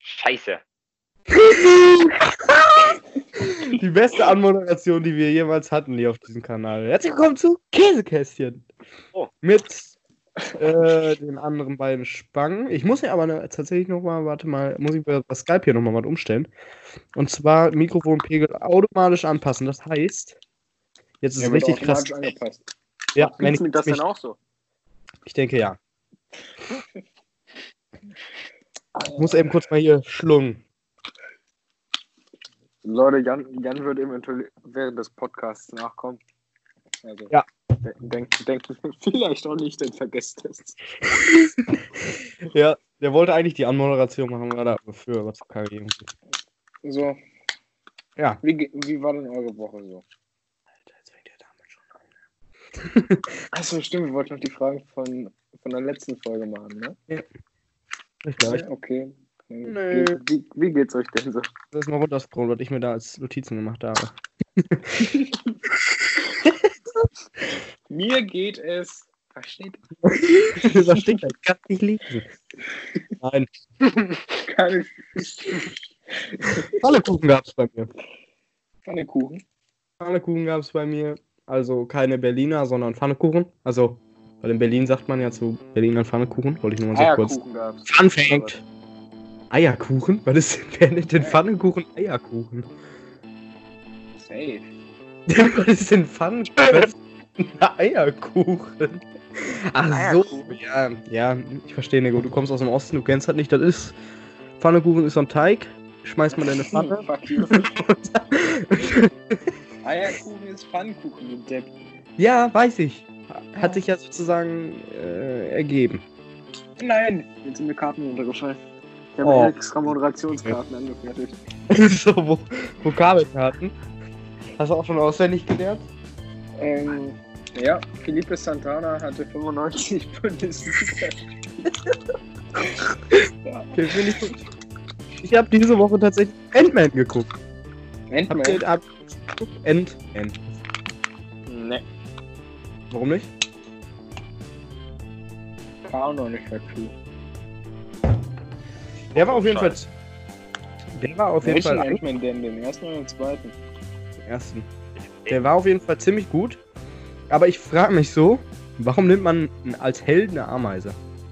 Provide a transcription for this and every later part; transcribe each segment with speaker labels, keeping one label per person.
Speaker 1: Scheiße.
Speaker 2: Die beste Anmoderation, die wir jemals hatten hier auf diesem Kanal. Herzlich willkommen zu Käsekästchen.
Speaker 1: Oh.
Speaker 2: Mit den anderen beiden Spangen. Ich muss ja aber tatsächlich nochmal, muss ich das Skype hier nochmal was umstellen. Und zwar Mikrofonpegel automatisch anpassen. Das heißt, jetzt ist es richtig krass.
Speaker 3: Angepasst.
Speaker 2: Ja,
Speaker 3: Gibt's mir das denn auch so?
Speaker 2: Ich denke ja. Ich muss eben kurz mal hier schlungen.
Speaker 3: Leute, Jan wird eventuell während des Podcasts nachkommen. Also,
Speaker 2: ja.
Speaker 3: Denkt vielleicht auch nicht, denn vergesst es.
Speaker 2: Ja, der wollte eigentlich die Anmoderation machen, war da für was KG.
Speaker 3: So.
Speaker 2: Ja.
Speaker 3: Wie war denn eure Woche so?
Speaker 2: Alter, jetzt fängt der damit schon an.
Speaker 3: Achso, stimmt, wir wollten noch die Fragen von der letzten Folge machen, ne?
Speaker 2: Ja. Ich glaube.
Speaker 3: Okay.
Speaker 2: Nö.
Speaker 3: Wie geht's euch denn so?
Speaker 2: Das ist mal runterscrollen, was ich mir da als Notizen gemacht habe.
Speaker 3: Mir geht es. Versteht?
Speaker 2: Versteht, das kann nicht liegen. Nein.
Speaker 3: Kann ich.
Speaker 2: Pfannekuchen gab es bei mir.
Speaker 3: Pfannekuchen?
Speaker 2: Pfannekuchen gab es bei mir. Also keine Berliner, sondern Pfannekuchen. Also, weil in Berlin sagt man ja zu Berlinern Pfannekuchen. Wollte ich nur mal so kurz.
Speaker 3: Gab's.
Speaker 2: Fun Fact. Eierkuchen? Was ist denn Pfannekuchen? Eierkuchen.
Speaker 3: Safe.
Speaker 2: Was ist denn Pfannkuchen? Eierkuchen. Ach so, ja, ich verstehe, Nego. Du kommst aus dem Osten, du kennst halt nicht, das ist. Pfannekuchen ist so ein Teig, schmeißt man in eine Pfanne.
Speaker 3: Eierkuchen ist Pfannkuchen, du Depp.
Speaker 2: Ja, weiß ich. Hat sich ja sozusagen ergeben.
Speaker 3: Nein, jetzt sind mir Karten runtergefallen. Ich habe extra Moderationskarten angefertigt.
Speaker 2: So, Vokabelkarten. Hast du auch schon auswendig gelernt?
Speaker 3: Ja, Felipe Santana hatte 95 Bundesliga. Ja.
Speaker 2: Okay, ich habe diese Woche tatsächlich Ant-Man geguckt.
Speaker 3: Ant-Man?
Speaker 2: Ant-Man.
Speaker 3: Ne.
Speaker 2: Warum nicht?
Speaker 3: War auch noch nicht dazu.
Speaker 2: Der war auf jeden Fall.
Speaker 3: Welchen Ant-Man denn? Den ersten oder den zweiten?
Speaker 2: Den ersten. Der war auf jeden Fall ziemlich gut. Aber ich frage mich so, warum nimmt man als Held eine Ameise?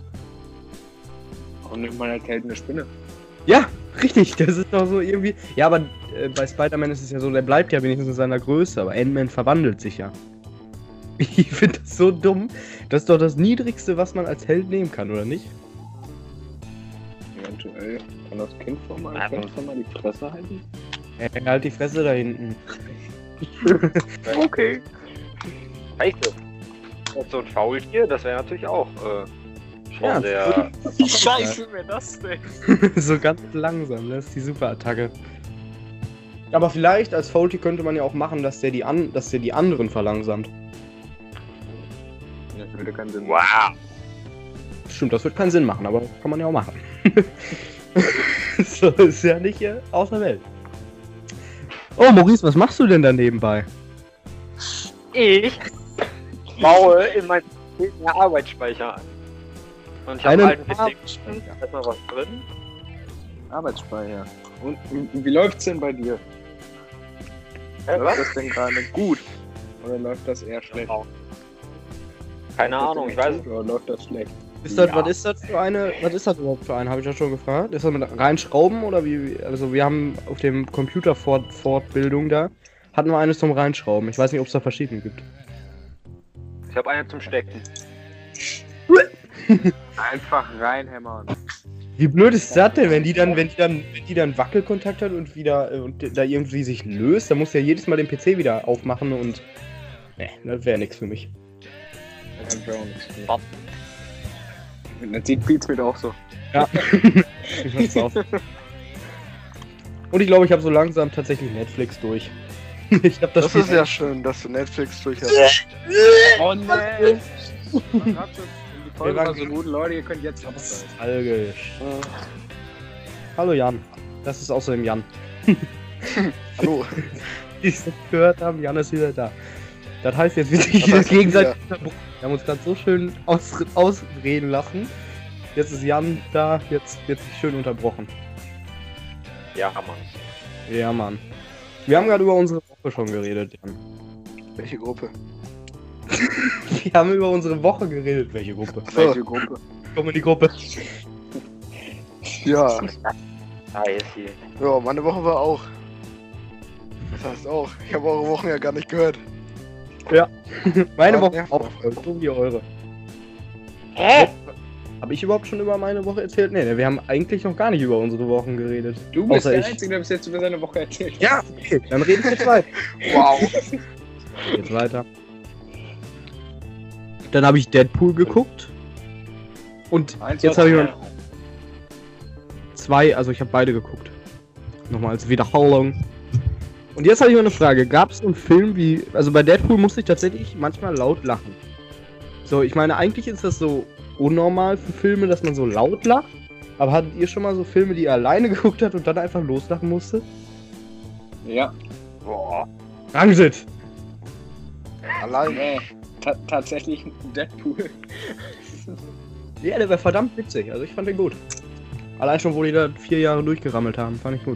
Speaker 3: Warum nimmt man als Held eine Spinne?
Speaker 2: Ja, richtig. Das ist doch so irgendwie. Ja, aber bei Spider-Man ist es ja so, der bleibt ja wenigstens in seiner Größe. Aber Ant-Man verwandelt sich ja. Ich finde das so dumm. Das ist doch das Niedrigste, was man als Held nehmen kann, oder nicht?
Speaker 3: Eventuell. Kann das Kind von mal die Fresse halten?
Speaker 2: Halt die Fresse da hinten.
Speaker 3: Okay.
Speaker 1: Scheiße. Und so ein Faultier, das wäre natürlich auch schon
Speaker 2: Ja,
Speaker 1: sehr...
Speaker 3: Wie scheiße wäre das denn?
Speaker 2: So ganz langsam, das ist die Superattacke. Aber vielleicht als Faultier könnte man ja auch machen, dass der die anderen verlangsamt.
Speaker 3: Das würde keinen Sinn
Speaker 1: machen. Wow.
Speaker 2: Stimmt, das wird keinen Sinn machen, aber kann man ja auch machen. So ist ja nicht aus der Welt. Oh, Maurice, was machst du denn da nebenbei?
Speaker 1: Ich baue in meinen Arbeitsspeicher an. Und ich habe einen alten PC. Da ist noch was drin.
Speaker 3: Arbeitsspeicher. Und wie läuft's denn bei dir? Läuft das denn gerade gut? Oder läuft das eher schlecht?
Speaker 1: Keine Ahnung, ich weiß es.
Speaker 3: Oder läuft das schlecht?
Speaker 2: Was ist das überhaupt für eine? Habe ich ja schon gefragt. Ist das mit reinschrauben oder wie? Also wir haben auf dem Computerfortbildung da, hatten wir eine zum Reinschrauben. Ich weiß nicht, ob es da verschiedene gibt.
Speaker 1: Ich habe eine zum Stecken.
Speaker 3: Einfach reinhämmern.
Speaker 2: Wie blöd ist das denn, wenn die dann Wackelkontakt hat und wieder da irgendwie sich löst, dann muss ja jedes Mal den PC wieder aufmachen und ne, das wäre nichts für mich.
Speaker 3: Das wäre auch nichts für mich. Das sieht Beats mit auch so.
Speaker 2: Ja. Ich mach's auf. Und ich glaube, ich habe so langsam tatsächlich Netflix durch. Ich hab das
Speaker 4: ist ja schön, dass du Netflix durch hast.
Speaker 3: Oh ne! Die Folge war so gut, Leute, ihr könnt jetzt abschalten.
Speaker 2: Nostalgisch. Hallo Jan. Das ist außerdem Jan.
Speaker 4: Hallo.
Speaker 2: Die es gehört haben, Jan ist wieder da. Das heißt, jetzt wird sich wieder gegenseitig unterbrochen. Wir haben uns gerade so schön ausreden lassen. Jetzt ist Jan da, jetzt wird sich schön unterbrochen.
Speaker 1: Ja, Mann.
Speaker 2: Ja, Mann. Wir haben gerade über unsere Woche schon geredet, Jan.
Speaker 4: Welche Gruppe?
Speaker 2: Wir haben über unsere Woche geredet. Welche Gruppe?
Speaker 3: Welche Gruppe?
Speaker 2: Komm in die Gruppe.
Speaker 4: Ja.
Speaker 1: Scheiße.
Speaker 4: Ja, meine Woche war auch. Das heißt auch. Ich habe eure Wochen ja gar nicht gehört.
Speaker 2: Meine
Speaker 4: Ja,
Speaker 2: Woche
Speaker 4: ja.
Speaker 2: auch. So wie eure.
Speaker 1: Hä?
Speaker 2: Habe ich überhaupt schon über meine Woche erzählt? Nee, wir haben eigentlich noch gar nicht über unsere Wochen geredet.
Speaker 3: Du bist
Speaker 2: Außer
Speaker 3: der
Speaker 2: ich.
Speaker 3: Einzige, der bis jetzt über seine Woche erzählt hat.
Speaker 2: Ja, okay, dann rede ich jetzt weiter.
Speaker 4: Wow.
Speaker 2: Jetzt weiter. Dann habe ich Deadpool geguckt. Und jetzt habe ich noch zwei, also ich habe beide geguckt. Nochmal als Wiederholung. Und jetzt habe ich mal eine Frage. Gab es einen Film wie, also bei Deadpool musste ich tatsächlich manchmal laut lachen. So, ich meine, eigentlich ist das so unnormal für Filme, dass man so laut lacht. Aber hattet ihr schon mal so Filme, die ihr alleine geguckt habt und dann einfach loslachen musste?
Speaker 3: Ja.
Speaker 1: Boah.
Speaker 2: Rangsit!
Speaker 4: Allein.
Speaker 3: Nee, tatsächlich Deadpool.
Speaker 2: Ja, der war verdammt witzig. Also ich fand den gut. Allein schon, wo die da 4 Jahre durchgerammelt haben, fand ich gut.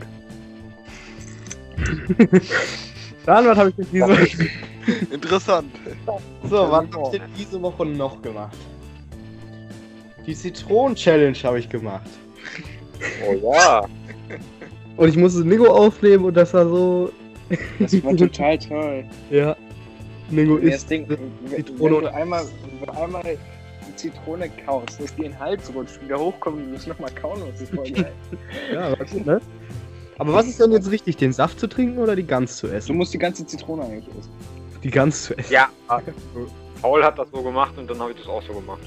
Speaker 2: Dann, was habe ich denn diese Woche
Speaker 4: Interessant.
Speaker 2: So, was habe ich denn diese Woche noch gemacht? Die Zitronen-Challenge habe ich gemacht.
Speaker 1: Oh ja.
Speaker 2: Und ich musste Nico aufnehmen und das war so...
Speaker 3: Das war total toll.
Speaker 2: Ja. Nico
Speaker 3: Das
Speaker 2: ist
Speaker 3: Ding, wenn
Speaker 2: Zitrone
Speaker 3: du einmal die Zitrone kaust, dass die in den Hals rutscht, wieder hochkommt und du musst nochmal kauen, das ist voll geil.
Speaker 2: Ja, war gut, ne? Aber was ist denn jetzt richtig, den Saft zu trinken oder die Gans zu
Speaker 3: Du
Speaker 2: essen?
Speaker 3: musst die ganze Zitrone eigentlich essen.
Speaker 2: Die Gans zu essen.
Speaker 1: Ja. Paul hat das so gemacht und dann habe ich das auch so gemacht.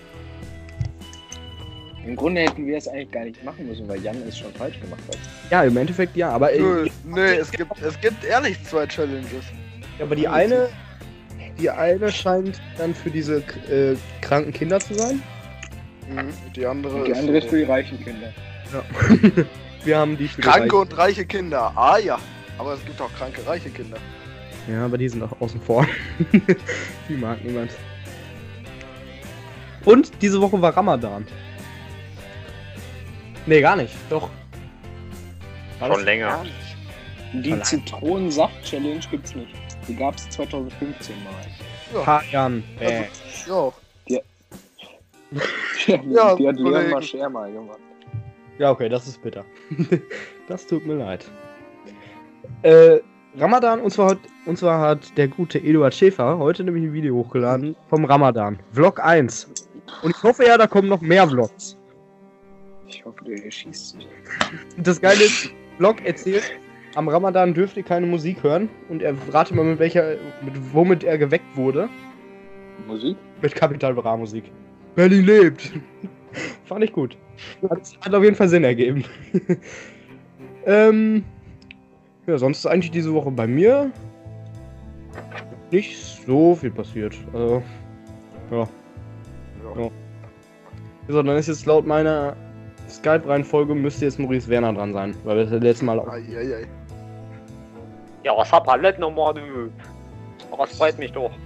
Speaker 3: Im Grunde hätten wir es eigentlich gar nicht machen müssen, weil Jan es schon falsch gemacht hat.
Speaker 2: Ja, im Endeffekt ja, aber,
Speaker 4: Nee, es gibt ehrlich 2 Challenges.
Speaker 2: aber die eine scheint dann für diese kranken Kinder zu sein.
Speaker 4: Mhm. Die andere,
Speaker 3: Und die andere ist für die reichen Kinder.
Speaker 2: Ja. Wir haben die für die
Speaker 4: kranke
Speaker 2: Reichen.
Speaker 4: und reiche Kinder. Ah ja. Aber es gibt auch kranke, reiche Kinder.
Speaker 2: Ja, aber die sind auch außen vor. Die mag niemand. Und diese Woche war Ramadan. Nee, gar nicht. Doch. War
Speaker 1: Schon
Speaker 2: das?
Speaker 1: länger.
Speaker 3: Die
Speaker 2: Allein.
Speaker 3: Zitronensaft-Challenge gibt's nicht. Die gab's 2015 mal.
Speaker 2: Fajan.
Speaker 4: Ja.
Speaker 3: Ja, die hat Leon
Speaker 4: Kollegen.
Speaker 3: Mascher mal gemacht.
Speaker 2: Ja, okay, das ist bitter. Das tut mir leid. Ramadan, und zwar hat der gute Eduard Schäfer heute nämlich ein Video hochgeladen vom Ramadan. Vlog 1. Und ich hoffe ja, da kommen noch mehr Vlogs.
Speaker 3: Ich hoffe, der schießt sich.
Speaker 2: Das Geile ist, Vlog erzählt, am Ramadan dürft ihr keine Musik hören. Und er rate mal, womit er geweckt wurde.
Speaker 3: Musik?
Speaker 2: Mit Capital Bra Musik. Berlin lebt. Fand ich gut. Hat auf jeden Fall Sinn ergeben. Ja, sonst ist eigentlich diese Woche bei mir nicht so viel passiert. Also, ja. So, dann ist jetzt laut meiner Skype-Reihenfolge müsste jetzt Maurice Werner dran sein, weil wir das letzte Mal auch.
Speaker 4: Eieiei.
Speaker 1: Ja, was hab halt nochmal, du. Aber es freut mich doch.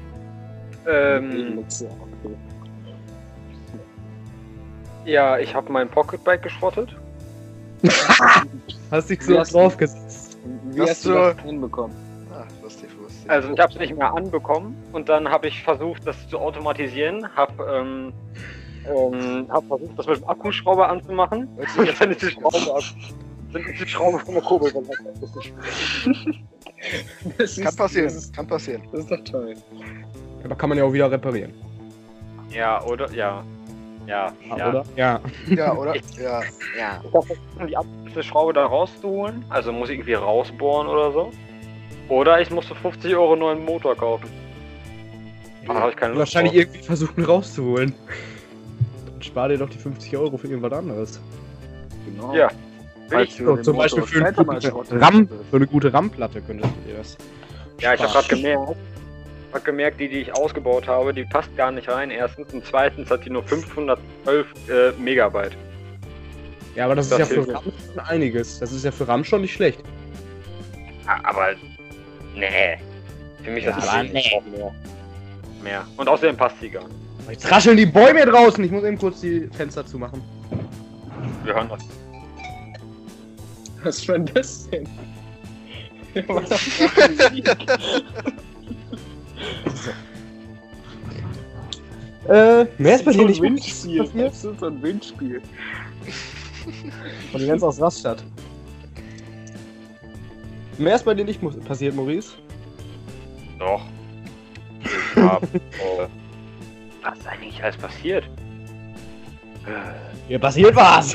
Speaker 1: Ja, ich habe mein Pocketbike geschrottet.
Speaker 2: Hast dich so draufgesetzt.
Speaker 3: Wie
Speaker 4: Das
Speaker 3: hast du
Speaker 4: so-
Speaker 3: das hinbekommen?
Speaker 4: Ah, lustig.
Speaker 1: Also ich habe es nicht mehr anbekommen und dann habe ich versucht, das zu automatisieren. Hab versucht, das mit dem Akkuschrauber anzumachen. Und jetzt sind die Schraube von der Kurbel.
Speaker 4: Kann passieren, kann passieren.
Speaker 3: Das ist doch toll.
Speaker 2: Aber kann man ja auch wieder reparieren.
Speaker 1: Ja, oder? Ja. Ja, ja.
Speaker 2: Oder? Ja.
Speaker 4: Ja, oder? Ja.
Speaker 1: Ja. Ich darf versuchen, die abgeschlossene Schraube da rauszuholen. Also muss ich irgendwie rausbohren oder so. Oder ich muss für 50 Euro einen neuen Motor kaufen. Da habe ich keine Lust
Speaker 2: Wahrscheinlich
Speaker 1: drauf.
Speaker 2: irgendwie versuchen rauszuholen. Dann spar dir doch die 50 Euro für irgendwas anderes.
Speaker 3: Genau.
Speaker 1: Ja.
Speaker 3: Falls du
Speaker 2: So,
Speaker 3: den
Speaker 2: zum
Speaker 3: Motor
Speaker 2: Beispiel für eine
Speaker 3: später mal
Speaker 2: gute
Speaker 3: schrotten
Speaker 2: RAM,
Speaker 3: möchtest.
Speaker 2: für eine gute RAM-Platte könntest du dir das.
Speaker 1: Ja, ich habe gerade gemerkt, die ich ausgebaut habe, die passt gar nicht rein. Erstens und zweitens hat die nur 512 Megabyte.
Speaker 2: Ja, aber das ist
Speaker 1: Das
Speaker 2: ja für
Speaker 1: hilft.
Speaker 2: RAM schon einiges. Das ist ja für RAM schon nicht schlecht.
Speaker 1: Aber nee. Für mich
Speaker 2: Ja,
Speaker 1: das
Speaker 2: aber
Speaker 1: wenig. Ich brauch mehr. Und außerdem passt sie gar nicht.
Speaker 2: Jetzt rascheln die Bäume draußen. Ich muss eben kurz die Fenster zumachen.
Speaker 1: Wir hören das.
Speaker 3: Was war das denn? Was
Speaker 2: Mehr ist bei dir
Speaker 3: so ein
Speaker 2: nicht
Speaker 3: Windspiel.
Speaker 2: passiert?
Speaker 3: Das ist so ein Windspiel.
Speaker 2: Und die ganz aus Raststadt. Mehr ist bei dir nicht passiert, Maurice?
Speaker 1: Doch. Ich hab, was ist eigentlich alles passiert?
Speaker 2: Hier passiert was!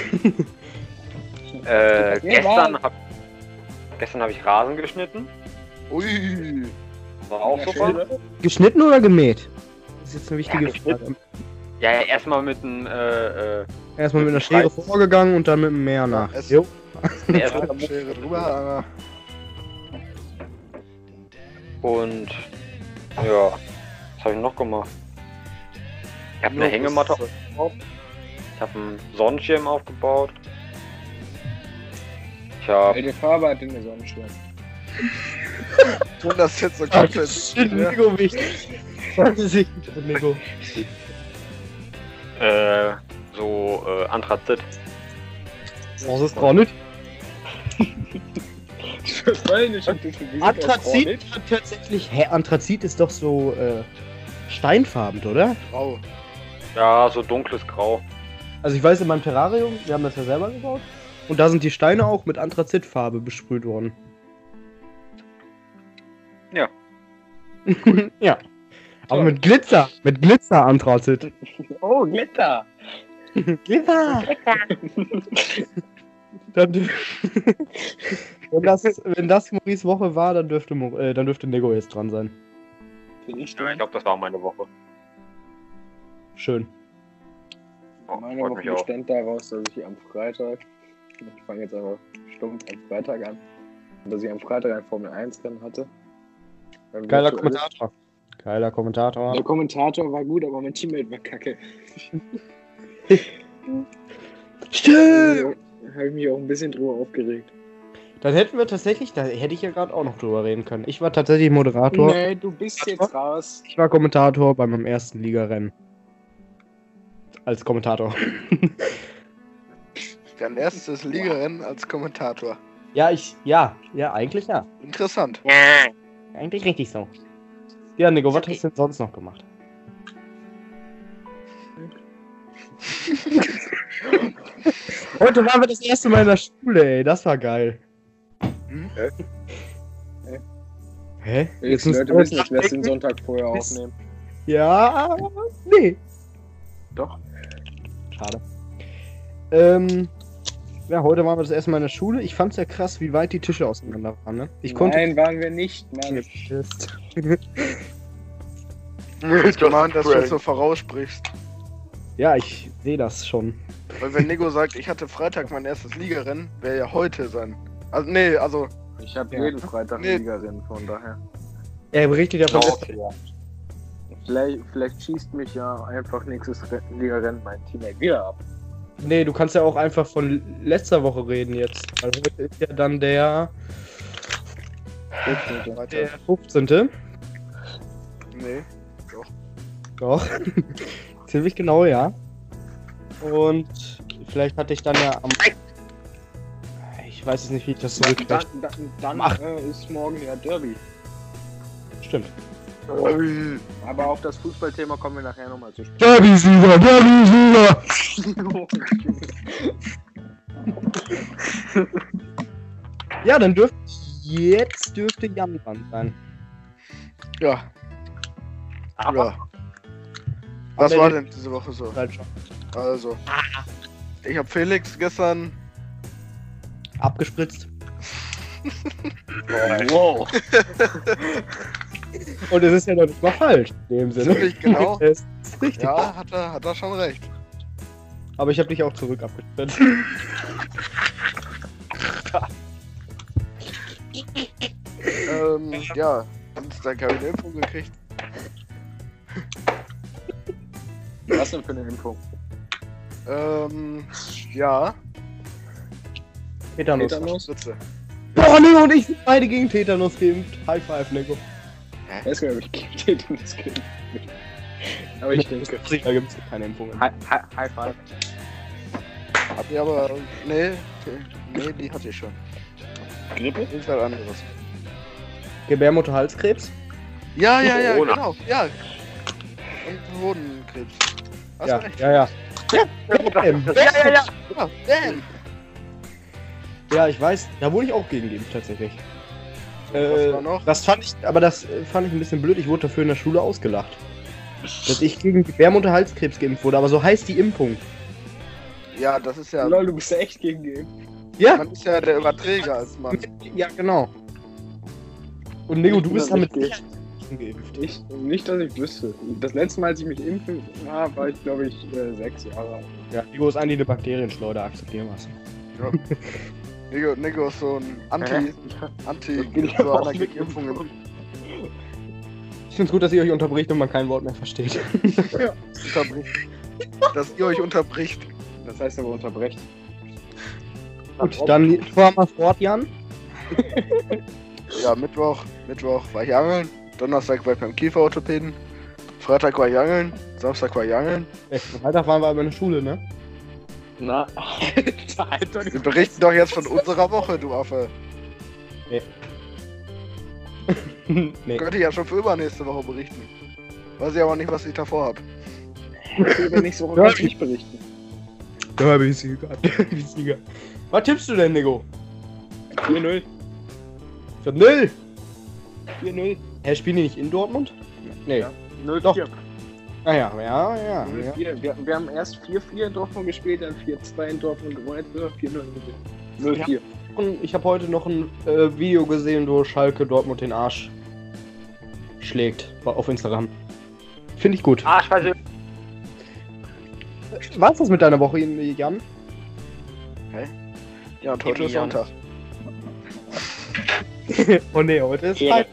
Speaker 1: Gestern hab ich Rasen geschnitten.
Speaker 4: Ui.
Speaker 1: War auch
Speaker 3: Ja,
Speaker 1: super.
Speaker 3: schön.
Speaker 2: Geschnitten oder gemäht? Das ist jetzt eine wichtige
Speaker 1: geschnitten.
Speaker 2: Frage.
Speaker 1: Ja, erstmal mit einem
Speaker 2: Erstmal mit einer
Speaker 1: Mit
Speaker 2: Schere
Speaker 1: Schweiß.
Speaker 2: vorgegangen und dann mit dem Meer nach.
Speaker 4: es-
Speaker 2: Jo.
Speaker 1: erstmal
Speaker 4: Schere drüber.
Speaker 1: und ja, was habe ich noch gemacht? Ich habe eine Hängematte aufgebaut. Ich habe einen Sonnenschirm aufgebaut. Ich habe
Speaker 3: Welche Farbe hat denn der Sonnenschirm?
Speaker 4: Und das jetzt so
Speaker 2: Ah,
Speaker 4: komplett.
Speaker 2: shit,
Speaker 4: Ja.
Speaker 2: Nico, wichtig. Das ist nicht Nico.
Speaker 1: Anthrazit.
Speaker 2: Das ist gar nicht.
Speaker 3: Das weiß ich nicht.
Speaker 2: Anthrazit hat tatsächlich. Hä, Anthrazit ist doch so steinfarben, oder?
Speaker 4: Grau.
Speaker 1: Ja, so dunkles Grau.
Speaker 2: Also ich weiß in meinem Terrarium, wir haben das ja selber gebaut. Und da sind die Steine auch mit Anthrazitfarbe besprüht worden.
Speaker 1: Ja.
Speaker 2: Ja. Aber mit Glitzer. Mit Glitzer-Anthrazit.
Speaker 3: Oh, Glitter!
Speaker 2: Glitzer! Dann, wenn das Maurice Woche war, dann dürfte Nego jetzt dran sein.
Speaker 3: Bin ich
Speaker 1: Ja, ich
Speaker 3: dran?
Speaker 1: glaube, das war meine Woche.
Speaker 2: Schön.
Speaker 1: Oh,
Speaker 3: Meine
Speaker 1: freut
Speaker 3: Woche
Speaker 1: mich auch.
Speaker 3: bestand daraus, dass ich am Freitag, ich fange jetzt aber stumpf am Freitag an, dass ich am Freitag ein Formel 1 Rennen hatte. Ein
Speaker 2: Geiler
Speaker 3: virtuelles.
Speaker 2: Kommentator. Geiler Kommentator.
Speaker 3: Der Kommentator war gut, aber mein Teammate war kacke.
Speaker 2: Stimmt!
Speaker 3: Da habe ich mich auch ein bisschen drüber aufgeregt.
Speaker 2: Dann hätten wir tatsächlich, da hätte ich ja gerade auch noch drüber reden können. Ich war tatsächlich Moderator.
Speaker 3: Nee, du bist jetzt raus.
Speaker 2: Ich war Kommentator bei meinem ersten Ligarennen. Als Kommentator.
Speaker 4: Dein erstes Ligarennen als Kommentator.
Speaker 2: Ja, eigentlich ja.
Speaker 4: Interessant.
Speaker 2: Eigentlich richtig so. Ja, Nico, was hast du denn sonst noch gemacht? Heute waren wir das erste Mal in der Schule, ey. Das war geil.
Speaker 4: Hm?
Speaker 2: Hä?
Speaker 3: Die
Speaker 2: Jetzt
Speaker 3: Leute
Speaker 2: müssen
Speaker 3: wissen nicht, wer es den Sonntag vorher
Speaker 2: Bis-
Speaker 3: aufnehmen.
Speaker 2: Ja, nee.
Speaker 3: Doch.
Speaker 2: Schade. Ja, heute waren wir das erste Mal in der Schule. Ich fand's ja krass, wie weit die Tische auseinander waren, ne? Ich konnte.
Speaker 3: Nein, waren wir nicht, Mann.
Speaker 2: Mist.
Speaker 4: Ich meine, dass du das so voraussprichst.
Speaker 2: Ja, ich sehe das schon.
Speaker 4: Weil wenn Nico sagt, ich hatte Freitag mein erstes Ligarennen, wäre ja heute sein. Also, nee, also,
Speaker 3: Ich habe
Speaker 2: Ja.
Speaker 3: jeden Freitag
Speaker 4: Nee.
Speaker 3: Ligarennen, von daher.
Speaker 2: Er berichtet ja von
Speaker 1: Oh,
Speaker 2: gestern.
Speaker 1: okay.
Speaker 3: Vielleicht schießt mich ja einfach nächstes Ligarennen mein Teammate wieder ab.
Speaker 2: Nee, du kannst ja auch einfach von letzter Woche reden jetzt. Weil heute ist ja dann der 15.
Speaker 4: nee.
Speaker 2: Doch. Ziemlich genau, ja. Und vielleicht hatte ich dann ja am. Ich weiß jetzt nicht, wie ich das zurückkriege.
Speaker 3: Dann
Speaker 2: Mach.
Speaker 3: ist morgen ja Derby.
Speaker 2: Stimmt.
Speaker 4: Ui.
Speaker 3: Aber auf das Fußballthema kommen wir nachher nochmal zu sprechen.
Speaker 2: Derby-Sieger, Derby-Sieger! Ja, dann dürfte Jan dran sein.
Speaker 4: Ja,
Speaker 1: Aber
Speaker 4: ja. Was war denn diese Woche so?
Speaker 2: Halt schon.
Speaker 4: Also, ich habe Felix gestern.
Speaker 2: Abgespritzt.
Speaker 3: Wow.
Speaker 2: Und es ist ja noch nicht mal falsch, in dem Sinne.
Speaker 4: Ziemlich genau.
Speaker 2: Es ist richtig.
Speaker 4: Ja, hat er schon recht.
Speaker 2: Aber ich habe dich auch zurück abgespritzt.
Speaker 4: Ja, Dienstag habe ich eine Info gekriegt.
Speaker 3: Was denn für eine Info?
Speaker 4: Ja.
Speaker 2: Tetanus.
Speaker 3: Tetanus?
Speaker 4: Spritze.
Speaker 2: Boah, Nico und ich sind beide gegen Tetanus geimpft. High five, Nico.
Speaker 3: Ich weiß gar nicht, ob ich Tetanus kenne. Aber ich denke.
Speaker 2: Da gibt es keine Impfungen.
Speaker 3: High five.
Speaker 4: Hab ich aber. Nee, Nee, die hatte ich schon.
Speaker 3: Grippe?
Speaker 4: Das ist was anderes.
Speaker 2: Gebärmutterhalskrebs?
Speaker 4: Ja,
Speaker 1: Corona.
Speaker 4: genau. Ja. Und Hodenkrebs. Hast
Speaker 2: Ja,
Speaker 4: du recht.
Speaker 2: ja. Ja,
Speaker 1: Ja.
Speaker 4: Ja, damn.
Speaker 2: ja, ich weiß, da wurde ich auch gegen geimpft tatsächlich.
Speaker 4: Was war noch?
Speaker 2: Das fand ich ein bisschen blöd. Ich wurde dafür in der Schule ausgelacht. Dass ich gegen Gebärmutterhalskrebs geimpft wurde, aber so heißt die Impfung.
Speaker 4: Ja, das ist ja.
Speaker 3: Lol, du bist ja echt gegen die.
Speaker 2: Ja,
Speaker 4: Man ist ja der Überträger als Mann.
Speaker 2: ja, genau. Und Nego, du bist damit
Speaker 3: Nicht
Speaker 2: geimpft.
Speaker 3: Ich, nicht, dass ich wüsste. Das letzte Mal, als ich mich impfen war ich, glaube ich, 6 Jahre alt.
Speaker 2: Ja, Nego ist eigentlich eine Bakterienschleuder, akzeptieren wir's.
Speaker 4: Nico ist so ein Anti
Speaker 3: geht
Speaker 4: so
Speaker 3: aber auch
Speaker 4: einer
Speaker 3: mit
Speaker 4: gegen Impfungen.
Speaker 2: Ich find's gut, dass ihr euch unterbricht und man kein Wort mehr versteht.
Speaker 4: Unterbricht. Dass ihr euch unterbricht.
Speaker 3: Das heißt aber unterbrecht.
Speaker 2: Gut, dann fahr mal fort, Jan.
Speaker 4: Ja, Mittwoch war ich angeln, Donnerstag war ich beim Kieferorthopäden, Freitag war ich angeln, Samstag war ich angeln.
Speaker 2: Freitag waren wir aber in der Schule, ne?
Speaker 3: Na, Alter,
Speaker 4: Wir berichten doch jetzt von unserer Woche, du Affe.
Speaker 2: Nee.
Speaker 4: Könnte ich ja schon für übernächste Woche berichten. Weiß ich aber nicht, was ich davor habe.
Speaker 3: wenn ich so kann ich nicht berichten.
Speaker 2: Ja, bin ich Sieger. Was tippst du denn, Nego?
Speaker 3: 4-0.
Speaker 2: 4-0.
Speaker 3: 4-0.
Speaker 2: Hä, spielen die nicht in Dortmund? Nee.
Speaker 3: Ja.
Speaker 2: Doch.
Speaker 3: 0-4.
Speaker 2: Ah ja, ja.
Speaker 3: 0-4. Wir haben erst 4-4 in Dortmund gespielt, dann 4-2 in Dortmund gewonnen, jetzt sind wir 4-0 gewonnen. 0-4.
Speaker 2: Und ich habe heute noch ein Video gesehen, wo Schalke Dortmund den Arsch schlägt auf Instagram. Finde ich gut.
Speaker 1: Arschweise.
Speaker 2: Was ist mit deiner Woche, Jan?
Speaker 4: Ja, und heute ist
Speaker 1: Jan.
Speaker 4: Sonntag.
Speaker 2: Oh ne, heute ist
Speaker 1: Ja.
Speaker 2: Freitag.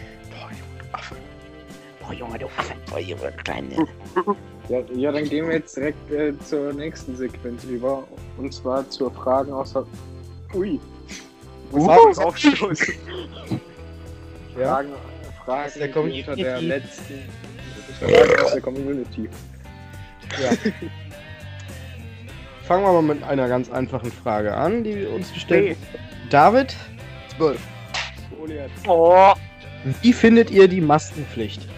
Speaker 5: Oh Junge, du Affe. Oh Junge, kleine.
Speaker 3: Ja, dann gehen wir jetzt direkt zur nächsten Sequenz über. Und zwar zur Fragen aus der... Ui.
Speaker 1: Aufstoß.
Speaker 2: Ja.
Speaker 3: Fragen
Speaker 2: der Community.
Speaker 3: unter der letzten... Fragen aus der Community.
Speaker 2: Ja. Fangen wir mal mit einer ganz einfachen Frage an, die uns gestellt wurde. David,
Speaker 4: 12.
Speaker 1: Oh.
Speaker 2: wie findet ihr die Maskenpflicht?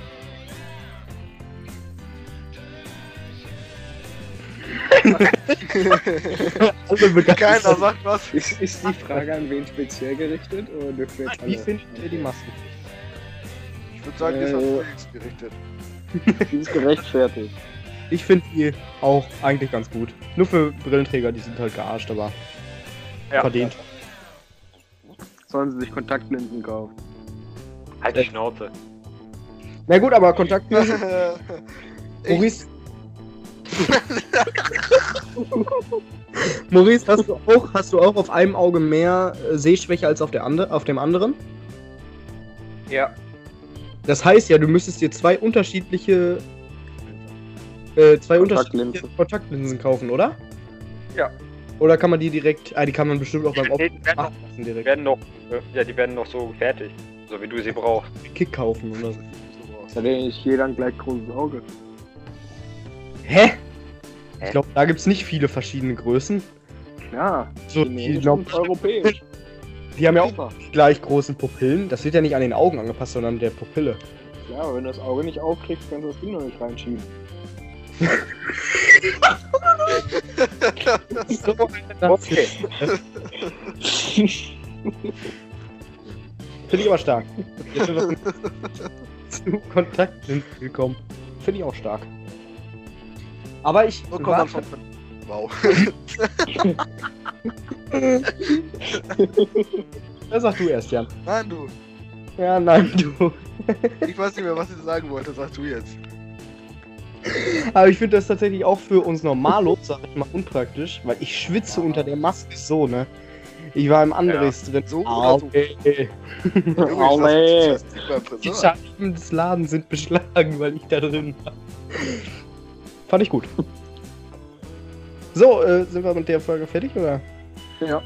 Speaker 4: Keiner sagt was.
Speaker 3: Ist die Frage an wen speziell gerichtet? Oder dürfen wir jetzt
Speaker 2: Wie
Speaker 3: alle?
Speaker 2: findet ihr die Maskenpflicht?
Speaker 4: Ich würde sagen, die ist an Felix gerichtet.
Speaker 3: Die ist gerechtfertigt.
Speaker 2: Ich finde die auch eigentlich ganz gut. Nur für Brillenträger, die sind halt gearscht, aber
Speaker 1: Ja.
Speaker 2: verdient.
Speaker 3: Sollen sie sich Kontaktlinsen kaufen?
Speaker 1: Halt die Schnauze.
Speaker 2: Na gut, aber Kontaktlinsen. Maurice. Maurice, hast du auch auf einem Auge mehr Sehschwäche als auf dem anderen?
Speaker 1: Ja.
Speaker 2: Das heißt ja, du müsstest dir zwei unterschiedliche Kontaktlinsen kaufen, oder?
Speaker 1: Ja.
Speaker 2: Oder kann man die direkt, die kann man bestimmt auch beim
Speaker 1: Nee, die werden
Speaker 2: machen
Speaker 1: noch-
Speaker 2: lassen
Speaker 1: Die
Speaker 2: direkt.
Speaker 1: werden noch, die werden noch so fertig. So wie du sie brauchst.
Speaker 2: Kick kaufen oder so.
Speaker 3: Da hat ja nicht jeder ein gleich großes Auge.
Speaker 2: Hä? Ich glaube, da gibt's nicht viele verschiedene Größen.
Speaker 3: Ja,
Speaker 2: So,
Speaker 3: Chinesisch
Speaker 2: glaub,
Speaker 3: und europäisch.
Speaker 2: die haben ja auch die gleich großen Pupillen. Das wird ja nicht an den Augen angepasst, sondern der Pupille.
Speaker 3: Ja, aber wenn du das Auge nicht aufkriegst, kannst du das Ding noch nicht reinschieben.
Speaker 1: Okay.
Speaker 2: Finde ich aber stark. Jetzt sind wir zu Kontaktlinsen gekommen. Finde ich auch stark. Aber ich.
Speaker 4: So kommt man von. Wow.
Speaker 2: Das sag du erst, Jan.
Speaker 4: Nein, du.
Speaker 2: Ja, nein, du.
Speaker 4: Ich weiß nicht mehr, was ich sagen wollte. Sag du jetzt.
Speaker 2: Aber ich finde das tatsächlich auch für uns Normalos, sag ich mal, unpraktisch, weil ich schwitze unter der Maske so, ne? Ich war im Andres drin.
Speaker 4: So oder so?
Speaker 2: Okay.
Speaker 4: Junge, ist das nicht beim
Speaker 2: Die
Speaker 4: Friseur?
Speaker 2: Scheiben des Ladens sind beschlagen, weil ich da drin war. Fand ich gut. So, sind wir mit der Folge fertig, oder?
Speaker 3: Ja.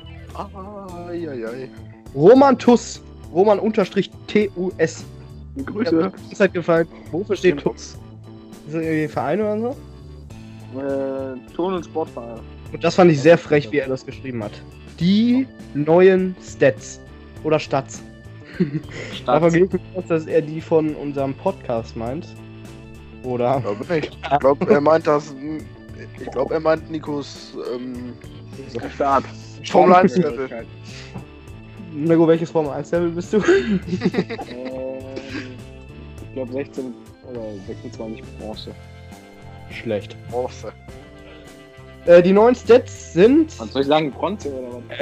Speaker 4: Ai.
Speaker 2: Roman TUS. Roman_TUS.
Speaker 3: Grüße.
Speaker 2: Uns hat gefallen. Wofür steht TUS? Ist das irgendwie ein Verein oder so?
Speaker 3: Ton- und Sportfahrer.
Speaker 2: Und das fand ich sehr frech, wie er das geschrieben hat. Die neuen Stats. Oder Stats. Davon gehe ich nicht aus, dass er die von unserem Podcast meint. Oder?
Speaker 4: Ich glaube nicht. Ich glaube, er meint das. Ich glaube, er meint Nikos
Speaker 3: Start.
Speaker 4: Formel 1 Level.
Speaker 2: Nego, welches Formel 1 Level bist du?
Speaker 3: Ich glaube 16 oder 26 Bronze.
Speaker 2: Schlecht.
Speaker 4: Bronze.
Speaker 2: Die neuen Stats sind.
Speaker 3: Was soll ich sagen? Bronze oder was?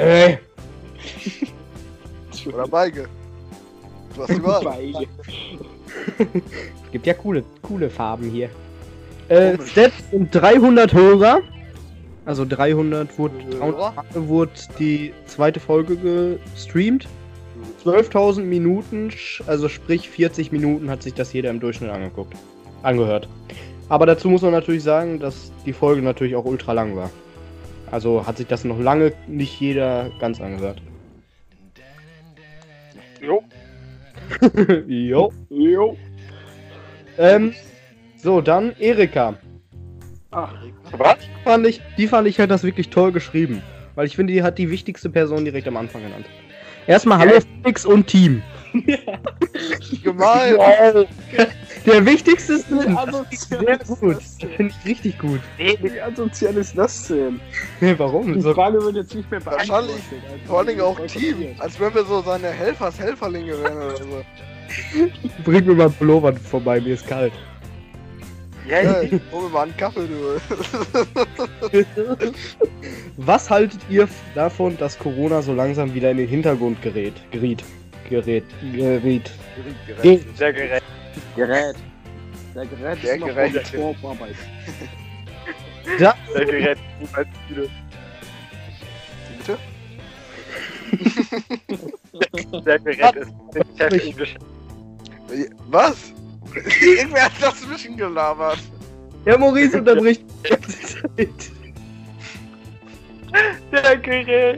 Speaker 4: Oder Beige. Du hast überall.
Speaker 3: Beige.
Speaker 2: Gibt ja coole Farben hier. Stats sind 300 Hörer. Also 300 wurde die zweite Folge gestreamt. 12.000 Minuten, also sprich 40 Minuten hat sich das jeder im Durchschnitt angehört. Aber dazu muss man natürlich sagen, dass die Folge natürlich auch ultra lang war. Also hat sich das noch lange nicht jeder ganz angehört.
Speaker 1: Jo.
Speaker 2: Jo. So, dann Erika.
Speaker 1: Was?
Speaker 2: Die fand ich halt das wirklich toll geschrieben. Weil ich finde, die hat die wichtigste Person direkt am Anfang genannt. Erstmal Hallo Felix und Team.
Speaker 4: Gemein.
Speaker 2: Wow. Der wichtigste ist sehr
Speaker 3: Asozial
Speaker 2: gut. Das finde ich richtig gut.
Speaker 3: Wie asozial ist das denn?
Speaker 2: Warum?
Speaker 3: Die
Speaker 2: So,
Speaker 3: Frage wird jetzt nicht mehr beantwortet.
Speaker 4: Wahrscheinlich. Vor allen Dingen auch Team. Als wenn wir so seine Helferlinge wären oder so.
Speaker 2: bring mir mal einen Pullover vorbei, mir ist kalt.
Speaker 4: Ja, hol mir mal einen Kaffee, du.
Speaker 2: Was haltet ihr davon, dass Corona so langsam wieder in den Hintergrund geriet?
Speaker 1: Sehr gerät.
Speaker 3: Gerät. Der Gerät
Speaker 4: Der
Speaker 3: ist noch
Speaker 4: Gerät.
Speaker 3: vor Vorarbeit.
Speaker 2: Ja,
Speaker 1: Sehr gerät. Niemals wieder.
Speaker 4: Bitte?
Speaker 1: Sehr gerät ist beschäftigt.
Speaker 4: Was? Irgendwer hat dazwischen gelabert.
Speaker 2: ja, Maurice unterbricht die ganze Zeit.
Speaker 1: Sehr gerät.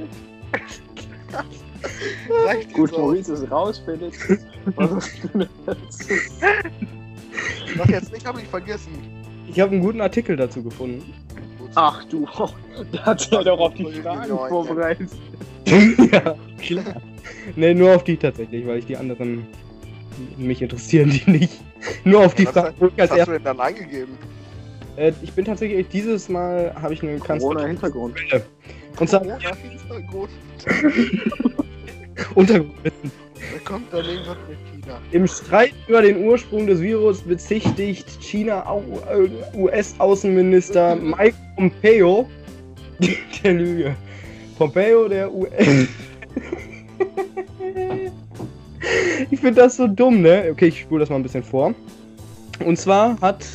Speaker 4: Reicht
Speaker 3: Gut,
Speaker 4: jetzt auch.
Speaker 3: Maurice ist raus, Felix. Was hast du denn dazu?
Speaker 4: Sag jetzt nicht, hab ich vergessen.
Speaker 2: Ich habe einen guten Artikel dazu gefunden.
Speaker 3: Ach du, da hat er doch auf die Fragen vorbereitet.
Speaker 2: ja, klar. Ne, nur auf die tatsächlich, weil ich die anderen mich interessieren die nicht. Nur auf die
Speaker 4: Was
Speaker 2: Frage, wo ich als
Speaker 4: hast du
Speaker 2: erstes.
Speaker 4: denn dann eingegeben?
Speaker 2: Ich bin tatsächlich dieses Mal habe ich eine ganz
Speaker 3: Corona-Hintergrund.
Speaker 2: und zwar
Speaker 4: Gut.
Speaker 2: Untergrundwissen.
Speaker 4: Da kommt dann irgendwas mit China.
Speaker 2: Im Streit über den Ursprung des Virus bezichtigt China US-Außenminister Mike Pompeo der Lüge. Pompeo der US. Ich finde das so dumm, ne? Okay, ich spule das mal ein bisschen vor. Und zwar hat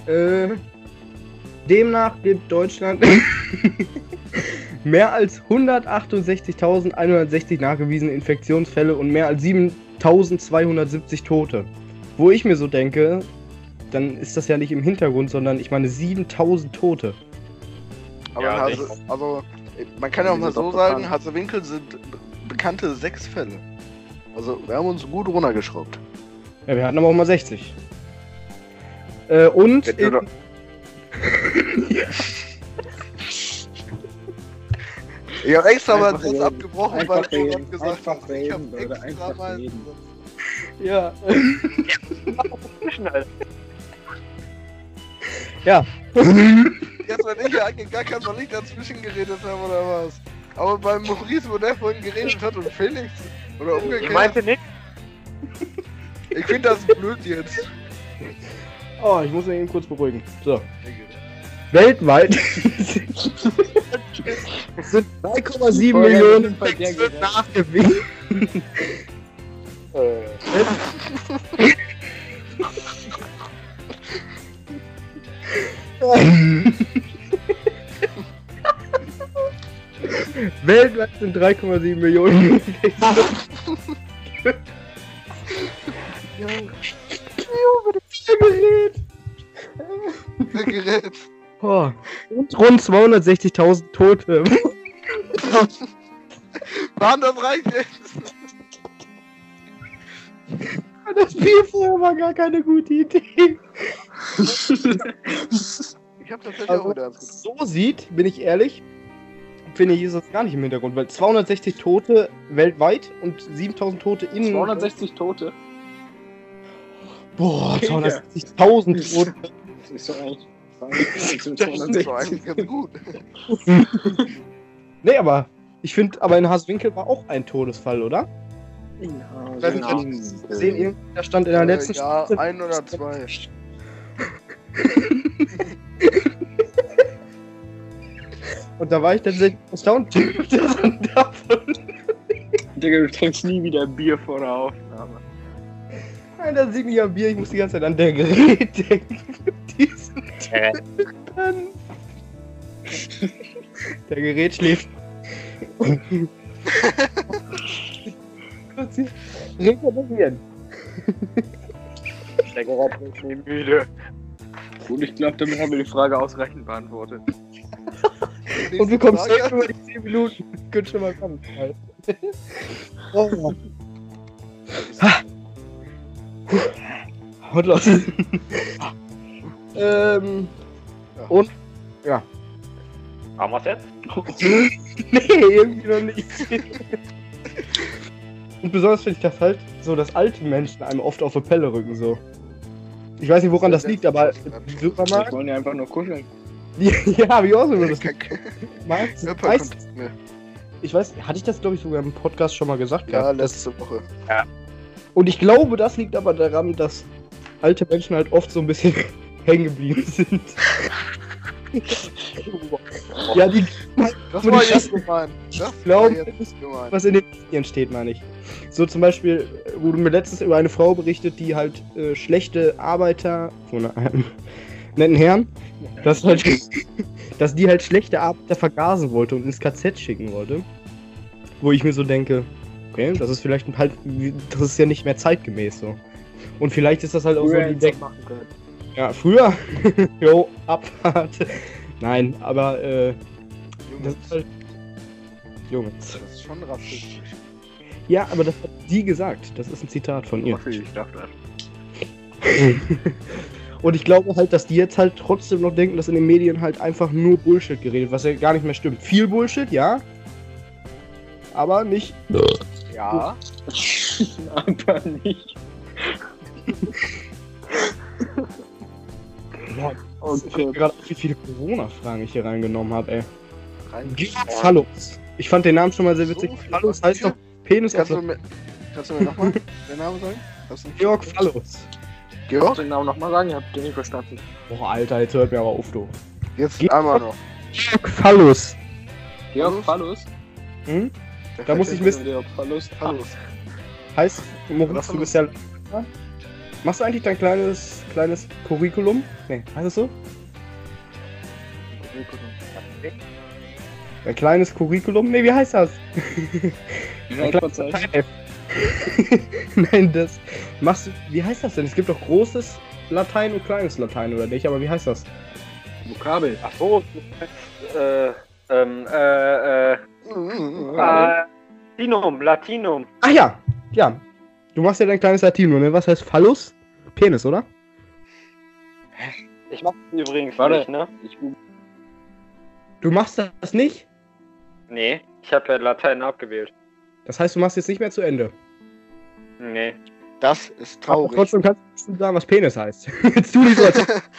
Speaker 2: demnach gibt Deutschland mehr als 168.160 nachgewiesene Infektionsfälle und mehr als 7.270 Tote. Wo ich mir so denke, dann ist das ja nicht im Hintergrund, sondern ich meine 7.000 Tote.
Speaker 4: Aber
Speaker 1: Ja,
Speaker 4: also, man kann ja auch mal so sagen, Harzewinkel sind bekannte 6 Fälle. Also, wir haben uns gut runtergeschraubt.
Speaker 2: Ja, wir hatten aber auch mal 60. Und
Speaker 1: Wenn du
Speaker 4: Ich habe extra mal
Speaker 3: Einfach
Speaker 4: kurz
Speaker 3: reden.
Speaker 4: abgebrochen,
Speaker 3: Einfach
Speaker 4: weil ich
Speaker 3: reden.
Speaker 4: jemand gesagt
Speaker 3: Einfach
Speaker 4: habe. Ich habe
Speaker 3: reden, Leute.
Speaker 4: extra
Speaker 3: Einfach
Speaker 4: mal.
Speaker 3: reden.
Speaker 2: ja.
Speaker 1: schnell.
Speaker 2: Ja.
Speaker 4: Jetzt, wenn ich ja gar kein Mal nicht dazwischen geredet habe oder was. Aber beim Maurice, wo der vorhin geredet hat und Felix oder
Speaker 1: Ich
Speaker 4: umgekehrt.
Speaker 1: meinte nicht.
Speaker 4: Ich finde das blöd jetzt.
Speaker 2: Oh, ich muss mich eben kurz beruhigen. So. Weltweit sind 3,7
Speaker 3: Vorher
Speaker 2: Millionen
Speaker 3: sind bei der
Speaker 2: Texte
Speaker 3: gerettet.
Speaker 2: nachgewiesen. Weltweit sind 3,7 Millionen Texte.
Speaker 4: Der Gerät.
Speaker 2: Oh. Und rund 260.000 Tote.
Speaker 4: Mann, das reicht jetzt.
Speaker 2: Das Bier vorher war gar keine gute Idee.
Speaker 4: Ich hab tatsächlich
Speaker 2: Also,
Speaker 4: auch
Speaker 2: wenn
Speaker 4: wieder
Speaker 2: man
Speaker 4: eins
Speaker 2: es so sieht, bin ich ehrlich, finde ich, ist das gar nicht im Hintergrund, weil 260 Tote weltweit und 7000 Tote in...
Speaker 3: 260 Tote?
Speaker 2: Boah,
Speaker 3: Okay,
Speaker 2: 260.000 Tote.
Speaker 3: Das ist doch eigentlich...
Speaker 4: Das war eigentlich ganz gut.
Speaker 2: Nee, aber ich finde, aber in Haßwinkel war auch ein Todesfall, oder?
Speaker 3: Ja,
Speaker 2: weiß nicht,
Speaker 3: genau.
Speaker 2: Gesehen, irgendwie, da stand in der letzten
Speaker 4: Ja,
Speaker 2: Stunde-
Speaker 4: 1 oder 2.
Speaker 2: Und da war ich tatsächlich erstaunt davon.
Speaker 3: Digga, du trinkst nie wieder Bier vor der Aufnahme.
Speaker 2: Nein, das liegt nicht am Bier, ich muss die ganze Zeit an der Gerät denken. Diesen Typen. Der Gerät schläft. Regenerieren.
Speaker 1: Der Gerät ist nie müde.
Speaker 3: Gut, ich glaube, damit haben wir die Frage ausreichend beantwortet.
Speaker 2: Und du kommst direkt über die 10 Minuten. Könnt schon mal kommen. Oh. Haut los. Und? Ja.
Speaker 1: Haben wir's jetzt?
Speaker 2: Nee, irgendwie noch nicht. Und besonders finde ich das halt so, dass alte Menschen einem oft auf die Pelle rücken, so. Ich weiß nicht, woran das liegt, aber im Supermarkt.
Speaker 3: Wir wollen ja einfach nur kuscheln.
Speaker 2: Ja, wie auch immer das meistens.
Speaker 4: Körperkontakt mehr.
Speaker 2: Ich weiß, hatte ich das, glaube ich, sogar im Podcast schon mal gesagt?
Speaker 4: Ja,
Speaker 2: gehabt, dass-
Speaker 4: letzte Woche.
Speaker 2: Und ich glaube, das liegt aber daran, dass alte Menschen halt oft so ein bisschen hängen geblieben sind. Ja, die
Speaker 4: Das
Speaker 2: Und
Speaker 4: war
Speaker 2: ich
Speaker 4: jetzt gemein. Das
Speaker 2: glaub,
Speaker 4: war jetzt gemein.
Speaker 2: was in den Medien steht, meine ich. So zum Beispiel wurde mir letztens über eine Frau berichtet, die halt schlechte Arbeiter von einem netten Herrn, dass die halt schlechte Arbeiter vergasen wollte und ins KZ schicken wollte. Wo ich mir so denke, okay, das ist vielleicht halt, das ist ja nicht mehr zeitgemäß so. Und vielleicht ist das halt auch so die Denk
Speaker 3: machen können.
Speaker 2: Ja, früher, jo, Abfahrt. Nein, aber das ist halt. Jungs.
Speaker 4: Das ist schon rassistisch.
Speaker 2: Ja, aber das hat sie gesagt. Das ist ein Zitat von ihr.
Speaker 3: Ich dachte das.
Speaker 2: Und ich glaube halt, dass die jetzt halt trotzdem noch denken, dass in den Medien halt einfach nur Bullshit geredet, was ja gar nicht mehr stimmt. Viel Bullshit, ja. Aber nicht.
Speaker 3: Ja. Aber nicht.
Speaker 2: Boah, ich
Speaker 3: Okay.
Speaker 2: gerade wie viele Corona-Fragen ich hier reingenommen habe, ey.
Speaker 4: Rein.
Speaker 2: Georg Phallus. Ich fand den Namen schon mal sehr witzig.
Speaker 4: So viel.
Speaker 2: Phallus heißt doch Penis auf
Speaker 4: Kannst du mir nochmal den Namen sagen? Hast du nicht
Speaker 2: Georg
Speaker 4: verstanden?
Speaker 2: Phallus.
Speaker 3: Kannst du
Speaker 4: Georg?
Speaker 3: den Namen nochmal sagen? Ich hab den nicht verstanden.
Speaker 2: Boah, Alter, jetzt hört mir aber auf, du.
Speaker 4: Jetzt
Speaker 2: Georg?
Speaker 4: einmal noch.
Speaker 2: Georg Phallus.
Speaker 3: Georg Phallus?
Speaker 2: Hm? Da muss ich wissen,
Speaker 3: Georg Phallus.
Speaker 4: Hallo.
Speaker 2: heißt, Moritz,
Speaker 4: Was
Speaker 2: du bist ja. Machst du eigentlich dein kleines Curriculum? Nee, heißt es so? Dein kleines Curriculum? Nee, wie heißt das? Nein, das. Machst du. Wie heißt das denn? Es gibt doch großes Latein und kleines Latein, oder nicht? Aber wie heißt das?
Speaker 3: Vokabel.
Speaker 1: Ach so, Latinum.
Speaker 2: Ach ja, ja. Du machst ja dein kleines Latinum, ne? Was heißt Phallus? Penis, oder?
Speaker 1: Ich mach übrigens
Speaker 3: Warte.
Speaker 1: nicht, ne?
Speaker 2: Du machst das nicht?
Speaker 1: Nee, ich habe ja Latein abgewählt.
Speaker 2: Das heißt, du machst jetzt nicht mehr zu Ende.
Speaker 1: Nee.
Speaker 4: Das ist
Speaker 2: Aber
Speaker 4: traurig.
Speaker 2: trotzdem kannst du bestimmt sagen, was Penis heißt. Jetzt tu nicht so.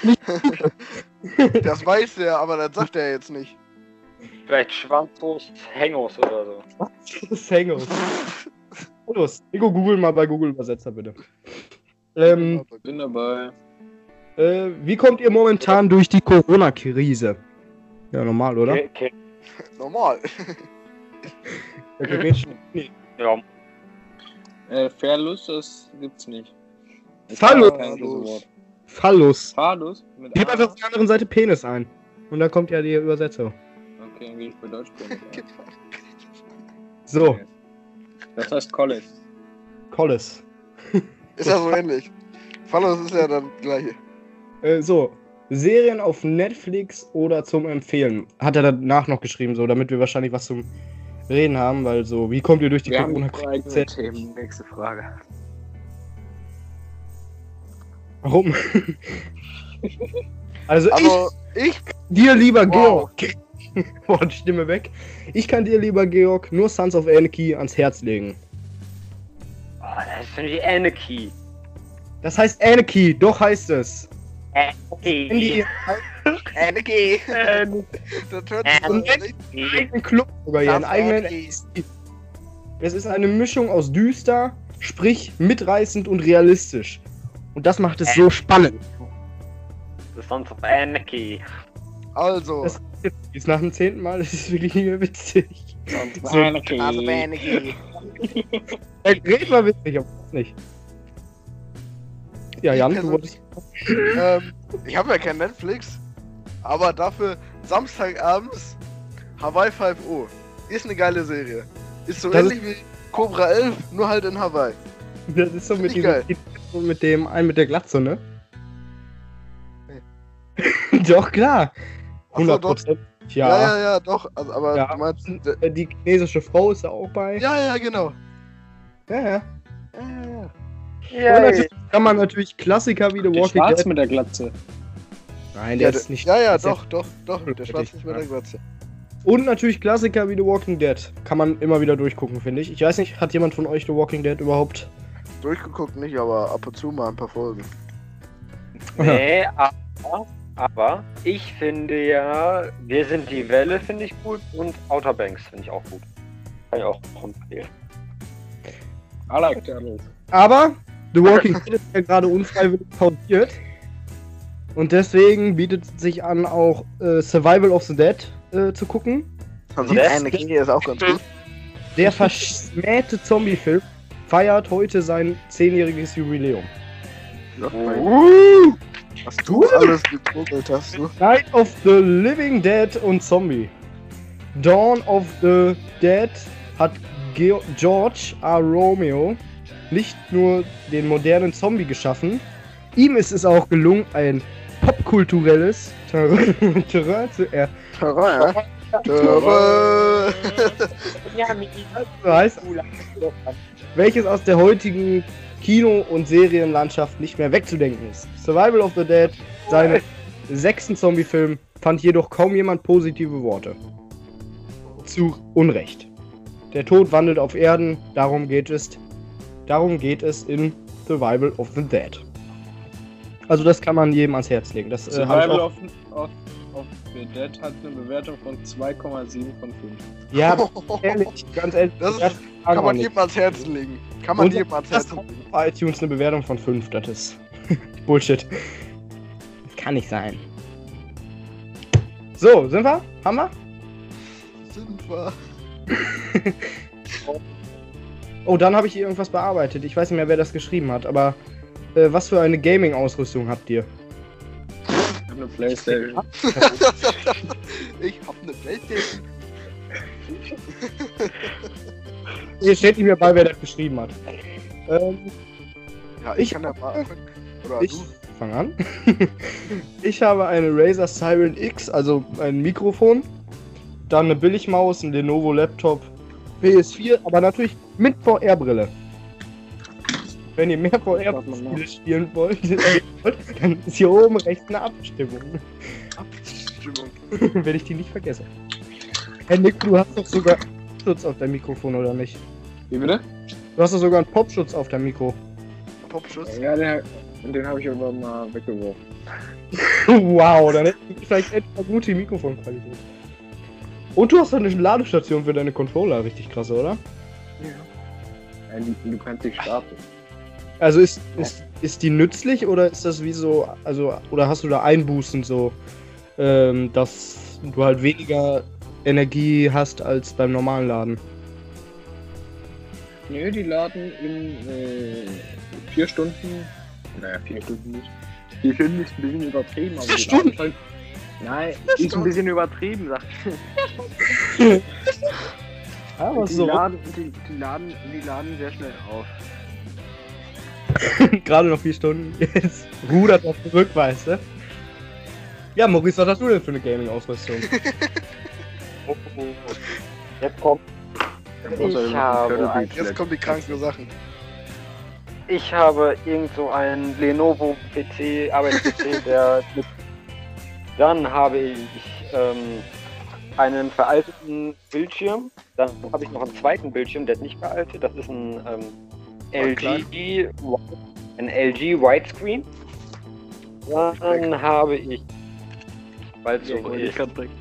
Speaker 4: Das weiß er, aber das sagt er jetzt nicht.
Speaker 1: Vielleicht Schwanzos Hengos oder so.
Speaker 2: Das ist Hangos. Los, Nico, google mal bei Google Übersetzer, bitte.
Speaker 3: Bin dabei.
Speaker 2: Wie kommt ihr momentan durch die Corona-Krise? Ja, normal, oder?
Speaker 1: Okay.
Speaker 4: Normal.
Speaker 2: Der Gerät steht-
Speaker 1: Ja,
Speaker 3: Verlust, das gibt's nicht. Das
Speaker 2: Phallus.
Speaker 3: ist kein Schlüsselwort.
Speaker 2: Phallus.
Speaker 3: Phallus? Mit
Speaker 2: Gib
Speaker 3: A?
Speaker 2: einfach auf der anderen Seite Penis ein. Und dann kommt ja die Übersetzung.
Speaker 3: Okay, dann gehe ich bei Deutsch.
Speaker 2: So,
Speaker 3: Das heißt College.
Speaker 2: Collis.
Speaker 4: Ist ja so ähnlich. Phallus ist ja dann gleiche.
Speaker 2: So, Serien auf Netflix oder zum Empfehlen. Hat er danach noch geschrieben, so, damit wir wahrscheinlich was zum Reden haben, weil so, wie kommt ihr durch die
Speaker 3: Wir haben
Speaker 2: Corona-Krise?
Speaker 3: eigene Themen. Nächste Frage.
Speaker 2: Warum? Also
Speaker 4: ich
Speaker 2: dir lieber
Speaker 4: Wow.
Speaker 2: Georg. Boah, die Stimme weg. Ich kann dir lieber Georg nur Sons of Anarchy ans Herz legen.
Speaker 1: Oh, das ist für die Anarchy.
Speaker 2: Das heißt Anarchy, doch heißt es.
Speaker 1: Anarchy.
Speaker 4: Energie. Das hört sich so
Speaker 2: Einen
Speaker 4: richtig.
Speaker 2: eigenen Club sogar hier, einen eigenen. Es ist eine Mischung aus düster, sprich mitreißend und realistisch. Und das macht es so spannend.
Speaker 1: The Sons of Anarchy.
Speaker 4: Also,
Speaker 2: Das ist nach dem 10. Mal, das ist wirklich nicht mehr witzig.
Speaker 4: also Energie.
Speaker 2: Red mal witzig, aber nicht. Ja, Jan, du wolltest.
Speaker 4: Ich habe ja kein Netflix, aber dafür Samstagabends Hawaii 5.0. Ist eine geile Serie. Ist so
Speaker 2: Das
Speaker 4: ähnlich wie Cobra 11, nur halt in Hawaii.
Speaker 2: Das ist so mit,
Speaker 4: Nicht geil.
Speaker 2: mit dem einen mit der Glatze, ne? Doch, klar.
Speaker 4: Ach so,
Speaker 2: 100%.
Speaker 4: Ja, doch. Also, aber
Speaker 2: Ja.
Speaker 4: du meinst.
Speaker 2: Die chinesische Frau ist da auch bei.
Speaker 4: Ja, genau.
Speaker 2: Ja.
Speaker 4: Ja.
Speaker 2: Und natürlich kann man natürlich Klassiker wie The
Speaker 3: Der
Speaker 2: Walking
Speaker 3: Schwarz
Speaker 2: Dead.
Speaker 3: mit der Glatze.
Speaker 2: Nein, der
Speaker 4: Ja,
Speaker 2: ist nicht.
Speaker 4: ja,
Speaker 2: der ist
Speaker 4: doch. Der Schwarz nicht mit der Glatze.
Speaker 2: Und natürlich Klassiker wie The Walking Dead. Kann man immer wieder durchgucken, finde ich. Ich weiß nicht, hat jemand von euch The Walking Dead überhaupt?
Speaker 4: Durchgeguckt nicht, aber ab und zu mal ein paar Folgen.
Speaker 1: Nee, aber ich finde ja, Wir sind die Welle finde ich gut und Outer Banks finde ich auch gut. Kann ich auch empfehlen.
Speaker 3: I like turtles.
Speaker 2: Aber The Walking Dead ist ja gerade unfreiwillig pausiert. Und deswegen bietet es sich an, auch Survival of the Dead zu gucken.
Speaker 4: Also
Speaker 1: Das-
Speaker 4: Energie ist auch ganz gut.
Speaker 2: Der verschmähte Zombie-Film feiert heute sein 10-jähriges Jubiläum.
Speaker 4: Was du alles gegoogelt hast, du.
Speaker 2: Night of the Living Dead und Zombie. Dawn of the Dead hat George R. Romeo nicht nur den modernen Zombie geschaffen, ihm ist es auch gelungen, ein popkulturelles Terrain zu
Speaker 4: Terrain.
Speaker 2: so heißt, welches aus der heutigen Kino- und Serienlandschaft nicht mehr wegzudenken ist. Survival of the Dead, seinen 6. Zombie-Film, fand jedoch kaum jemand positive Worte. Zu Unrecht. Der Tod wandelt auf Erden, darum geht es in Survival of the Dead. Also das kann man jedem ans Herz legen. Das hab ich
Speaker 3: Survival
Speaker 2: auch,
Speaker 3: of the Dead hat eine Bewertung von 2,7 von 5.
Speaker 2: ja, ehrlich, ganz ehrlich.
Speaker 4: Das ist-
Speaker 2: erste Frage
Speaker 4: Kann man
Speaker 2: war nicht.
Speaker 4: jedem ans Herz legen. Kann man
Speaker 2: Und
Speaker 4: jedem ans
Speaker 2: das
Speaker 4: Herz legen.
Speaker 2: bei iTunes eine Bewertung von 5, das ist Bullshit. Das kann nicht sein. So, sind wir? Haben wir?
Speaker 4: Sind wir.
Speaker 2: Oh, dann habe ich hier irgendwas bearbeitet. Ich weiß nicht mehr, wer das geschrieben hat, aber was für eine Gaming-Ausrüstung habt ihr?
Speaker 3: Ich habe eine Playstation.
Speaker 4: Ich hab eine Playstation.
Speaker 2: Hier steht nicht mehr bei, wer das geschrieben hat.
Speaker 4: Ja,
Speaker 2: Ich-
Speaker 4: ich kann ja mal anfangen. Oder
Speaker 2: Ich
Speaker 4: du.
Speaker 2: fang an. Ich habe eine Razer Siren X, also ein Mikrofon, dann eine Billigmaus, ein Lenovo Laptop, PS4, aber natürlich mit VR-Brille. Wenn ihr mehr VR-Spiele spielen wollt, dann ist hier oben rechts eine Abstimmung.
Speaker 4: Abstimmung.
Speaker 2: Wenn ich die nicht vergesse. Hey Nick, du hast doch sogar Popschutz auf deinem Mikrofon, oder nicht?
Speaker 3: Wie bitte?
Speaker 2: Du hast doch sogar einen Popschutz auf deinem Mikro.
Speaker 4: Popschutz.
Speaker 3: Ja, den habe ich aber mal weggeworfen.
Speaker 2: Wow, dann hätten wir vielleicht etwa gute Mikrofonqualität. Und du hast doch eine Ladestation für deine Controller, richtig krass, oder?
Speaker 3: Ja, du kannst dich starten.
Speaker 2: Also ist die nützlich oder ist das wie so, also, oder hast du da Einbußen so, dass du halt weniger Energie hast als beim normalen Laden?
Speaker 3: Nö, die laden in 4 Stunden. Naja, 4 Stunden nicht. 4 Stunden ist ein bisschen übertrieben, aber
Speaker 2: 4
Speaker 3: die
Speaker 2: Stunden?
Speaker 3: laden halt. Nein, ist ein bisschen übertrieben, sagt
Speaker 2: Ja, was
Speaker 3: die
Speaker 2: so
Speaker 3: laden sehr schnell auf.
Speaker 2: gerade noch 4 Stunden, jetzt rudert er zurück, weißt du? Ja, Maurice, was hast du denn für eine Gaming-Ausrüstung?
Speaker 1: Jetzt kommt.
Speaker 4: Jetzt kommen die kranken Sachen.
Speaker 1: Ich habe irgend so einen Lenovo PC, Arbeits-PC, der mit Dann habe ich einen veralteten Bildschirm. Dann habe ich noch einen zweiten Bildschirm, der ist nicht veraltet. Das ist ein LG Widescreen. Dann habe ich, weil es so ist,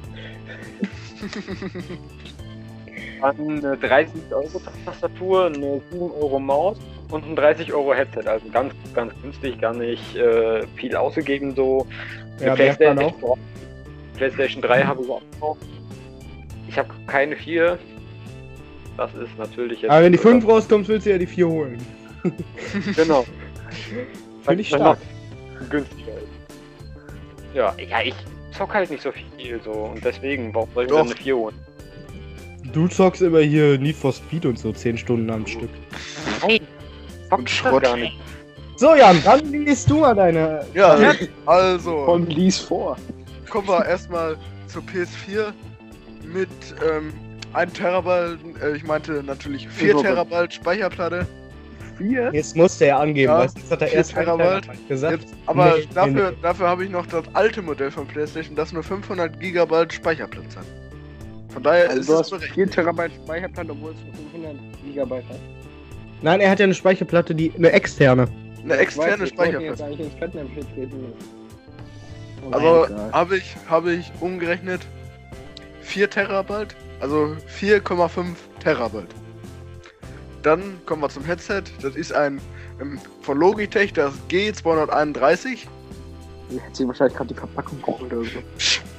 Speaker 1: dann eine 30 € Tastatur, eine 7 € Maus und ein 30 € Headset. Also ganz, ganz günstig, gar nicht viel ausgegeben so.
Speaker 2: Ja,
Speaker 1: PlayStation 3 habe ich auch noch. Ich habe keine 4. Das ist natürlich jetzt.
Speaker 2: Aber wenn die 5 rauskommt, willst du ja die 4 holen.
Speaker 1: Genau.
Speaker 2: Finde ich stark.
Speaker 1: Günstiger ist. Ja, ich zock halt nicht so viel so und deswegen, warum soll ich mir denn eine 4 holen?
Speaker 2: Du zockst immer hier Need for Speed und so 10 Stunden am Stück.
Speaker 1: Nein,
Speaker 4: Und Schrott.
Speaker 1: gar nicht.
Speaker 2: So Jan, dann liest du mal deine...
Speaker 4: Ja, also,
Speaker 3: Und lies vor.
Speaker 4: kommen wir erstmal zur PS4 mit 1 Terabyte, ich meinte natürlich 4 Terabyte Speicherplatte.
Speaker 3: 4?
Speaker 2: Jetzt musste er angeben,
Speaker 4: Ja,
Speaker 2: weißt du, jetzt hat er
Speaker 4: 4
Speaker 2: erst
Speaker 4: Terabyte.
Speaker 2: gesagt.
Speaker 4: Jetzt, aber
Speaker 2: Nee,
Speaker 4: dafür habe ich noch das alte Modell von PlayStation, das nur 500 GB Speicherplatz hat. Von daher
Speaker 3: Also
Speaker 4: ist
Speaker 3: du
Speaker 4: es
Speaker 3: hast
Speaker 4: berechnet.
Speaker 3: 4 Terabyte Speicherplatze, obwohl es nur 500 Gigabyte hat.
Speaker 2: Nein, er hat ja eine Speicherplatte, eine externe.
Speaker 4: Eine externe
Speaker 3: Ich wollte jetzt
Speaker 4: Speicherplatte.
Speaker 3: eigentlich ins Fettnäpfchen treten.
Speaker 4: Also
Speaker 3: egal.
Speaker 4: habe ich umgerechnet 4 Terabyte, also 4,5 Terabyte. Dann kommen wir zum Headset. Das ist ein von Logitech, das G231.
Speaker 3: Die hat sich wahrscheinlich gerade die Verpackung geholt oder so.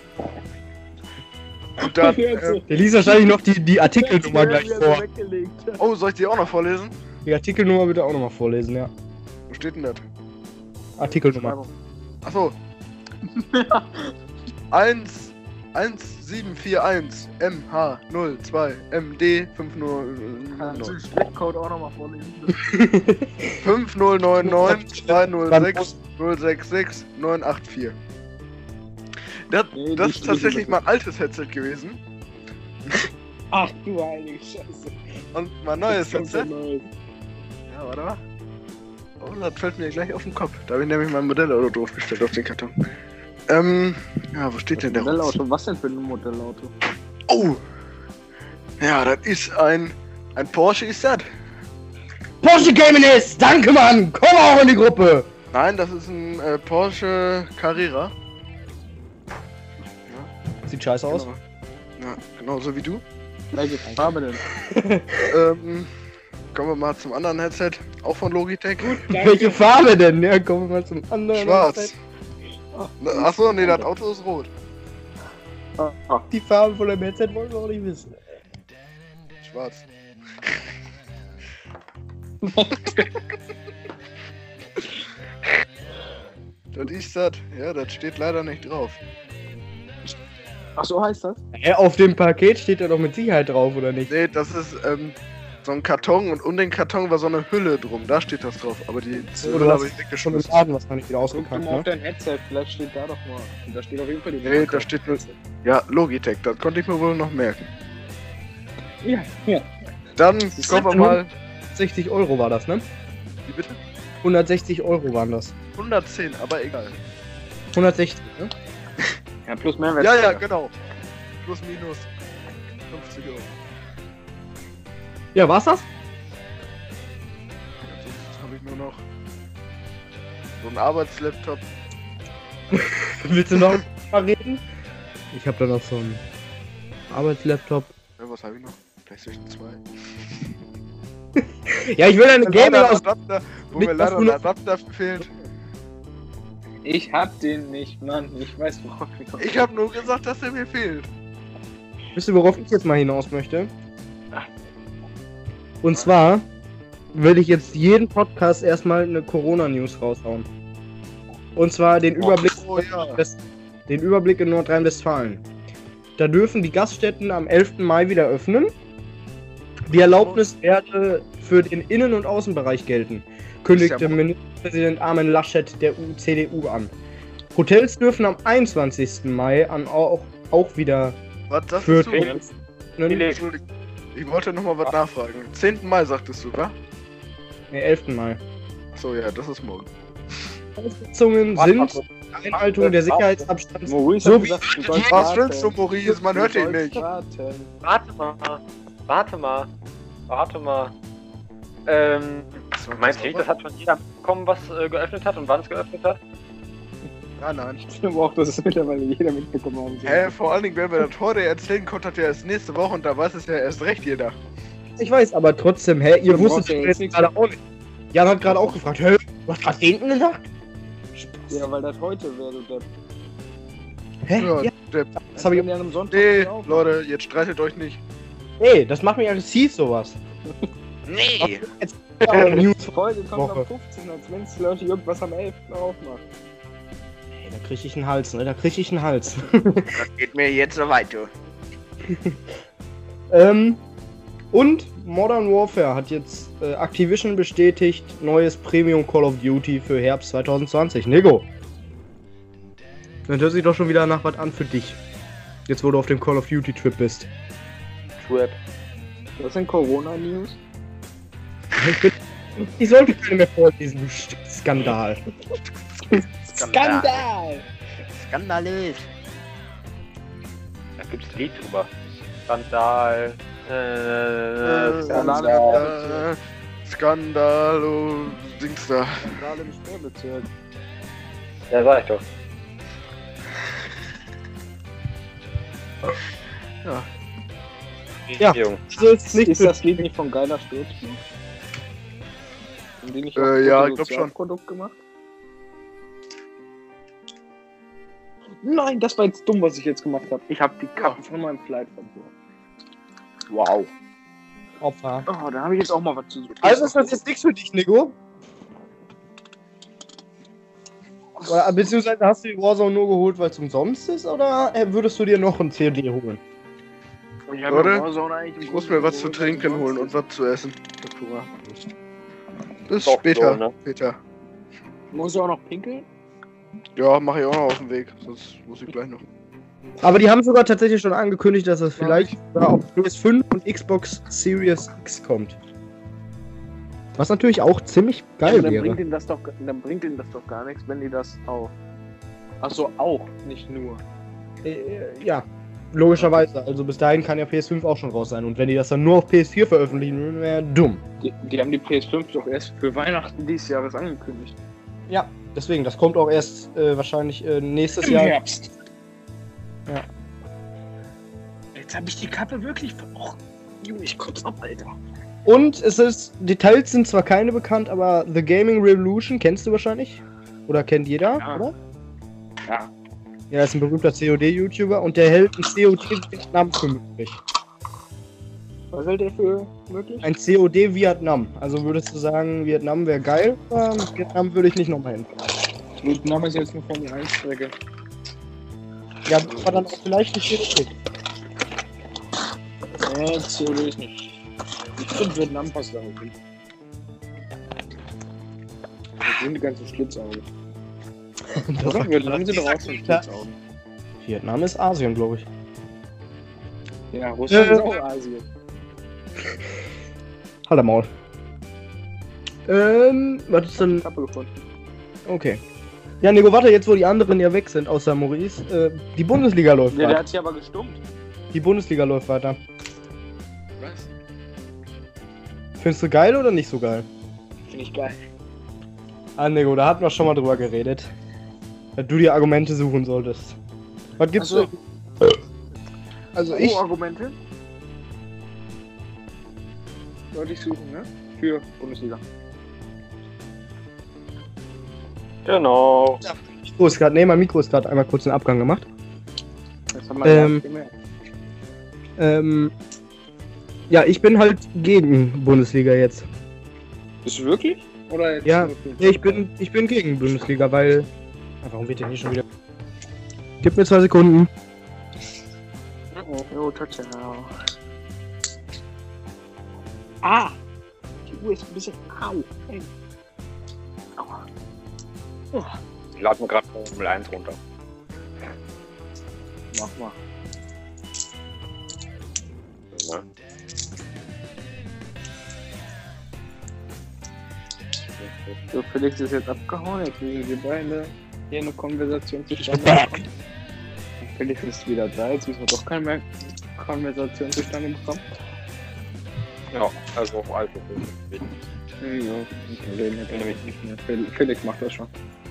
Speaker 4: Und dann,
Speaker 2: Der liest wahrscheinlich noch die Artikelnummer gleich vor.
Speaker 4: oh, soll ich die auch noch vorlesen?
Speaker 2: Die Artikelnummer bitte auch nochmal vorlesen, ja.
Speaker 4: Wo steht denn das?
Speaker 2: Artikelnummer.
Speaker 4: Achso. 1741 MH02 MD50.
Speaker 3: Sprechcode auch nochmal vorlesen.
Speaker 4: 5099 206 066 984. Das ist tatsächlich mein altes Headset gewesen.
Speaker 3: Ach du heilige Scheiße.
Speaker 4: Und mein neues
Speaker 3: Kommt
Speaker 4: Headset.
Speaker 3: ein neues.
Speaker 4: Ja, warte mal. Oh, das fällt mir gleich auf den Kopf. Da habe ich nämlich mein Modellauto draufgestellt auf den Karton. Ja, wo steht denn der Rotz?
Speaker 3: Modellauto, was denn für ein Modellauto?
Speaker 4: Oh! Ja, das ist ein Porsche ist das.
Speaker 2: Porsche Gaming ist! Danke, Mann! Komm auch in die Gruppe!
Speaker 4: Nein, das ist ein Porsche Carrera.
Speaker 2: Sieht scheiße aus.
Speaker 4: Genau. Ja, genau so wie du.
Speaker 3: Welche Farbe denn?
Speaker 4: Kommen wir mal zum anderen Headset, auch von Logitech.
Speaker 2: Welche Farbe denn? Ja, kommen wir mal zum anderen.
Speaker 4: Schwarz. Achso, nee, das Auto ist rot.
Speaker 2: Die Farbe von dem Headset wollen wir auch nicht wissen.
Speaker 4: Schwarz. Das ist das. Ja, das steht leider nicht drauf.
Speaker 3: Ach so heißt das?
Speaker 2: Auf dem Paket steht er doch mit Sicherheit drauf, oder nicht?
Speaker 4: Nee, das ist so ein Karton und um den Karton war so eine Hülle drum. Da steht das drauf. Aber die
Speaker 2: Oder
Speaker 4: Hülle
Speaker 2: hast
Speaker 4: habe ich
Speaker 2: schon im
Speaker 4: weggeschmissen.
Speaker 2: Laden, was man nicht wieder
Speaker 3: Guck
Speaker 2: ausgepackt,
Speaker 3: mal auf
Speaker 2: ne?
Speaker 3: dein Headset, vielleicht steht da doch mal. Und da steht auf jeden Fall die
Speaker 4: Nee, da steht nur. Ja, Logitech, das konnte ich mir wohl noch merken.
Speaker 3: Ja, ja.
Speaker 4: Dann kommen wir mal.
Speaker 2: 60 Euro war das, ne?
Speaker 4: Wie bitte?
Speaker 2: 160 Euro waren das.
Speaker 4: 110, aber egal.
Speaker 2: 160, ne?
Speaker 3: Ja, plus Mehrwert.
Speaker 4: Ja, ja, genau. Plus minus 50 Euro.
Speaker 2: Ja, war's das?
Speaker 4: Jetzt habe ich nur noch so einen Arbeitslaptop.
Speaker 2: Willst du noch mal reden? Ich habe da noch so einen Arbeitslaptop.
Speaker 4: Ja, was habe ich noch? PlayStation 2.
Speaker 2: Ja, ich will eine Gaming aus.
Speaker 4: Adapter, wo
Speaker 2: Nicht
Speaker 4: mir
Speaker 2: das
Speaker 4: leider ein
Speaker 2: nur-
Speaker 4: Adapter fehlt.
Speaker 3: Ich hab den nicht, Mann. Ich weiß, worauf ich komme.
Speaker 4: Ich habe nur gesagt, dass der mir fehlt.
Speaker 2: Wisst ihr, worauf ich jetzt mal hinaus möchte? Und zwar will ich jetzt jeden Podcast erstmal eine Corona-News raushauen. Und zwar den Überblick,
Speaker 4: Oh ja.
Speaker 2: den Überblick in Nordrhein-Westfalen. Da dürfen die Gaststätten am 11. Mai wieder öffnen. Die Erlaubnis werde für den Innen- und Außenbereich gelten, kündigte
Speaker 4: Ist ja-
Speaker 2: Ministerpräsident Armin Laschet der CDU an. Hotels dürfen am 21. Mai auch wieder
Speaker 4: Was sagst
Speaker 2: für
Speaker 4: du?
Speaker 2: öffnen.
Speaker 4: Entschuldigung. Ich wollte nochmal was nachfragen. 10. Mai sagtest du, wa?
Speaker 2: Nee, 11. Mai.
Speaker 4: Achso, ja, das ist morgen.
Speaker 2: Sitzungen sind Einhaltung der Sicherheitsabstands.
Speaker 3: Maurice
Speaker 2: So
Speaker 3: hat
Speaker 2: wie-
Speaker 3: gesagt, du sollst
Speaker 4: Was
Speaker 3: warten.
Speaker 4: willst du, Maurice? Man hört
Speaker 3: Du
Speaker 4: ihn
Speaker 3: sollst
Speaker 4: nicht.
Speaker 3: warten.
Speaker 1: Warte mal. Meinst du nicht, das hat schon jeder mitbekommen, was geöffnet hat und wann es geöffnet hat?
Speaker 4: Ja, nein.
Speaker 3: Ich glaube auch, dass es mittlerweile jeder mitbekommen haben soll.
Speaker 4: Hä, vor allen Dingen, wenn wir das heute erzählen konnte, hat ja erst nächste Woche und da weiß es ja erst recht jeder.
Speaker 2: Ich weiß, aber trotzdem, hä? Ihr
Speaker 3: Du
Speaker 2: wusstet
Speaker 3: brauchst ja
Speaker 2: doch
Speaker 3: jetzt
Speaker 2: jetzt
Speaker 3: nichts
Speaker 2: gerade auch nicht. Jan hat gerade auch gefragt, hä? Du hast gerade hinten gesagt?
Speaker 3: Ja, weil das heute wäre, du Depp.
Speaker 2: Hä?
Speaker 4: Ja,
Speaker 2: Ja,
Speaker 4: der,
Speaker 2: das habe ich.
Speaker 3: Wenn ihr an einem Sonntag
Speaker 4: nee,
Speaker 3: nicht aufmacht.
Speaker 4: Leute, jetzt streitet euch nicht.
Speaker 2: Nee, das macht mich aggressiv, sowas.
Speaker 5: Nee.
Speaker 2: Jetzt News.
Speaker 3: Folge kommt
Speaker 2: Woche.
Speaker 3: am 15, als wenn es Leute irgendwas am 11. aufmacht.
Speaker 2: Ey, da krieg ich einen Hals, ne? Da krieg ich einen Hals.
Speaker 5: Das geht mir jetzt so weiter.
Speaker 2: Und Modern Warfare hat jetzt Activision bestätigt, neues Premium Call of Duty für Herbst 2020. Nego. Das hört sich doch schon wieder nach was an für dich. Jetzt, wo du auf dem Call of Duty Trip bist.
Speaker 1: Trap.
Speaker 3: Das sind Corona-News.
Speaker 2: Ich sollte keine mehr vorlesen, du Skandal.
Speaker 3: Skandal!
Speaker 5: Skandalös.
Speaker 1: Da gibt's ein Lied drüber. Skandal.
Speaker 4: Skandal, oh, Dings da.
Speaker 3: Skandal im Sperrbezirk.
Speaker 1: Ja, sag ich doch.
Speaker 4: Ja.
Speaker 2: Ja.
Speaker 1: Jung.
Speaker 2: Also ist nicht
Speaker 3: Ist das Lied nicht von Geiler Sturzmann? Haben die nicht
Speaker 4: Ja, ich glaub schon.
Speaker 3: Produkt gemacht? Nein, das war jetzt dumm, was ich jetzt gemacht habe. Ich habe die Kappe von meinem Flight verloren. Wow.
Speaker 2: Opfer.
Speaker 3: Oh, da habe ich jetzt auch mal was zu suchen.
Speaker 2: Also ist das jetzt nichts für dich, Nico? Oder, beziehungsweise hast du die Warzone nur geholt, weil es umsonst ist? Oder würdest du dir noch ein COD holen?
Speaker 3: Ich habe
Speaker 4: Leute,
Speaker 3: mir Warzone eigentlich
Speaker 4: Ich muss mir was zu trinken holen und was zu essen. Bis
Speaker 1: Doch,
Speaker 4: später.
Speaker 1: so, ne?
Speaker 4: Später.
Speaker 3: Muss ich auch noch pinkeln?
Speaker 4: Ja, mache ich auch noch auf dem Weg. Sonst muss ich gleich noch.
Speaker 2: Aber die haben sogar tatsächlich schon angekündigt, dass das vielleicht sogar auf PS5 und Xbox Series X kommt. Was natürlich auch ziemlich geil
Speaker 3: dann
Speaker 2: wäre.
Speaker 3: bringt ihnen das doch gar nichts, wenn die das auch. Achso, auch, nicht nur.
Speaker 2: Ja, logischerweise. Also bis dahin kann ja PS5 auch schon raus sein. Und wenn die das dann nur auf PS4 veröffentlichen würden, wäre dumm.
Speaker 3: Die haben die PS5 doch erst für Weihnachten dieses Jahres angekündigt.
Speaker 2: Ja, deswegen, das kommt auch erst wahrscheinlich nächstes
Speaker 3: Im
Speaker 2: Jahr.
Speaker 3: Herbst.
Speaker 2: Ja.
Speaker 3: Jetzt habe ich die Kappe wirklich. Oh, Junge, ich kotze ab, Alter.
Speaker 2: Und es ist, Details sind zwar keine bekannt, aber The Gaming Revolution kennst du wahrscheinlich? Oder kennt jeder,
Speaker 3: Ja.
Speaker 2: oder?
Speaker 3: Ja.
Speaker 2: Ja, ist ein berühmter COD-YouTuber und der hält ein COD Vietnam für möglich.
Speaker 3: Was hält der für möglich?
Speaker 2: Ein COD Vietnam. Also würdest du sagen, Vietnam wäre geil, aber Vietnam würde ich nicht nochmal hin.
Speaker 3: Vietnam ist jetzt eine Formel 1 Strecke.
Speaker 2: Ja, das war dann auch vielleicht ein COD.
Speaker 3: COD ist nicht. Ich finde Vietnam passt da auch hin. Das sind die ganzen Schlitzaugen. Oder? Vietnam sind doch auch so Schlitzaugen.
Speaker 2: Vietnam ist Asien, glaube ich.
Speaker 3: Ja, Russland ist auch Asien.
Speaker 2: Halt am Maul. Was ist denn.
Speaker 3: Kappe gefunden.
Speaker 2: Okay. Ja, Nico, warte, jetzt wo die anderen ja weg sind, außer Maurice, die Bundesliga läuft
Speaker 3: Ja, der
Speaker 2: weiter.
Speaker 3: hat sich aber gestummt.
Speaker 2: Die Bundesliga läuft weiter.
Speaker 3: Was?
Speaker 2: Findest du geil oder nicht so geil?
Speaker 3: Finde ich geil.
Speaker 2: Ah, Nico, da hatten wir schon mal drüber geredet. Dass du die Argumente suchen solltest. Was gibt's
Speaker 3: Achso.
Speaker 2: denn? Also ich.
Speaker 3: Argumente? Sollte ich suchen, ne? Für Bundesliga.
Speaker 1: Genau.
Speaker 2: Mikro ist grad, mein Mikro ist gerade einmal kurz einen Abgang gemacht.
Speaker 3: Das haben wir
Speaker 2: Ähm,
Speaker 3: gemerkt.
Speaker 2: Ja, ich bin halt gegen Bundesliga jetzt.
Speaker 3: Bist du wirklich? Oder jetzt
Speaker 2: Ja,
Speaker 3: nur für-
Speaker 2: Nee, ich bin gegen Bundesliga, weil. Ah, warum wird der hier schon wieder. Gib mir 2 Sekunden.
Speaker 3: Oh, Touchdown. Ah! Die Uhr ist ein bisschen. Au! Ey. Aua. Oh,
Speaker 1: Ich lade mir gerade Formel 1 runter.
Speaker 3: mach mal.
Speaker 1: Ja.
Speaker 3: So, Felix ist jetzt abgehauen, jetzt liegen wir beide hier eine Konversation zustande bekommen. Felix ist wieder da, jetzt müssen wir doch keine mehr Konversation zustande bekommen.
Speaker 1: Ja, also auf Alkohol.
Speaker 3: Ja, wir reden jetzt nämlich nicht mehr. Felix macht das schon.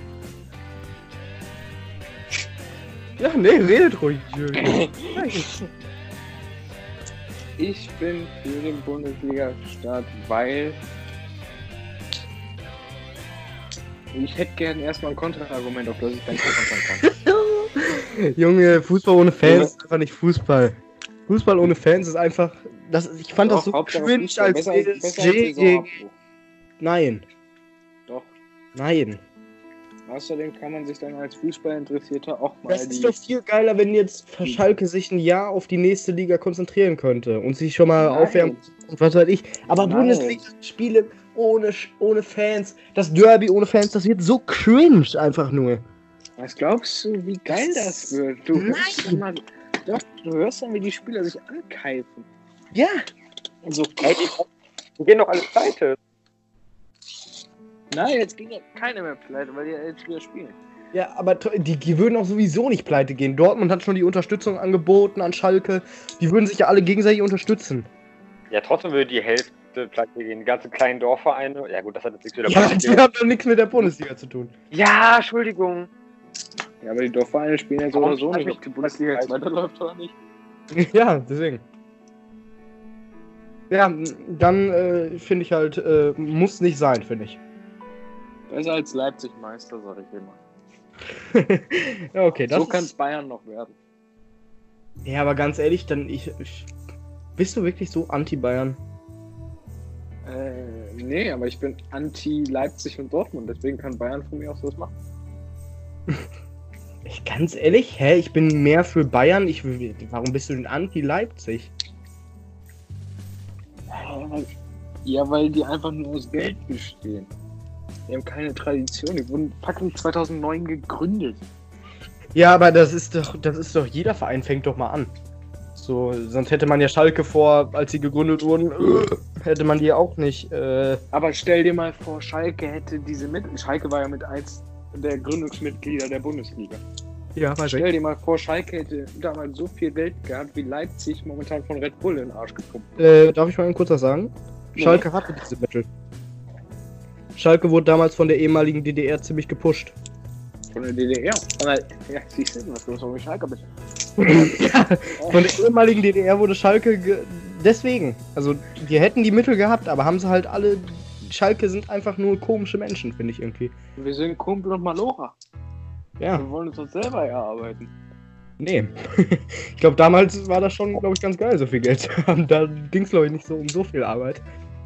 Speaker 2: Ja, nee, redet ruhig, Jürgen.
Speaker 3: Ich bin für den Bundesliga-Start, weil ich hätte gern erstmal ein Kontraargument, auf das ich dann kontern kann.
Speaker 2: Junge, Fußball ohne Fans ist einfach nicht Fußball. Fußball ohne Fans ist einfach. Ich fand das so
Speaker 3: Hauptsache
Speaker 2: cringe
Speaker 3: Fußball,
Speaker 2: als
Speaker 3: besser als
Speaker 2: PSG gegen.
Speaker 3: Saisonabbruch.
Speaker 2: Nein,
Speaker 3: Doch.
Speaker 2: nein.
Speaker 3: Außerdem kann man sich dann als Fußballinteressierter auch mal
Speaker 2: Das ist doch viel geiler, wenn jetzt Schalke sich ein Jahr auf die nächste Liga konzentrieren könnte und sich schon mal aufwärmen und was weiß ich. Aber
Speaker 3: Nein.
Speaker 2: Bundesliga-Spiele ohne Fans, das Derby ohne Fans, das wird so cringe einfach nur.
Speaker 3: Was glaubst du, wie geil das wird? Du hörst dann, wie die Spieler sich ankeifen.
Speaker 2: Ja.
Speaker 3: Also,
Speaker 1: Ey, die gehen doch alle pleite.
Speaker 3: nein, jetzt ging ja keiner mehr pleite, weil die ja jetzt wieder spielen.
Speaker 2: Ja, aber die würden auch sowieso nicht pleite gehen. Dortmund hat schon die Unterstützung angeboten an Schalke. Die würden sich ja alle gegenseitig unterstützen.
Speaker 1: Ja, trotzdem würde die Hälfte pleite gehen. Die ganzen kleinen Dorfvereine. Ja gut, das hat jetzt nichts mit der
Speaker 2: Ja, die
Speaker 1: Bundesliga.
Speaker 2: haben doch nichts mit der Bundesliga zu tun.
Speaker 1: Ja, Entschuldigung.
Speaker 3: Ja, aber die Dorfvereine spielen ja so
Speaker 1: Warum
Speaker 3: oder so
Speaker 1: schreibe
Speaker 3: nicht,
Speaker 1: ich
Speaker 3: ob die Bundesliga jetzt
Speaker 1: das?
Speaker 3: weiterläuft oder nicht.
Speaker 2: Ja, deswegen. Ja, dann finde ich halt, muss nicht sein, finde ich.
Speaker 3: Besser als Leipzig Meister, sag ich immer.
Speaker 2: Ja, okay, das
Speaker 3: So kann es Bayern noch werden.
Speaker 2: Ja, aber ganz ehrlich, bist du wirklich so anti-Bayern?
Speaker 3: Nee, aber ich bin anti-Leipzig und Dortmund, deswegen kann Bayern von mir aus was machen.
Speaker 2: Ganz ehrlich, ich bin mehr für Bayern. Warum bist du denn anti-Leipzig?
Speaker 3: Ja, weil die einfach nur aus Geld bestehen. Die haben keine Tradition, die wurden fucking 2009 gegründet.
Speaker 2: Ja, aber das ist doch, jeder Verein fängt doch mal an. So, sonst hätte man ja Schalke als sie gegründet wurden, hätte man die auch nicht,
Speaker 3: Aber stell dir mal vor, Schalke hätte diese Mittel. Schalke war ja mit eins der Gründungsmitglieder der Bundesliga.
Speaker 2: Ja, weiß
Speaker 3: Stell dir mal vor, Schalke hätte damals so viel Geld gehabt, wie Leipzig momentan von Red Bull in den Arsch gepumpt.
Speaker 2: Darf ich mal kurz was sagen? Schalke hatte diese Mittel. Schalke wurde damals von der ehemaligen DDR ziemlich gepusht.
Speaker 3: Von der DDR. Ja, siehst du, was du so wie Schalke bist.
Speaker 2: Von der ehemaligen DDR wurde Schalke deswegen. Also, die hätten die Mittel gehabt, aber haben sie halt alle. Schalke sind einfach nur komische Menschen, finde ich irgendwie.
Speaker 3: Wir sind Kumpel und Malora.
Speaker 2: Ja,
Speaker 3: Wir wollen uns das selber erarbeiten.
Speaker 2: nee. Ich glaube, damals war das schon, glaube ich, ganz geil, so viel Geld zu haben. Da ging es, glaube ich, nicht so um so viel Arbeit.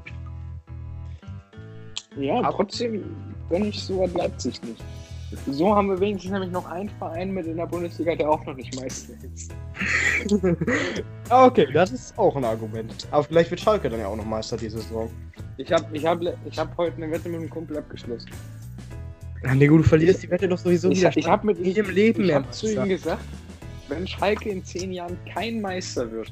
Speaker 3: Ja, aber trotzdem gönne ich so was Leipzig nicht. So haben wir wenigstens nämlich noch einen Verein mit in der Bundesliga, der auch noch nicht Meister ist.
Speaker 2: Ah, okay, das ist auch ein Argument. Aber vielleicht wird Schalke dann ja auch noch Meister diese Saison.
Speaker 3: Ich hab heute eine Wette mit einem Kumpel abgeschlossen.
Speaker 2: Ja, nee, gut, du verlierst die Wette doch sowieso wieder.
Speaker 3: Ich habe mit
Speaker 2: nie im Leben
Speaker 3: ich
Speaker 2: mehr
Speaker 3: hab zu ihm gesagt, wenn Schalke in 10 Jahren kein Meister wird,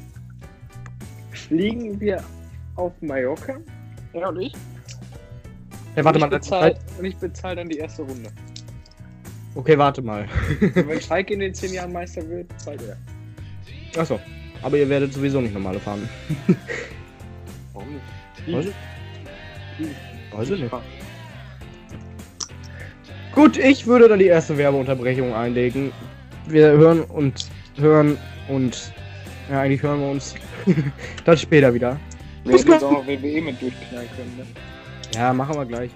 Speaker 3: fliegen wir auf Mallorca, er und ich.
Speaker 2: Hey, warte mal,
Speaker 3: Und ich bezahle dann die erste Runde.
Speaker 2: Okay, warte mal.
Speaker 3: Und wenn Schalke in den 10 Jahren Meister wird, zahlt er.
Speaker 2: Achso. Aber ihr werdet sowieso nicht normale fahren.
Speaker 3: Warum nicht?
Speaker 2: Weiß ich nicht. Gut, ich würde dann die erste Werbeunterbrechung einlegen. Wir hören und ja, eigentlich hören wir uns dann später wieder.
Speaker 3: Wir hätten jetzt auch noch WWE mit durchknallen können, ne?
Speaker 2: Ja, machen wir gleich.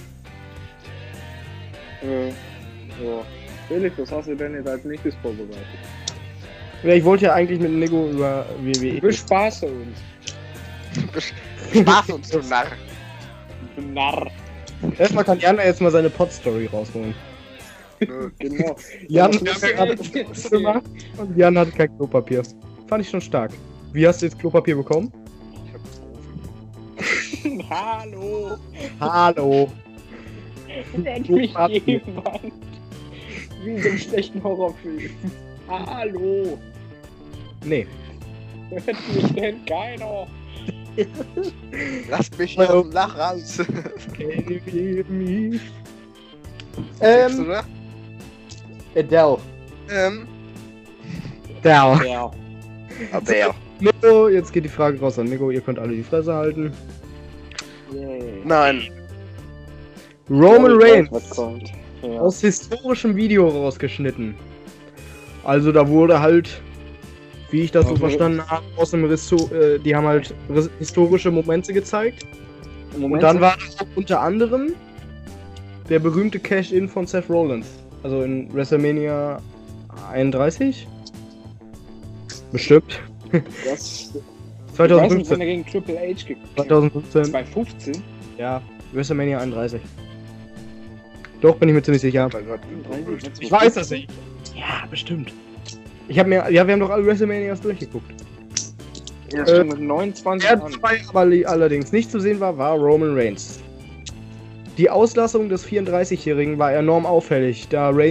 Speaker 3: So. Felix, was hast du denn jetzt als nächstes vorbereitet?
Speaker 2: Ja, ich wollte ja eigentlich mit Nico über WWE.
Speaker 3: Bespaße uns.
Speaker 5: Spaß uns, du Narr.
Speaker 3: Du Narr.
Speaker 2: Erstmal kann Jan jetzt mal seine Pod-Story rausholen.
Speaker 3: Genau.
Speaker 2: Jan
Speaker 3: Ja,
Speaker 2: hat es gemacht und Jan hat kein Klopapier. Fand ich schon stark. Wie hast du jetzt Klopapier bekommen?
Speaker 3: Hallo.
Speaker 2: Hallo.
Speaker 3: Nennt mich jemand. Wie in so einem schlechten Horrorfilm. Hallo.
Speaker 2: Nee.
Speaker 3: Hört mich denn keiner?
Speaker 5: Lasst mich hier aus dem Lach raus.
Speaker 2: Can you hear me?
Speaker 5: Siehst du, ne?
Speaker 2: Adele.
Speaker 4: Ähm,
Speaker 2: Adele.
Speaker 3: Ja.
Speaker 5: Aber
Speaker 2: Nico, jetzt geht die Frage raus an Nico. Ihr könnt alle die Fresse halten.
Speaker 3: Yay.
Speaker 4: nein.
Speaker 2: Roman
Speaker 3: Ich weiß,
Speaker 2: Reigns.
Speaker 3: was kommt. Ja.
Speaker 2: Aus historischem Video rausgeschnitten. Also da wurde halt, wie ich das so
Speaker 3: Okay.
Speaker 2: verstanden habe, aus dem die haben halt historische Momente gezeigt. Und dann war das auch unter anderem der berühmte Cash-In von Seth Rollins. Also in WrestleMania 31? Bestimmt.
Speaker 3: das. Ich weiß nicht, wenn
Speaker 2: 2015.
Speaker 3: er gegen Triple H gekämpft hat.
Speaker 2: 2015.
Speaker 3: 2015?
Speaker 2: Ja, WrestleMania 31. Doch, bin ich mir ziemlich sicher. Ich weiß das nicht. Ja, bestimmt. Wir haben doch alle WrestleManias durchgeguckt.
Speaker 3: Ja, stimmt, mit 29
Speaker 2: Der
Speaker 3: an.
Speaker 2: dabei aber allerdings nicht zu sehen war Roman Reigns. Die Auslassung des 34-Jährigen war enorm auffällig,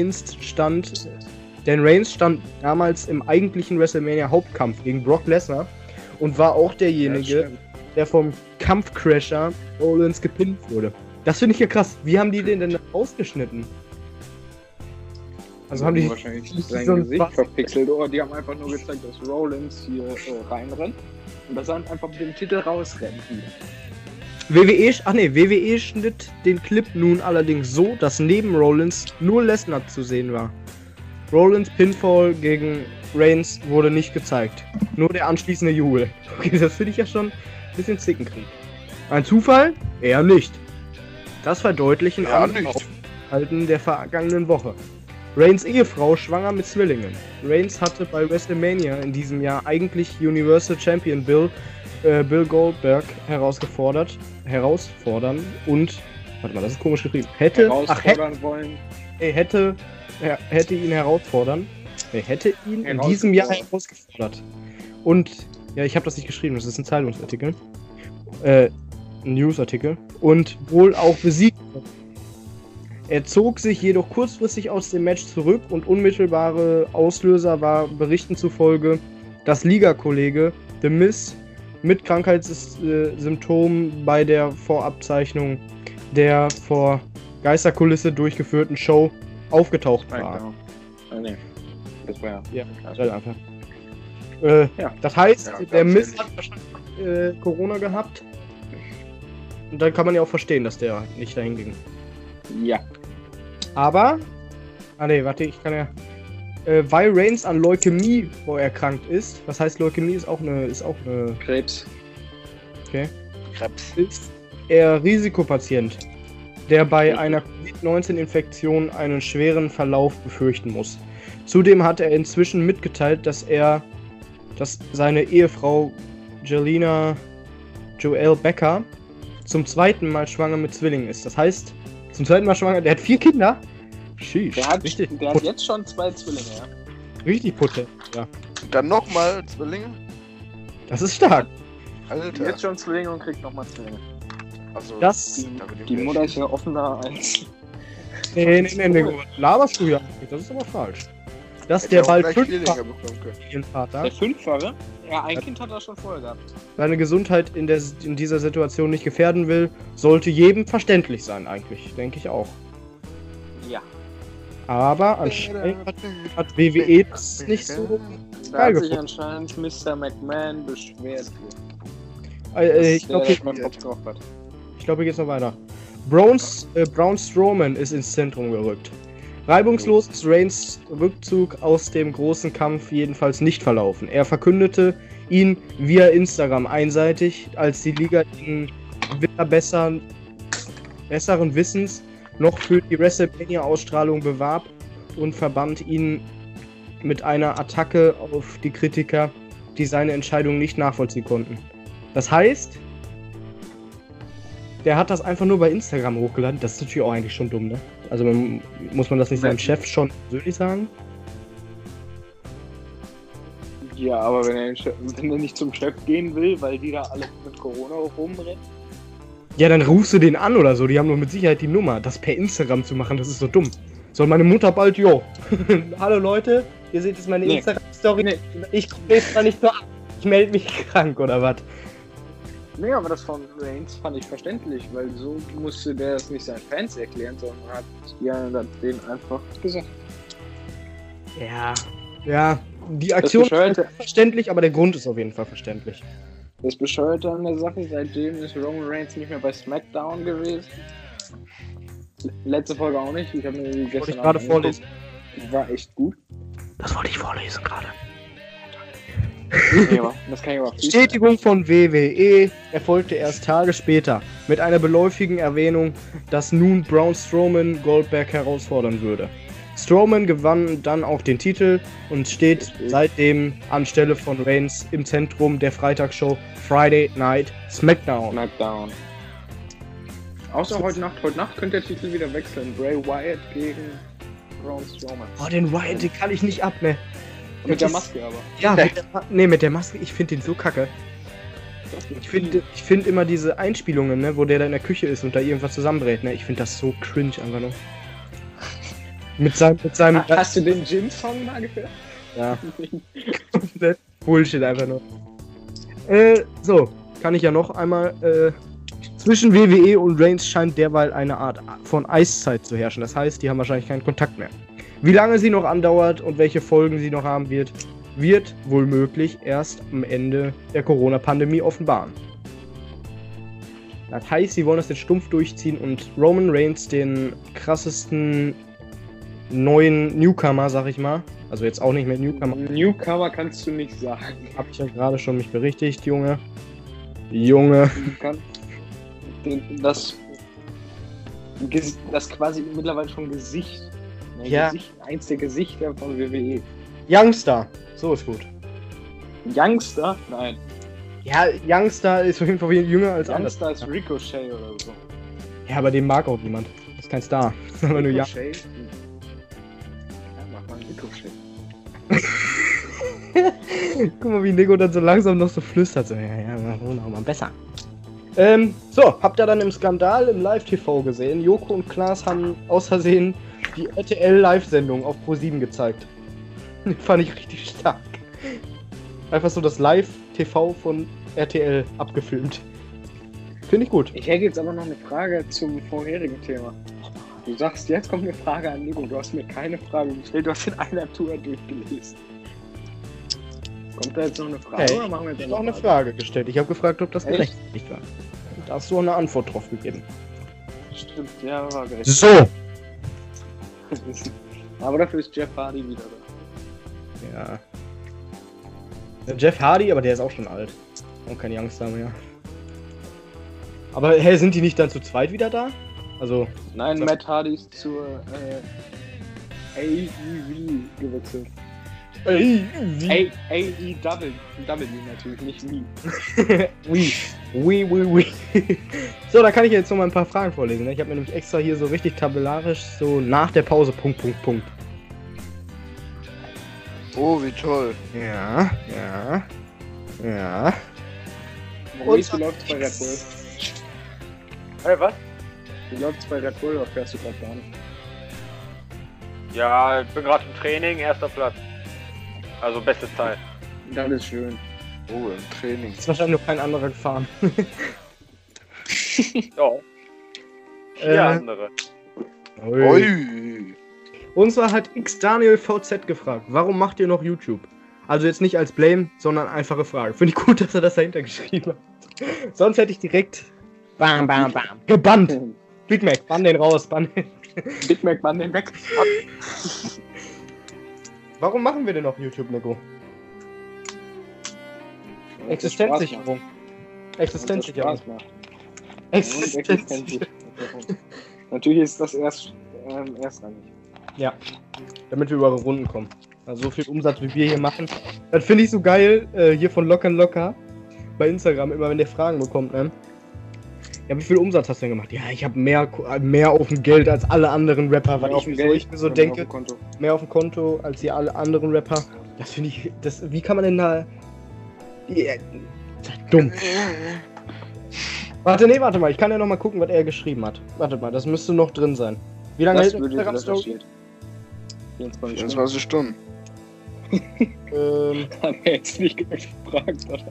Speaker 2: denn Reigns stand damals im eigentlichen WrestleMania-Hauptkampf gegen Brock Lesnar und war auch derjenige, der vom Kampfcrasher Rollins gepinnt wurde. Das finde ich ja krass. Wie haben die den denn ausgeschnitten? Also haben die
Speaker 3: wahrscheinlich
Speaker 2: nicht
Speaker 3: sein
Speaker 2: so ein
Speaker 3: Gesicht
Speaker 2: Spaß-
Speaker 3: verpixelt. Oh, die haben einfach nur gezeigt, dass Rollins hier reinrennt. Und dass er einfach mit dem Titel rausrennt wieder.
Speaker 2: WWE schnitt den Clip nun allerdings so, dass neben Rollins nur Lesnar zu sehen war. Rollins Pinfall gegen Reigns wurde nicht gezeigt. Nur der anschließende Jubel. Okay, das finde ich ja schon ein bisschen Zickenkrieg. Ein Zufall? Eher nicht. Das verdeutlichen
Speaker 4: Ja,
Speaker 2: andere
Speaker 4: nicht.
Speaker 2: Aufhalten der vergangenen Woche. Reigns Ehefrau schwanger mit Zwillingen. Reigns hatte bei WrestleMania in diesem Jahr eigentlich Universal Champion Bill Goldberg herausfordern und, warte mal, das ist komisch geschrieben, hätte ihn herausfordern, hätte ihn in diesem Jahr herausgefordert. Und, ja, ich habe das nicht geschrieben, das ist ein Zeitungsartikel, ein Newsartikel, und wohl auch besiegt. Er zog sich jedoch kurzfristig aus dem Match zurück und unmittelbare Auslöser war Berichten zufolge, dass Liga-Kollege The Miz mit Krankheitssymptomen bei der Vorabzeichnung der vor Geisterkulisse durchgeführten Show aufgetaucht war.
Speaker 3: Nee. Das war
Speaker 2: Ja,
Speaker 3: ja.
Speaker 2: sehr einfach.
Speaker 3: Ja.
Speaker 2: Das heißt,
Speaker 4: Ja,
Speaker 2: der
Speaker 4: ganz
Speaker 2: Miz
Speaker 4: ehrlich.
Speaker 2: hat wahrscheinlich Corona gehabt. Und dann kann man ja auch verstehen, dass der nicht dahin ging.
Speaker 3: Ja.
Speaker 2: Aber, ich kann ja. Weil Reigns an Leukämie erkrankt ist, das heißt Leukämie ist auch eine,
Speaker 3: Krebs.
Speaker 4: Krebs.
Speaker 2: ist er Risikopatient, der bei einer Covid-19-Infektion einen schweren Verlauf befürchten muss. Zudem hat er inzwischen mitgeteilt, dass seine Ehefrau Joelle Becker zum zweiten Mal schwanger mit Zwillingen ist. Das heißt, zum zweiten Mal schwanger, der hat 4 Kinder. Sheesh,
Speaker 3: Der hat
Speaker 2: richtig
Speaker 3: jetzt schon 2 Zwillinge, ja.
Speaker 2: richtig potent. Ja,
Speaker 4: Dann nochmal Zwillinge.
Speaker 2: das ist stark.
Speaker 4: Alter.
Speaker 3: Jetzt schon Zwillinge und kriegt nochmal Zwillinge.
Speaker 4: Also,
Speaker 2: Das.
Speaker 4: da bin ich
Speaker 3: Die
Speaker 4: mir
Speaker 3: Mutter
Speaker 4: echt-
Speaker 2: Oh,
Speaker 3: ist ja offener als.
Speaker 2: Nee, was laberst du ja nicht? Das ist aber falsch. Dass
Speaker 4: Hätte
Speaker 2: der
Speaker 4: auch
Speaker 2: bald
Speaker 4: gleich
Speaker 2: 5
Speaker 4: Vierlinge bekommen können.
Speaker 2: Familienvater
Speaker 3: Der Fünffache? Ja, ein Kind hat er schon vorher gehabt.
Speaker 2: seine Gesundheit in dieser Situation nicht gefährden will, sollte jedem verständlich sein eigentlich, denke ich auch.
Speaker 3: Ja.
Speaker 2: Aber anscheinend hat WWE das nicht so.
Speaker 3: Da
Speaker 2: Geil
Speaker 3: hat sich
Speaker 2: gefunden.
Speaker 3: anscheinend Mr. McMahon beschwert.
Speaker 2: Ich glaube,
Speaker 3: der schon Bock drauf hat.
Speaker 2: hier geht's noch weiter. Braun Strowman ist ins Zentrum gerückt. Reibungslos ist Reigns Rückzug aus dem großen Kampf jedenfalls nicht verlaufen. Er verkündete ihn via Instagram einseitig, als die Liga ihn weder besseren Wissens noch für die WrestleMania-Ausstrahlung bewarb und verband ihn mit einer Attacke auf die Kritiker, die seine Entscheidung nicht nachvollziehen konnten. Das heißt, der hat das einfach nur bei Instagram hochgeladen. Das ist natürlich auch eigentlich schon dumm, ne? Also muss man das nicht seinem Chef schon persönlich sagen?
Speaker 3: Ja, aber wenn er nicht zum Chef gehen will, weil die da alle mit Corona rumrennen.
Speaker 2: Ja, dann rufst du den an oder so. Die haben doch mit Sicherheit die Nummer. Das per Instagram zu machen, das ist so dumm. Soll meine Mutter bald, jo. Hallo Leute, ihr seht jetzt meine
Speaker 3: Nee.
Speaker 2: Instagram-Story.
Speaker 3: Nee.
Speaker 2: Ich komme jetzt mal nicht so an. Ich melde mich krank oder was?
Speaker 3: Nee, aber das von Reigns fand ich verständlich, weil so musste der das nicht seinen Fans erklären, sondern hat ja denen einfach gesagt.
Speaker 2: Ja, die Aktion ist
Speaker 3: Bescheuerte-
Speaker 2: verständlich, aber der Grund ist auf jeden Fall verständlich.
Speaker 3: Das Bescheuerte an der Sache, seitdem ist Roman Reigns nicht mehr bei SmackDown gewesen. Letzte Folge auch nicht. Ich habe mir die
Speaker 2: Wollte
Speaker 3: gestern
Speaker 2: ich gerade
Speaker 3: Abend
Speaker 2: vorlesen.
Speaker 3: angeguckt. War echt gut.
Speaker 2: Das wollte ich vorlesen gerade.
Speaker 3: Nee, aber das kann ich aber auch
Speaker 2: Bestätigung von WWE erfolgte erst Tage später mit einer beläufigen Erwähnung, dass nun Braun Strowman Goldberg herausfordern würde. Strowman gewann dann auch den Titel und steht seitdem anstelle von Reigns im Zentrum der Freitagsshow Friday Night SmackDown.
Speaker 3: SmackDown. Außer heute Nacht könnte der Titel wieder wechseln. Bray Wyatt gegen Braun Strowman.
Speaker 2: Oh, den Wyatt, den kann ich nicht ab, ne?
Speaker 3: Mit der Maske aber.
Speaker 2: Ja, mit der Maske, ich finde den so kacke. Ich finde immer diese Einspielungen, ne, wo der da in der Küche ist und da irgendwas zusammenbrät, ne? Ich finde das so cringe einfach nur. Mit seinem
Speaker 3: Hast du den Jim-Song mal gehört?
Speaker 2: ja, komplett Bullshit einfach nur. So, kann ich ja noch einmal, zwischen WWE und Reigns scheint derweil eine Art von Eiszeit zu herrschen. Das heißt, die haben wahrscheinlich keinen Kontakt mehr. Wie lange sie noch andauert und welche Folgen sie noch haben wird wohl möglich erst am Ende der Corona-Pandemie offenbaren. Das heißt, sie wollen das jetzt stumpf durchziehen und Roman Reigns, den krassesten neuen Newcomer, sag ich mal, also jetzt auch nicht mehr Newcomer,
Speaker 3: Newcomer kannst du nicht sagen.
Speaker 2: hab ich ja gerade schon mich berichtigt, Junge. Junge.
Speaker 3: Das quasi mittlerweile schon Gesicht. Ne,
Speaker 2: Ja.
Speaker 3: Eins der Gesichter von WWE.
Speaker 2: Youngster. So ist gut.
Speaker 3: Youngster? Nein.
Speaker 2: Ja, Youngster ist auf jeden Fall jünger als anders.
Speaker 3: Youngster ist Ricochet oder so.
Speaker 2: Ja, aber den mag auch niemand. Das ist kein Star. Das ist aber nur Young.
Speaker 3: Ricochet? Ja, mach mal Ricochet.
Speaker 2: Guck mal, wie Nico dann so langsam noch so flüstert. So, ja, noch mal besser. So, habt ihr dann im Skandal im Live-TV gesehen? Joko und Klaas haben aus Versehen die RTL-Live-Sendung auf Pro7 gezeigt. Fand ich richtig stark. Einfach so das Live-TV von RTL abgefilmt. Finde ich gut.
Speaker 3: Ich hätte jetzt aber noch eine Frage zum vorherigen Thema. Du sagst, jetzt kommt eine Frage an Nico. Du hast mir keine Frage gestellt, du hast in einer Tour durchgelesen. Kommt da jetzt noch eine Frage
Speaker 2: Hey,
Speaker 3: oder machen wir jetzt
Speaker 2: Ich habe auch eine Frage gestellt. Ich habe gefragt, ob das
Speaker 3: Echt?
Speaker 2: gerechtfertigt war. Da hast du auch eine Antwort drauf gegeben.
Speaker 3: Stimmt, ja, war gerecht.
Speaker 2: So!
Speaker 3: Aber dafür ist Jeff Hardy wieder da.
Speaker 2: Ja. Der Jeff Hardy, aber der ist auch schon alt. Und kein Youngster mehr. Aber hä, sind die nicht dann zu zweit wieder da? Also,
Speaker 3: Nein,
Speaker 2: So.
Speaker 3: Matt Hardy ist zur AEW gewechselt.
Speaker 2: wie?
Speaker 3: AEW natürlich, nicht me.
Speaker 2: Oui. So, da kann ich jetzt noch mal ein paar Fragen vorlesen. Ne? Ich habe mir nämlich extra hier so richtig tabellarisch so nach der Pause Punkt.
Speaker 4: Oh, wie toll.
Speaker 2: Ja.
Speaker 3: Maurice, wie läuft's bei Red Bull?
Speaker 1: Hey, was?
Speaker 3: Wie läuft's bei Red Bull oder fährst du gerade gar nicht?
Speaker 1: Ja, ich bin gerade im Training, erster Platz. Also beste Zeit.
Speaker 3: Das ist schön.
Speaker 4: Oh, im Training.
Speaker 2: Ist wahrscheinlich noch kein anderer gefahren.
Speaker 1: Ja, vier andere.
Speaker 4: Ui.
Speaker 2: Und zwar hat X Daniel VZ gefragt, warum macht ihr noch YouTube? Also jetzt nicht als Blame, sondern einfache Frage. Finde ich gut, dass er das dahinter geschrieben hat. Sonst hätte ich direkt bam gebannt. Big Mac, bann den raus, bann den.
Speaker 3: Big Mac, Mann, den weg.
Speaker 2: Warum machen wir denn noch YouTube, Nico? Existenzsicherung. Existenzsicherung.
Speaker 3: Spaß macht.
Speaker 2: Existenzsicherung.
Speaker 3: Natürlich ist das erstrangig.
Speaker 2: Ja, damit wir über Runden kommen. Also so viel Umsatz, wie wir hier machen. Das finde ich so geil, hier von Locker bei Instagram, immer wenn der Fragen bekommt, ne? Ja, wie viel Umsatz hast du denn gemacht? Ja, ich habe mehr auf dem Geld als alle anderen Rapper, weil ich mir so denke, mehr auf dem Konto als die alle anderen Rapper. Das finde ich, wie kann man denn da... Ja, dumm. Warte mal, ich kann ja noch mal gucken, was er geschrieben hat. Warte mal, das müsste noch drin sein. Wie lange
Speaker 3: Das
Speaker 2: hält
Speaker 3: würde
Speaker 2: Instagram Story?
Speaker 3: recherchiert. 24 Stunden.
Speaker 4: 24 Stunden.
Speaker 3: Haben wir jetzt nicht gefragt, oder?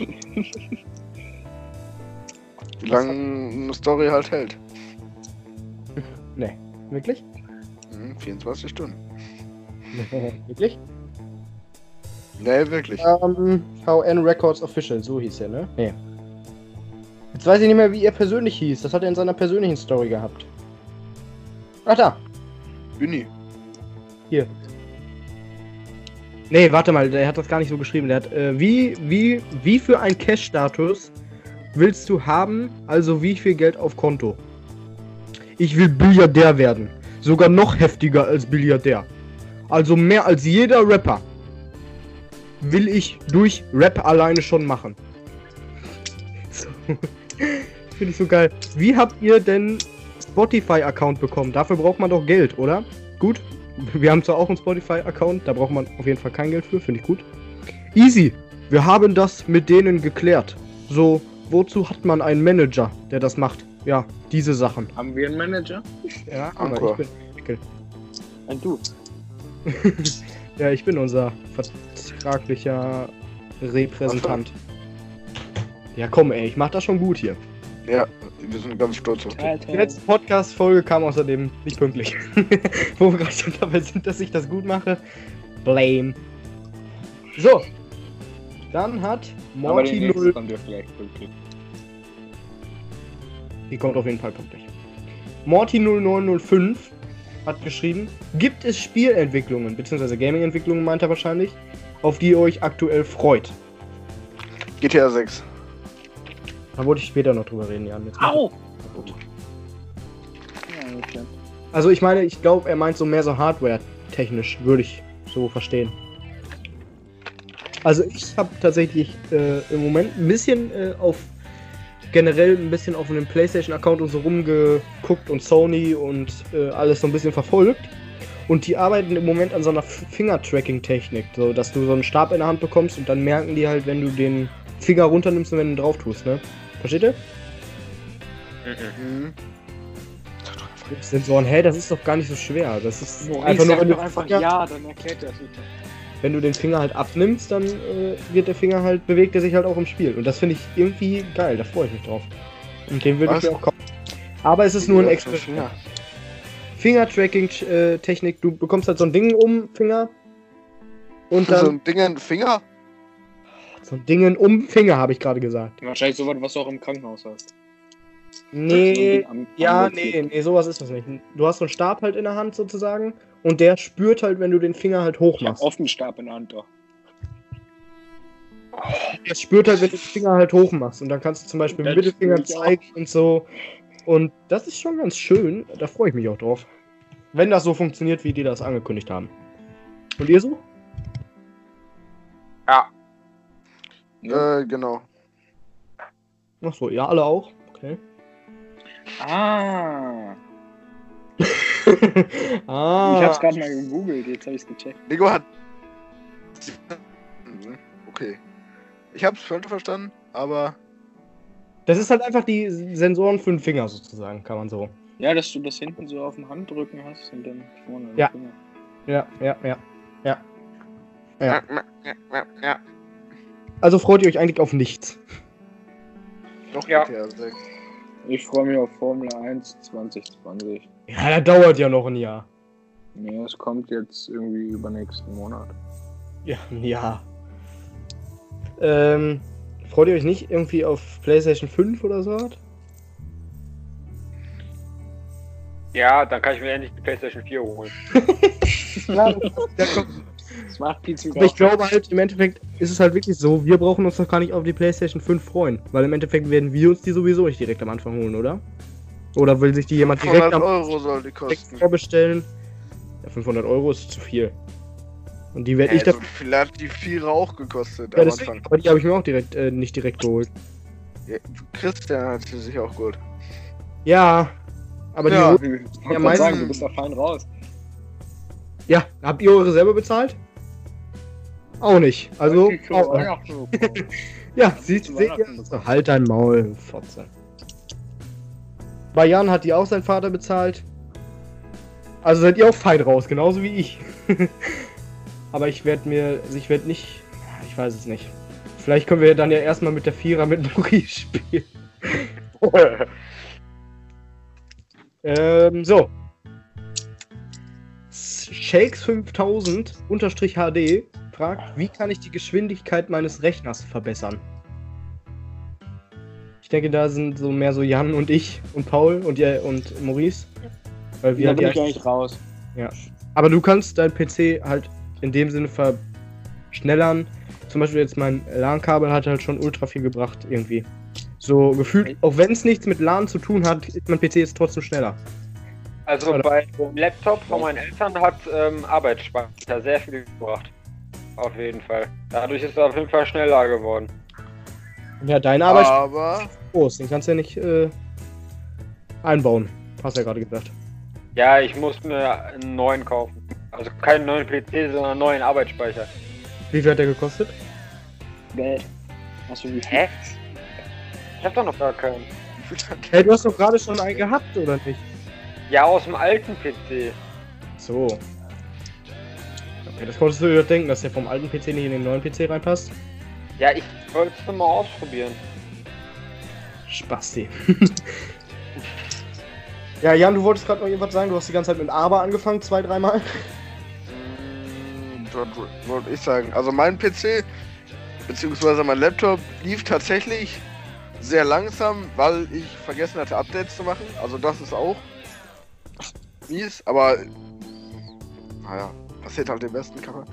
Speaker 4: Wie lange eine Story halt hält.
Speaker 2: Ne, wirklich?
Speaker 4: 24 Stunden.
Speaker 2: Wirklich?
Speaker 4: Nee, wirklich.
Speaker 2: VN Records Official, so hieß er, ne? Nee. Jetzt weiß ich nicht mehr, wie er persönlich hieß. Das hat er in seiner persönlichen Story gehabt. Ach da.
Speaker 4: Uni.
Speaker 2: Hier. Nee, warte mal, der hat das gar nicht so geschrieben. Der hat, wie für ein Cash-Status willst du haben, also wie viel Geld auf Konto? Ich will Milliardär werden. Sogar noch heftiger als Milliardär. Also mehr als jeder Rapper. Will ich durch Rap alleine schon machen. So. Finde ich so geil. Wie habt ihr denn Spotify-Account bekommen? Dafür braucht man doch Geld, oder? Gut. Wir haben zwar auch einen Spotify-Account, da braucht man auf jeden Fall kein Geld für, finde ich gut. Easy. Wir haben das mit denen geklärt. So, wozu hat man einen Manager, der das macht? Ja, diese Sachen.
Speaker 3: Haben wir einen Manager?
Speaker 2: Ja,
Speaker 4: Anker.
Speaker 2: aber ich bin Mikkel.
Speaker 3: Und du?
Speaker 2: Ja, ich bin unser vertraglicher Repräsentant. Ja, komm, ey, ich mach das schon gut hier.
Speaker 4: Ja, wir sind ganz stolz auf dich.
Speaker 2: Die letzte Podcast-Folge kam außerdem nicht pünktlich. Wo wir gerade schon dabei sind, dass ich das gut mache. Blame. So. Dann hat
Speaker 3: Aber die
Speaker 2: Morty
Speaker 3: nächste
Speaker 2: 0.
Speaker 3: kommt ja vielleicht pünktlich.
Speaker 2: Die kommt auf jeden Fall pünktlich. Morty 0905 hat geschrieben: Gibt es Spielentwicklungen, beziehungsweise Gaming-Entwicklungen meint er wahrscheinlich, auf die ihr euch aktuell freut?
Speaker 4: GTA 6.
Speaker 2: Da wollte ich später noch drüber reden, Jan. Jetzt
Speaker 3: Au!
Speaker 2: Gut.
Speaker 3: Ja, okay.
Speaker 2: Also ich meine, ich glaube, er meint so mehr so Hardware-technisch, würde ich so verstehen. Also ich habe tatsächlich im Moment ein bisschen generell ein bisschen auf einem PlayStation-Account und so rumgeguckt und Sony und alles so ein bisschen verfolgt. Und die arbeiten im Moment an so einer Finger-Tracking-Technik, so dass du so einen Stab in der Hand bekommst und dann merken die halt, wenn du den Finger runternimmst und wenn du drauf tust, ne? Versteht ihr?
Speaker 4: Mhm.
Speaker 2: Sensoren, das ist doch gar nicht so schwer. Das ist
Speaker 3: Boah,
Speaker 2: einfach nur,
Speaker 3: sag
Speaker 2: wenn du,
Speaker 3: doch einfach ja, dann erklärt er es wieder.
Speaker 2: wenn du den Finger halt abnimmst, dann wird der Finger halt, bewegt er sich halt auch im Spiel. Und das finde ich irgendwie geil, da freue ich mich drauf. Und den würde ich
Speaker 4: Was?
Speaker 2: mir auch kaufen. Aber es ist nur ein
Speaker 4: Ja,
Speaker 2: Experiment. Finger-Tracking-Technik, du bekommst halt so ein Ding um den Finger. Und
Speaker 4: So
Speaker 2: dann
Speaker 4: ein Ding in den Finger?
Speaker 2: so ein Ding um den Finger, habe ich gerade gesagt.
Speaker 3: Wahrscheinlich sowas, was du auch im Krankenhaus hast.
Speaker 2: Nee,
Speaker 3: Am-
Speaker 2: ja,
Speaker 3: am-
Speaker 2: nee, sowas ist das nicht. Du hast so einen Stab halt in der Hand sozusagen und der spürt halt, wenn du den Finger halt hoch
Speaker 3: Ich hab
Speaker 2: machst.
Speaker 3: oft einen Stab in der Hand doch.
Speaker 2: Der spürt halt, wenn du den Finger halt hoch machst und dann kannst du zum Beispiel mit
Speaker 3: Das
Speaker 2: dem Mittelfinger
Speaker 3: spür ich auch.
Speaker 2: zeigen und so. Und das ist schon ganz schön, da freue ich mich auch drauf. Wenn das so funktioniert, wie die das angekündigt haben. Und ihr so?
Speaker 1: Ja,
Speaker 4: Genau.
Speaker 2: Ach so, ja, alle auch? Okay.
Speaker 3: Ah.
Speaker 2: Ah.
Speaker 3: Ich hab's gerade mal gegoogelt, jetzt hab ich's gecheckt.
Speaker 4: Nico hat. Okay. Ich hab's völlig verstanden, aber.
Speaker 2: Das ist halt einfach die Sensoren für den Finger sozusagen, kann man so.
Speaker 3: Ja, dass du das hinten so auf dem Handrücken hast und dann vorne am
Speaker 2: Ja.
Speaker 3: Finger.
Speaker 2: Ja. Ja.
Speaker 4: Ja.
Speaker 2: Also freut ihr euch eigentlich auf nichts.
Speaker 4: Doch,
Speaker 1: Ja.
Speaker 4: GTA 6.
Speaker 3: Ich freue mich auf Formel 1 2020.
Speaker 2: Ja, das dauert ja noch ein Jahr.
Speaker 3: Nee, es kommt jetzt irgendwie übernächsten Monat.
Speaker 2: Ja, ja. Freut ihr euch nicht irgendwie auf PlayStation 5 oder so?
Speaker 1: ja, dann kann ich mir endlich die PlayStation 4 holen.
Speaker 2: Ja, komm.
Speaker 3: Das macht Pizza
Speaker 2: Aber ich glaube halt, im Endeffekt ist es halt wirklich so, wir brauchen uns doch gar nicht auf die PlayStation 5 freuen. Weil im Endeffekt werden wir uns die sowieso nicht direkt am Anfang holen, oder? Oder will sich die jemand direkt
Speaker 4: 500
Speaker 2: am
Speaker 4: Euro soll die
Speaker 2: direkt
Speaker 4: kosten.
Speaker 2: vorbestellen? Ja, 500 Euro ist zu viel. Und die werde ich
Speaker 4: Also,
Speaker 2: dafür.
Speaker 4: vielleicht hat die Vierer auch gekostet
Speaker 2: Ja,
Speaker 4: am
Speaker 2: deswegen,
Speaker 4: Anfang.
Speaker 2: aber die habe ich mir auch direkt nicht direkt geholt.
Speaker 4: Ja, Christian hat sie sich auch geholt.
Speaker 2: Ja, aber die.
Speaker 4: Ja.
Speaker 3: Ich wollte gerade
Speaker 2: meinen-
Speaker 3: sagen, du bist da fein raus.
Speaker 2: Ja, habt ihr eure selber bezahlt? Auch nicht. Also.
Speaker 3: Ich krieg
Speaker 2: Auch,
Speaker 3: Weihnachten bekommen.
Speaker 2: ja, seht
Speaker 3: Zu
Speaker 2: ihr?
Speaker 3: Weihnachten
Speaker 2: So, halt dein Maul, Fotze. Bei Jan hat die auch sein Vater bezahlt. Also seid ihr auch fein raus, genauso wie ich. Aber ich werde nicht. Ich weiß es nicht. Vielleicht können wir dann ja erstmal mit der Vierer mit Maurice spielen. So. Shakes5000-HD fragt, wie kann ich die Geschwindigkeit meines Rechners verbessern? Ich denke, da sind so mehr so Jan und ich und Paul und Maurice. Weil wir
Speaker 3: Da
Speaker 2: halt
Speaker 3: bin
Speaker 2: die
Speaker 3: ich eigentlich raus.
Speaker 2: Aber du kannst dein PC halt in dem Sinne verschnellern. Zum Beispiel jetzt mein LAN-Kabel hat halt schon ultra viel gebracht irgendwie. So gefühlt, auch wenn es nichts mit LAN zu tun hat, ist mein PC jetzt trotzdem schneller.
Speaker 1: Also bei dem Laptop von meinen Eltern hat Arbeitsspeicher sehr viel gebracht. Auf jeden Fall. Dadurch ist er auf jeden Fall schneller geworden.
Speaker 2: Ja, deine Arbeit
Speaker 4: Aber
Speaker 2: ist groß, den kannst du ja nicht einbauen. Hast du ja gerade gesagt.
Speaker 1: Ja, ich muss mir einen neuen kaufen. Also keinen neuen PC, sondern einen neuen Arbeitsspeicher.
Speaker 2: Wie viel hat der gekostet?
Speaker 3: Geld. Hast du wie
Speaker 1: Hä? Ich hab doch noch gar keinen.
Speaker 2: Hey, du hast doch gerade schon einen gehabt, oder nicht?
Speaker 1: Ja, aus dem alten PC.
Speaker 2: So. Okay, das konntest du dir doch denken, dass der vom alten PC nicht in den neuen PC reinpasst?
Speaker 1: Ja, ich wollte es nur mal ausprobieren.
Speaker 2: Spasti. Ja, Jan, du wolltest gerade noch irgendwas sagen, du hast die ganze Zeit mit Aber angefangen, 2-3 Mal.
Speaker 4: was wollte ich sagen? Also mein PC, beziehungsweise mein Laptop, lief tatsächlich sehr langsam, weil ich vergessen hatte, Updates zu machen. Also das ist auch mies, aber naja, passiert halt dem besten Cover.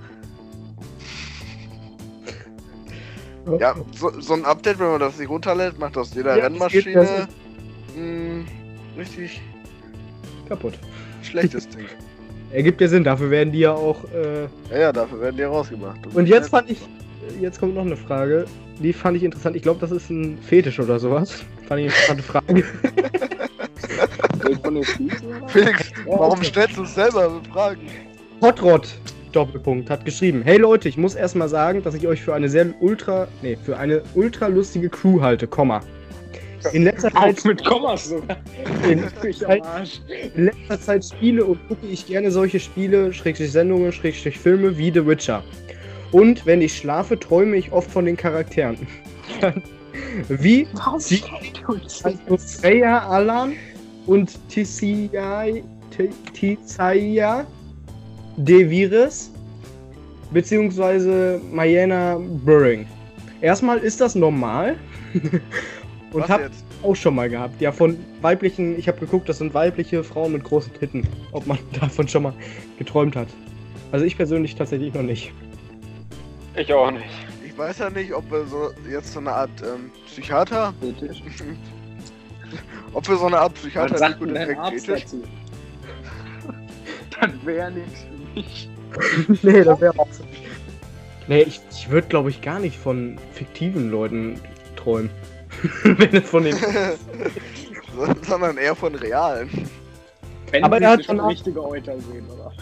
Speaker 4: Ja, so ein Update, wenn man das nicht runterlädt, macht aus jeder
Speaker 2: Ja,
Speaker 4: Rennmaschine richtig
Speaker 2: Kaputt.
Speaker 4: schlechtes Ding.
Speaker 2: Ergibt ja Sinn, dafür werden die ja auch.
Speaker 4: Ja, dafür werden die rausgemacht.
Speaker 2: Und jetzt fand ich. Jetzt kommt noch eine Frage. Die fand ich interessant. Ich glaube, das ist ein Fetisch oder sowas. Fand ich eine interessante Frage.
Speaker 4: Felix, warum stellst du es selber Fragen?
Speaker 2: Hotrod Doppelpunkt hat geschrieben: Hey Leute, ich muss erstmal sagen, dass ich euch für eine ultra lustige Crew halte, Komma. In letzter Zeit
Speaker 3: mit Kommas sogar.
Speaker 2: in letzter Zeit spiele und gucke ich gerne solche Spiele, Sendungen, Filme wie The Witcher. Und wenn ich schlafe, träume ich oft von den Charakteren. Wie also Freya Alan und Tisaya Deviris beziehungsweise Mayenna Burring. Erstmal ist das normal. Und
Speaker 4: Was
Speaker 2: hab
Speaker 4: jetzt?
Speaker 2: auch schon mal gehabt. Ja, von weiblichen, ich habe geguckt, das sind weibliche Frauen mit großen Titten. Ob man davon schon mal geträumt hat. Also ich persönlich tatsächlich noch nicht.
Speaker 1: Ich auch nicht.
Speaker 4: Ich weiß ja nicht, ob wir so jetzt so eine Art Psychiater, ob wir so eine Art Psychiater
Speaker 3: Was sagt
Speaker 4: gut
Speaker 3: denn dein
Speaker 4: direkt
Speaker 3: Arzt
Speaker 4: ethisch.
Speaker 3: dazu? Das wäre nichts für mich.
Speaker 2: Nee, das wäre auch so. Nee, ich würde glaube ich gar nicht von fiktiven Leuten träumen. Wenn es von den.
Speaker 4: Sondern eher von realen.
Speaker 3: Wenn
Speaker 2: Aber
Speaker 3: Sie
Speaker 2: er hat
Speaker 3: sich
Speaker 2: schon
Speaker 3: schon
Speaker 2: auch-
Speaker 3: richtige Euter sehen, oder?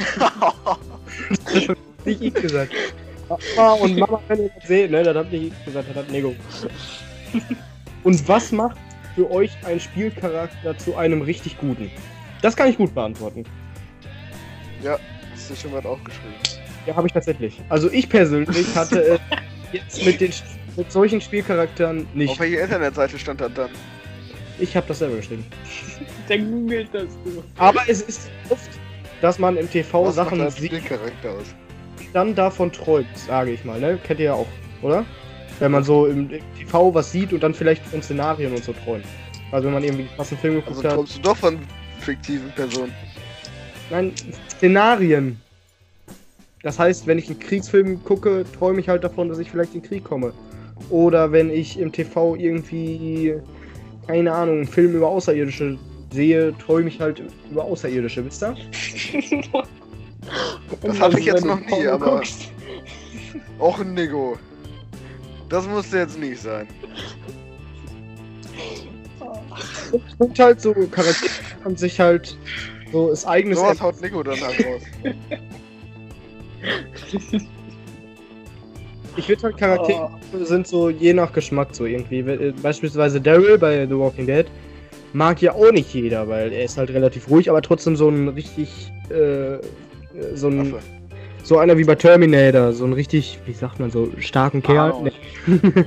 Speaker 2: Nicht ich gesagt. Papa und Mama können das sehen, ne? Das hat nicht ich gesagt, das hat Nego. Und was macht für euch ein Spielcharakter zu einem richtig guten? Das kann ich gut beantworten.
Speaker 4: Hast du schon was aufgeschrieben?
Speaker 2: Ja, habe ich tatsächlich. Also ich persönlich hatte es jetzt mit solchen Spielcharakteren
Speaker 4: Auf
Speaker 2: nicht.
Speaker 4: welcher Internetseite stand das dann?
Speaker 2: Ich habe das selber geschrieben.
Speaker 3: Der googelt das du.
Speaker 2: Aber es ist oft, dass man im TV
Speaker 4: Was macht
Speaker 2: Sachen
Speaker 4: dein
Speaker 2: sieht,
Speaker 4: Spielcharakter aus?
Speaker 2: dann davon träumt, sage ich mal, ne? Kennt ihr ja auch, oder? Wenn man so im TV was sieht und dann vielleicht von Szenarien und so träumt. Also wenn man irgendwie fast einen Film geguckt
Speaker 4: Also
Speaker 2: hat.
Speaker 4: träumst du doch von fiktiven Personen.
Speaker 2: Nein, Szenarien. Das heißt, wenn ich einen Kriegsfilm gucke, träume ich halt davon, dass ich vielleicht in den Krieg komme. Oder wenn ich im TV irgendwie, keine Ahnung, einen Film über Außerirdische sehe, träume ich halt über Außerirdische, wisst ihr?
Speaker 4: Das hatte ich jetzt
Speaker 3: Wenn du
Speaker 4: noch nie,
Speaker 3: Porno
Speaker 4: aber-
Speaker 3: guckst.
Speaker 4: Och, Nigo. Das musste jetzt nicht sein.
Speaker 2: Und halt so Charaktere und sich halt so das eigene
Speaker 4: Sowas haut Nico dann halt raus.
Speaker 2: Ich würde halt Charaktere sind so je nach Geschmack so irgendwie. Beispielsweise Daryl bei The Walking Dead mag ja auch nicht jeder, weil er ist halt relativ ruhig, aber trotzdem so ein richtig so ein
Speaker 4: Waffe.
Speaker 2: so einer wie bei Terminator, so ein richtig, wie sagt man so, starken Kerl.
Speaker 3: Arnold.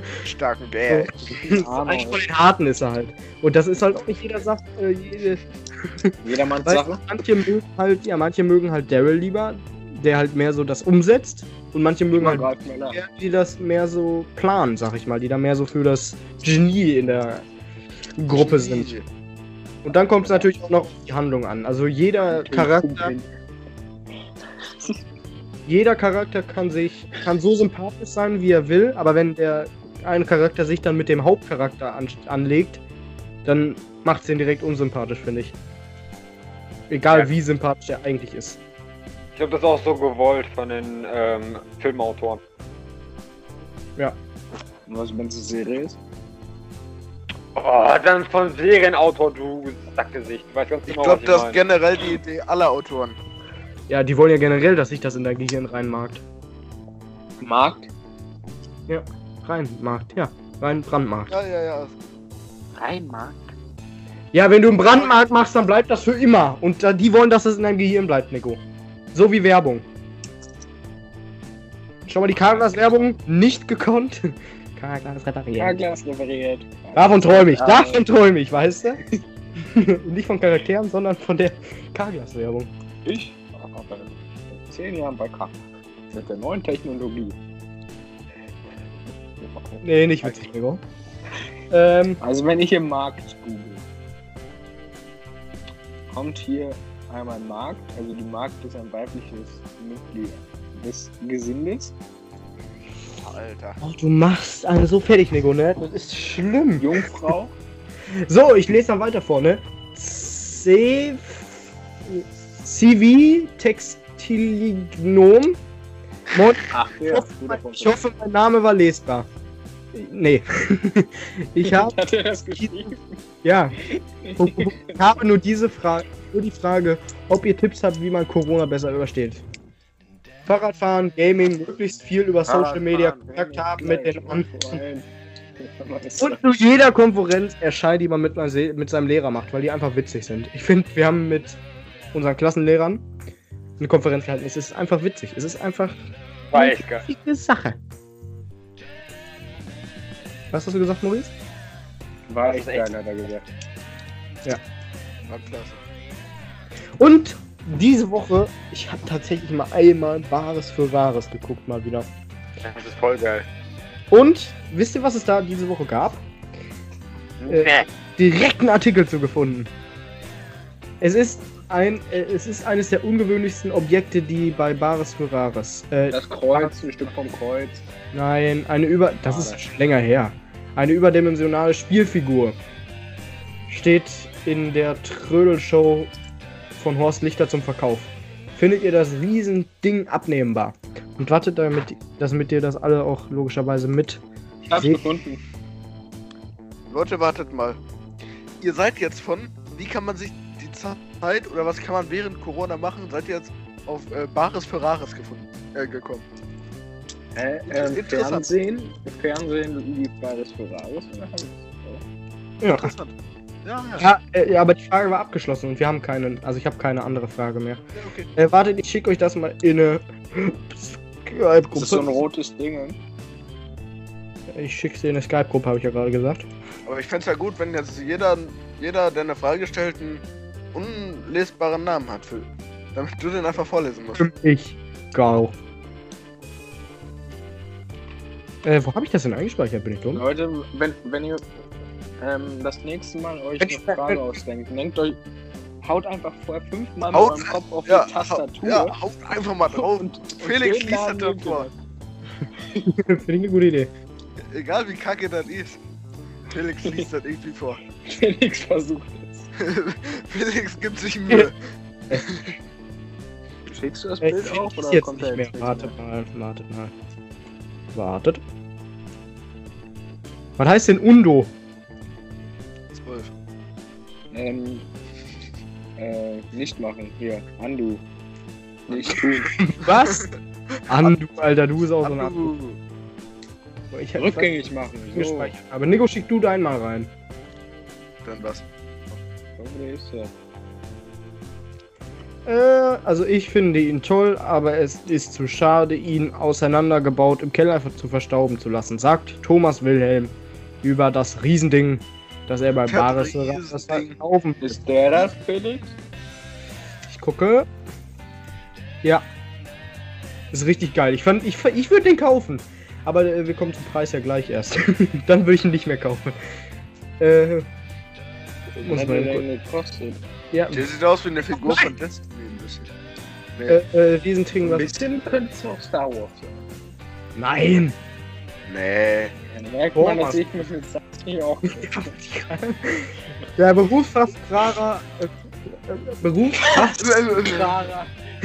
Speaker 4: Starken Bär.
Speaker 2: So eigentlich von den Harten ist er halt. Und das ist halt auch nicht jeder sagt,
Speaker 3: Jedermanns
Speaker 2: Weil
Speaker 3: Sache.
Speaker 2: manche mögen halt Daryl lieber, der halt mehr so das umsetzt. Und manche mögen halt
Speaker 3: Greift mal nach.
Speaker 2: die das mehr so planen, sag ich mal, die da mehr so für das Genie in der Gruppe sind. Und dann kommt es natürlich auch noch auf die Handlung an. Also jeder Charakter kann so sympathisch sein, wie er will, aber wenn der eine Charakter sich dann mit dem Hauptcharakter anlegt, dann macht es den direkt unsympathisch, finde ich. Egal wie sympathisch er eigentlich ist.
Speaker 1: Ich glaube, das ist auch so gewollt von den Filmautoren.
Speaker 2: Ja.
Speaker 3: Und was, wenn es eine Serie ist?
Speaker 1: Oh, dann von Serienautor, du Sackgesicht. Ich weiß ganz
Speaker 4: Ich
Speaker 1: genau,
Speaker 4: glaube,
Speaker 1: was
Speaker 4: das ist
Speaker 1: meine.
Speaker 4: generell die Idee aller Autoren.
Speaker 2: Ja, die wollen ja generell, dass sich das in dein Gehirn reinmarkt.
Speaker 3: Markt?
Speaker 2: Reinmarkt, ja. Rein Brandmarkt.
Speaker 4: Ja.
Speaker 5: Reinmarkt.
Speaker 2: Ja, wenn du einen Brandmarkt machst, dann bleibt das für immer. Und die wollen, dass es in deinem Gehirn bleibt, Nico. So wie Werbung. Schau mal, die Carglass-Werbung nicht gekonnt. Carglass repariert.
Speaker 3: Carglass referiert.
Speaker 2: Davon träume ich, weißt du? Nicht von Charakteren, sondern von der Carglass-Werbung.
Speaker 3: Ich arbeite seit 10 Jahren bei K. Mit der neuen Technologie.
Speaker 2: Nee, nicht witzig, Nico.
Speaker 3: Also wenn ich im Markt google, kommt hier einmal Markt, also die Magd ist ein weibliches Mitglied des Gesindes.
Speaker 4: Alter.
Speaker 2: Oh, du machst einen so fertig, Nico, ne? Das ist schlimm.
Speaker 3: Jungfrau.
Speaker 2: So, ich lese dann weiter vor, ne? CV Textilignom.
Speaker 3: Ach ja, guter Punkt.
Speaker 2: Ich hoffe, mein Name war lesbar. Nee. Ich habe
Speaker 3: Hat er das geschrieben?
Speaker 2: ja. Ich habe nur die Frage, ob ihr Tipps habt, wie man Corona besser übersteht. Fahrradfahren, Gaming, möglichst viel über Social Media Kontakt haben mit den anderen. Und zu jeder Konferenz erscheint, die man mit seinem Lehrer macht, weil die einfach witzig sind. Ich finde, wir haben mit unseren Klassenlehrern eine Konferenz gehalten. Es ist einfach witzig. Es ist einfach
Speaker 1: War echt geil.
Speaker 2: witzige Sache. Was hast du gesagt, Maurice?
Speaker 3: War echt geil, hat er gesagt.
Speaker 4: War klasse.
Speaker 2: Und diese Woche, ich habe tatsächlich mal einmal Wahres für Wahres geguckt, mal wieder.
Speaker 1: Das ist voll geil.
Speaker 2: Und wisst ihr, was es da diese Woche gab? Direkt einen Artikel zu gefunden. Es ist eines der ungewöhnlichsten Objekte, die bei Bares für Rares.
Speaker 3: Das Kreuz, ein Stück vom Kreuz.
Speaker 2: Nein, das ist schon länger her. Eine überdimensionale Spielfigur steht in der Trödelshow von Horst Lichter zum Verkauf. Findet ihr das Riesending abnehmbar? Und wartet damit ihr das alle auch logischerweise mit.
Speaker 3: Ich hab's
Speaker 2: Seht-
Speaker 3: gefunden.
Speaker 4: Leute, wartet mal. Ihr seid jetzt wie kann man sich die Zeit oder was kann man während Corona machen? Seid ihr jetzt auf Bares für Rares gekommen? Interessant.
Speaker 3: Fernsehen lief Bares für Rares.
Speaker 2: Ja.
Speaker 4: Interessant. Ja.
Speaker 2: Ja, aber die Frage war abgeschlossen und wir haben ich habe keine andere Frage mehr.
Speaker 4: Ja, okay.
Speaker 2: Wartet, ich schicke euch das mal in eine
Speaker 3: Das ist so ein
Speaker 2: Skype-Gruppe.
Speaker 3: rotes Ding.
Speaker 2: Ich schicke es in eine Skype-Gruppe, habe ich ja gerade gesagt.
Speaker 4: Aber ich fände es ja gut, wenn jetzt jeder, der eine Frage stellt, einen unlesbaren Namen hat, damit du den einfach vorlesen musst.
Speaker 2: Ich auch. Wo habe ich das denn eingespeichert? Bin ich dumm?
Speaker 3: Leute, wenn ihr das nächste Mal euch eine Frage ausdenkt, haut einfach vorher 5-mal mit
Speaker 4: Haut-
Speaker 3: eurem Kopf auf
Speaker 4: Ja,
Speaker 3: die Tastatur.
Speaker 4: haut einfach mal drauf.
Speaker 3: Und
Speaker 4: Felix
Speaker 3: den
Speaker 4: liest das
Speaker 3: Namen
Speaker 4: dann
Speaker 3: nehmt
Speaker 4: vor.
Speaker 3: ihr
Speaker 2: Finde ich eine gute Idee.
Speaker 4: Egal wie kacke das ist. Felix liest das irgendwie vor.
Speaker 3: dann. Felix versucht es.
Speaker 4: Felix gibt sich Mühe.
Speaker 3: Schickst du das
Speaker 2: Ich
Speaker 3: Bild auch
Speaker 2: ist
Speaker 3: oder
Speaker 2: jetzt
Speaker 3: kommt
Speaker 2: nicht
Speaker 3: er
Speaker 2: mehr.
Speaker 3: jetzt
Speaker 2: Wartet mal. Wartet. Was heißt denn Undo?
Speaker 4: 12.
Speaker 3: Nicht machen. Hier, Undo. Nicht tun.
Speaker 2: Was? Andu, Alter, du bist auch so ein
Speaker 4: Abu.
Speaker 2: Ich hab
Speaker 3: Rückgängig machen. So.
Speaker 2: gespeichert. Aber Nico, schick du deinen mal rein.
Speaker 4: Dann was?
Speaker 3: So ist er.
Speaker 2: Also ich finde ihn toll, aber es ist zu schade, ihn auseinandergebaut im Keller einfach zu verstauben zu lassen, sagt Thomas Wilhelm über das Riesending dass er bei Bares
Speaker 4: Verbriest
Speaker 2: das
Speaker 4: Ding.
Speaker 2: kaufen will.
Speaker 3: Ist der das, Felix?
Speaker 2: Ich gucke. Ja. Ist richtig geil. Ich würde den kaufen. Aber wir kommen zum Preis ja gleich erst. Dann würde ich ihn nicht mehr kaufen. Muss
Speaker 3: Was
Speaker 2: man
Speaker 3: hat der
Speaker 2: gucken.
Speaker 3: denn gekostet?
Speaker 2: Ja,
Speaker 4: Der sieht aus wie eine Figur von Destiny ein bisschen. Nee.
Speaker 2: Riesentring,
Speaker 3: Ein
Speaker 2: was.
Speaker 3: bisschen könnte es auch Star Wars sein.
Speaker 2: Nein!
Speaker 4: Nee.
Speaker 3: Dann merkt
Speaker 2: Oh,
Speaker 3: man, dass
Speaker 2: was?
Speaker 3: ich mich mit Sassi auch.
Speaker 2: Der Berufskraftfahrer.
Speaker 3: Fahrer.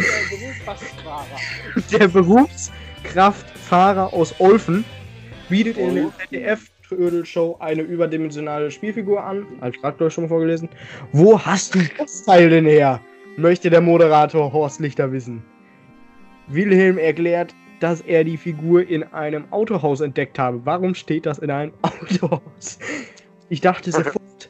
Speaker 2: Der Berufskraftfahrer aus Olfen bietet in der ZDF-Trödel-Show eine überdimensionale Spielfigur an. Als Traktor schon mal vorgelesen. Wo hast du das Teil denn her? Möchte der Moderator Horst Lichter wissen. Wilhelm erklärt, dass er die Figur in einem Autohaus entdeckt habe. Warum steht das in einem Autohaus? Ich dachte sofort,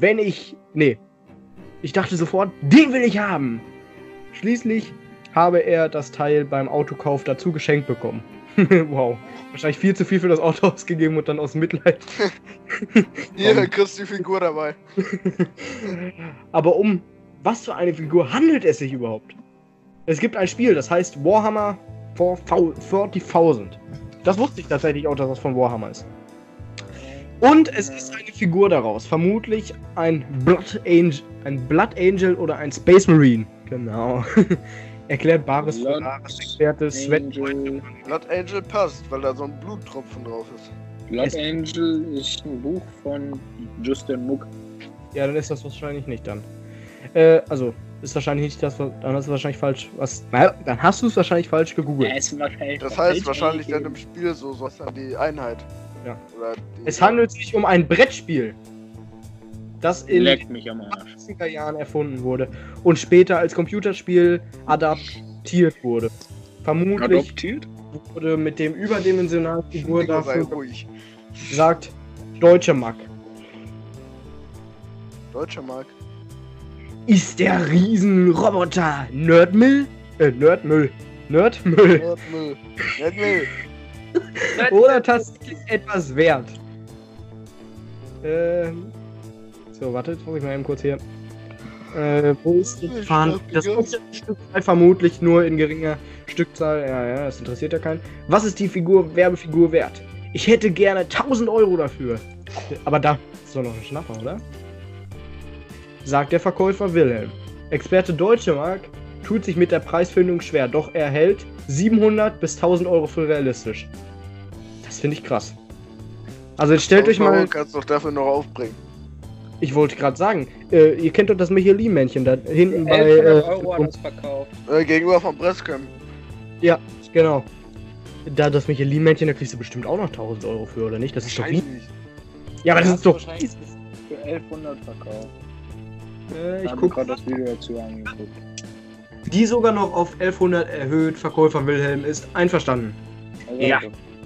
Speaker 2: Ich dachte sofort, den will ich haben. Schließlich habe er das Teil beim Autokauf dazu geschenkt bekommen. Wow. Wahrscheinlich viel zu viel für das Auto ausgegeben und dann aus Mitleid.
Speaker 4: Hier kriegst du die Figur dabei.
Speaker 2: Aber um was für eine Figur handelt es sich überhaupt? Es gibt ein Spiel, das heißt Warhammer 40.000. Das wusste ich tatsächlich auch, dass das von Warhammer ist. Und es ist eine Figur daraus. Vermutlich ein Blood Angel oder ein Space Marine. Genau. Erklärt Bares Experte Sven.
Speaker 4: Blood Angel passt, weil da so ein Bluttropfen drauf ist.
Speaker 3: Blood Angel ist ein Buch von Justin Muck.
Speaker 2: Ja, dann ist das wahrscheinlich nicht dann. Also, ist wahrscheinlich nicht das, dann hast du wahrscheinlich falsch, dann hast du es wahrscheinlich falsch gegoogelt.
Speaker 3: Ist wahrscheinlich
Speaker 4: Das heißt wahrscheinlich dann im Spiel so was dann die Einheit.
Speaker 2: Ja.
Speaker 4: Oder
Speaker 2: Es handelt sich um ein Brettspiel, das in
Speaker 3: Leckt mich am Arsch.
Speaker 2: 80er Jahren erfunden wurde und später als Computerspiel adaptiert wurde. Vermutlich
Speaker 3: Adoptiert?
Speaker 2: wurde mit dem überdimensionalen Figur
Speaker 4: Figur sei
Speaker 2: dafür
Speaker 4: ruhig.
Speaker 2: gesagt, Deutsche Mack.
Speaker 4: Deutscher Mark.
Speaker 2: Ist der Riesenroboter Nerdmüll? Nerdmüll.
Speaker 4: Nerdmüll. Nerdmüll.
Speaker 2: Oder tatsächlich etwas wert? So, warte, jetzt muss ich mal eben kurz hier. Wo ist die Fahne? Das ist vermutlich nur in geringer Stückzahl. Ja, das interessiert ja keinen. Was ist die Werbefigur wert? Ich hätte gerne 1000 Euro dafür. Aber da ist doch noch ein Schnapper, oder? Sagt der Verkäufer Wilhelm. Experte Deutsche Mark tut sich mit der Preisfindung schwer, doch er hält 700 bis 1000 Euro für realistisch. Das finde ich krass. Also jetzt stellt euch mal...
Speaker 4: Kannst du doch dafür noch aufbringen.
Speaker 2: Ich wollte gerade sagen, ihr kennt doch das Michelin-Männchen da hinten bei...
Speaker 3: 1100 Euro hat es verkauft.
Speaker 4: Gegenüber vom Presscamp.
Speaker 2: Ja, genau. Da das Michelin-Männchen, da kriegst du bestimmt auch noch 1000 Euro für, oder nicht? Das ist doch wie... Ja, aber das ist doch...
Speaker 3: Wahrscheinlich für 1100 verkauft.
Speaker 2: Ich
Speaker 3: habe
Speaker 2: guck
Speaker 3: gerade das Video dazu angeguckt.
Speaker 2: die sogar noch auf 1100 erhöht. Verkäufer Wilhelm ist einverstanden.
Speaker 3: Also,
Speaker 2: Ja.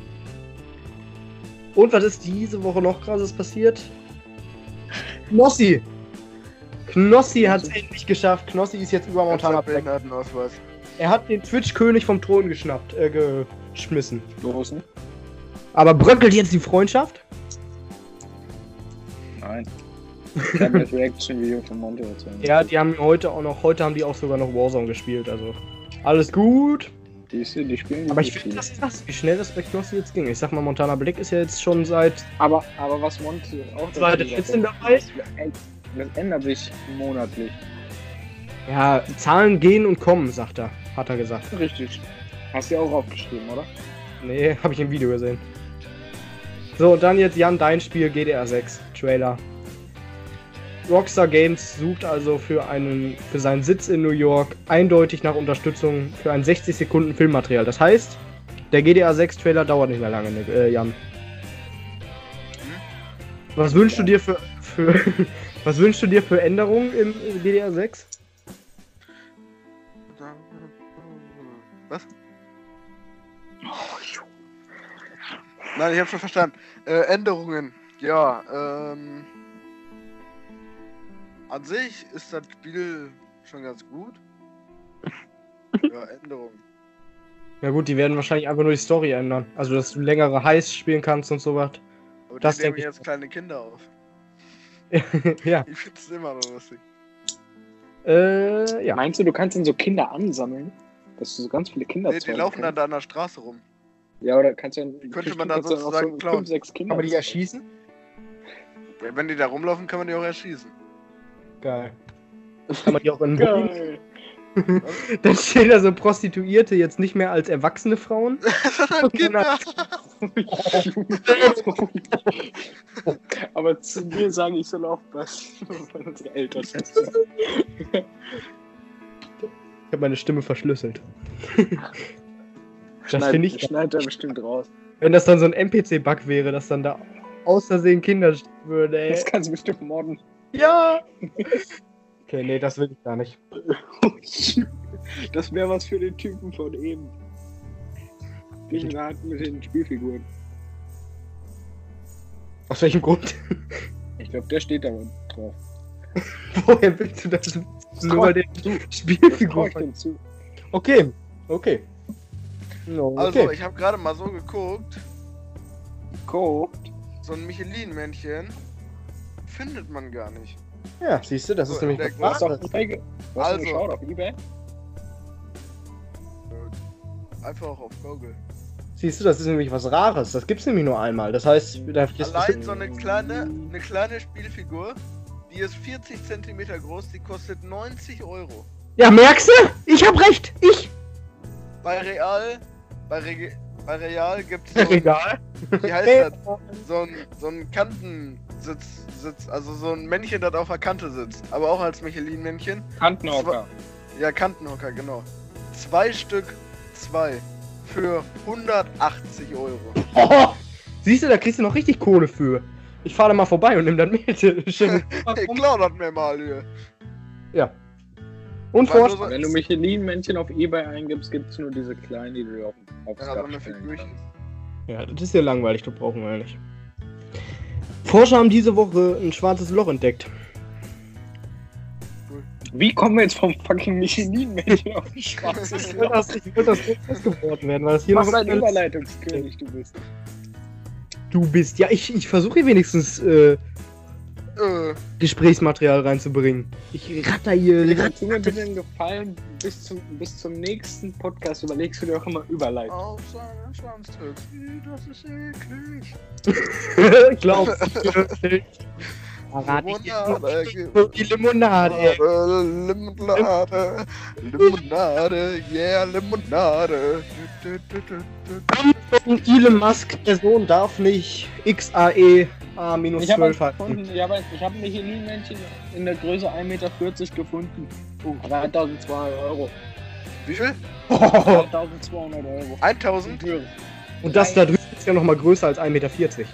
Speaker 2: Und was ist diese Woche noch krasses passiert? Knossi hat es endlich geschafft. Knossi ist jetzt über Montana Black.
Speaker 4: Behindertenausweis.
Speaker 2: Er hat den Twitch-König vom Thron geschmissen.
Speaker 3: Losen?
Speaker 2: Aber bröckelt jetzt die Freundschaft?
Speaker 3: Nein. Ich habe das Reaction-Video von Monte erzählt.
Speaker 2: Ja, die haben heute haben die auch sogar noch Warzone gespielt, also alles gut.
Speaker 3: Die spielen
Speaker 2: Aber ich finde das krass, wie schnell das bei Knossi jetzt ging. Ich sag mal, Montana Black ist ja jetzt schon seit
Speaker 3: Aber was Monte auch
Speaker 2: Seit
Speaker 3: dazu
Speaker 2: 14
Speaker 3: sagt,
Speaker 2: dabei?
Speaker 3: das ändert sich monatlich.
Speaker 2: ja, Zahlen gehen und kommen, hat er gesagt.
Speaker 3: Richtig. Hast du ja auch aufgeschrieben, oder?
Speaker 2: Nee, habe ich im Video gesehen. So, und dann jetzt Jan, dein Spiel GDR 6 Trailer. Rockstar Games sucht also für seinen Sitz in New York eindeutig nach Unterstützung für ein 60 Sekunden Filmmaterial. Das heißt, der GDR 6 Trailer dauert nicht mehr lange, Jan. Was wünschst du dir für was wünschst du dir für Änderungen im GDR 6?
Speaker 4: Was? Nein, ich habe schon verstanden. Änderungen. Ja, an sich ist das Spiel schon ganz gut. Ja, Änderungen.
Speaker 2: Ja gut, die werden wahrscheinlich einfach nur die Story ändern. Also, dass du längere Heists spielen kannst und sowas.
Speaker 4: Aber
Speaker 2: Das
Speaker 4: die nehmen
Speaker 2: denk ich
Speaker 4: jetzt kleine Kinder auf.
Speaker 2: Ja.
Speaker 4: Ich find's immer noch lustig.
Speaker 2: Ja.
Speaker 3: Meinst du kannst dann so Kinder ansammeln? Dass du so ganz viele Kinder
Speaker 4: Nee, die laufen dann da an der Straße rum.
Speaker 3: Ja, oder kannst du dann.
Speaker 4: Könnte man dann
Speaker 3: kannst du auch
Speaker 4: sozusagen
Speaker 3: so
Speaker 4: klauen.
Speaker 3: 5, 6 Kinder.
Speaker 2: Kann man die erschießen?
Speaker 4: Ja, wenn die da rumlaufen, kann man die auch erschießen.
Speaker 2: Geil. Kann man die auch in den Boden?
Speaker 3: Geil.
Speaker 2: Dann stehen da so Prostituierte jetzt nicht mehr als erwachsene Frauen.
Speaker 4: Sondern Kinder.
Speaker 3: Aber zu mir sage ich soll aufpassen, wenn unsere Eltern sind.
Speaker 2: Ich habe meine Stimme verschlüsselt. Das finde ich,
Speaker 3: Schneidet er bestimmt raus.
Speaker 2: wenn das dann so ein NPC-Bug wäre, dass dann da aus Versehen Kinder stehen würde, ey.
Speaker 3: Das kannst du bestimmt modden.
Speaker 2: Ja! Okay, nee, das will ich gar nicht.
Speaker 3: Das wäre was für den Typen von eben. Den wir hatten mit den Spielfiguren.
Speaker 2: Aus welchem Grund?
Speaker 3: Ich glaube, der steht da drauf.
Speaker 2: Woher willst du das? Nur weil der
Speaker 3: Das
Speaker 2: Spielfigur.
Speaker 3: traue ich dem zu.
Speaker 2: Okay, okay. No,
Speaker 4: Also,
Speaker 2: okay.
Speaker 4: ich habe gerade mal so geguckt.
Speaker 3: Guckt.
Speaker 4: So ein Michelin-Männchen findet man gar nicht.
Speaker 2: Ja, siehst du, das ist
Speaker 4: So,
Speaker 2: nämlich
Speaker 4: der
Speaker 2: was
Speaker 3: Hast du
Speaker 2: Wahres.
Speaker 3: auf eBay
Speaker 4: Also.
Speaker 3: geschaut auf eBay?
Speaker 4: Einfach auf Google.
Speaker 2: Siehst du, das ist nämlich was Rares. Das gibt's nämlich nur einmal. Das heißt, da ist
Speaker 4: Allein so eine kleine Spielfigur, die ist 40 cm groß, die kostet 90 Euro.
Speaker 2: Ja, merkst du? Ich hab recht! Ich!
Speaker 4: Bei Real gibt's so ein,
Speaker 2: Egal.
Speaker 4: wie heißt das? So ein Kantensitz, also so ein Männchen, das auf der Kante sitzt, aber auch als Michelin-Männchen.
Speaker 3: Kantenhocker.
Speaker 4: Ja, Kantenhocker, genau. 2 Stück, 2 für 180 Euro.
Speaker 2: Oh, siehst du, da kriegst du noch richtig Kohle für. Ich fahre da mal vorbei und nimm dann mit. Schön.
Speaker 4: Hey, klar, das mir mal hier.
Speaker 2: Ja. Und
Speaker 4: Weil
Speaker 2: vor.
Speaker 4: du
Speaker 3: Wenn du Michelin-Männchen auf eBay eingibst, gibt es nur diese kleinen, die du aufs
Speaker 4: Ja, so
Speaker 3: Dach
Speaker 4: eine
Speaker 3: stellen
Speaker 4: Figürchen.
Speaker 3: kannst.
Speaker 2: Ja, das ist ja langweilig, das brauchen wir ja nicht. Forscher haben diese Woche ein schwarzes Loch entdeckt.
Speaker 3: Wie kommen wir jetzt vom fucking Michelin-Männchen auf ein schwarzes
Speaker 2: Ich will
Speaker 3: Loch?
Speaker 2: das nicht festgeworden werden, weil das hier
Speaker 3: Was
Speaker 2: noch
Speaker 3: ein Überleitungskönig du bist.
Speaker 2: Du bist. Ja, ich versuche hier wenigstens Gesprächsmaterial reinzubringen. Ich ratter hier.
Speaker 3: Tu mir bitte einen Gefallen, bis zum nächsten Podcast überlegst du dir auch immer Überleitung.
Speaker 4: Auf seinen Schwanz drückt. Das ist eklig.
Speaker 2: Glaubst du nicht? Verrate ich dir so die Limonade.
Speaker 4: Limonade, yeah, Limonade.
Speaker 2: Elon Musk, Person darf nicht XAE
Speaker 3: Ich habe
Speaker 2: A-12 halten.
Speaker 3: gefunden, ich hab ein Michelin-Männchen in der Größe 1,40 Meter gefunden. Aber 1.200 Euro.
Speaker 4: Wie viel?
Speaker 3: 1.200 Euro.
Speaker 4: 1000?
Speaker 2: Und das da drüben ist ja noch mal größer als 1,40 Meter.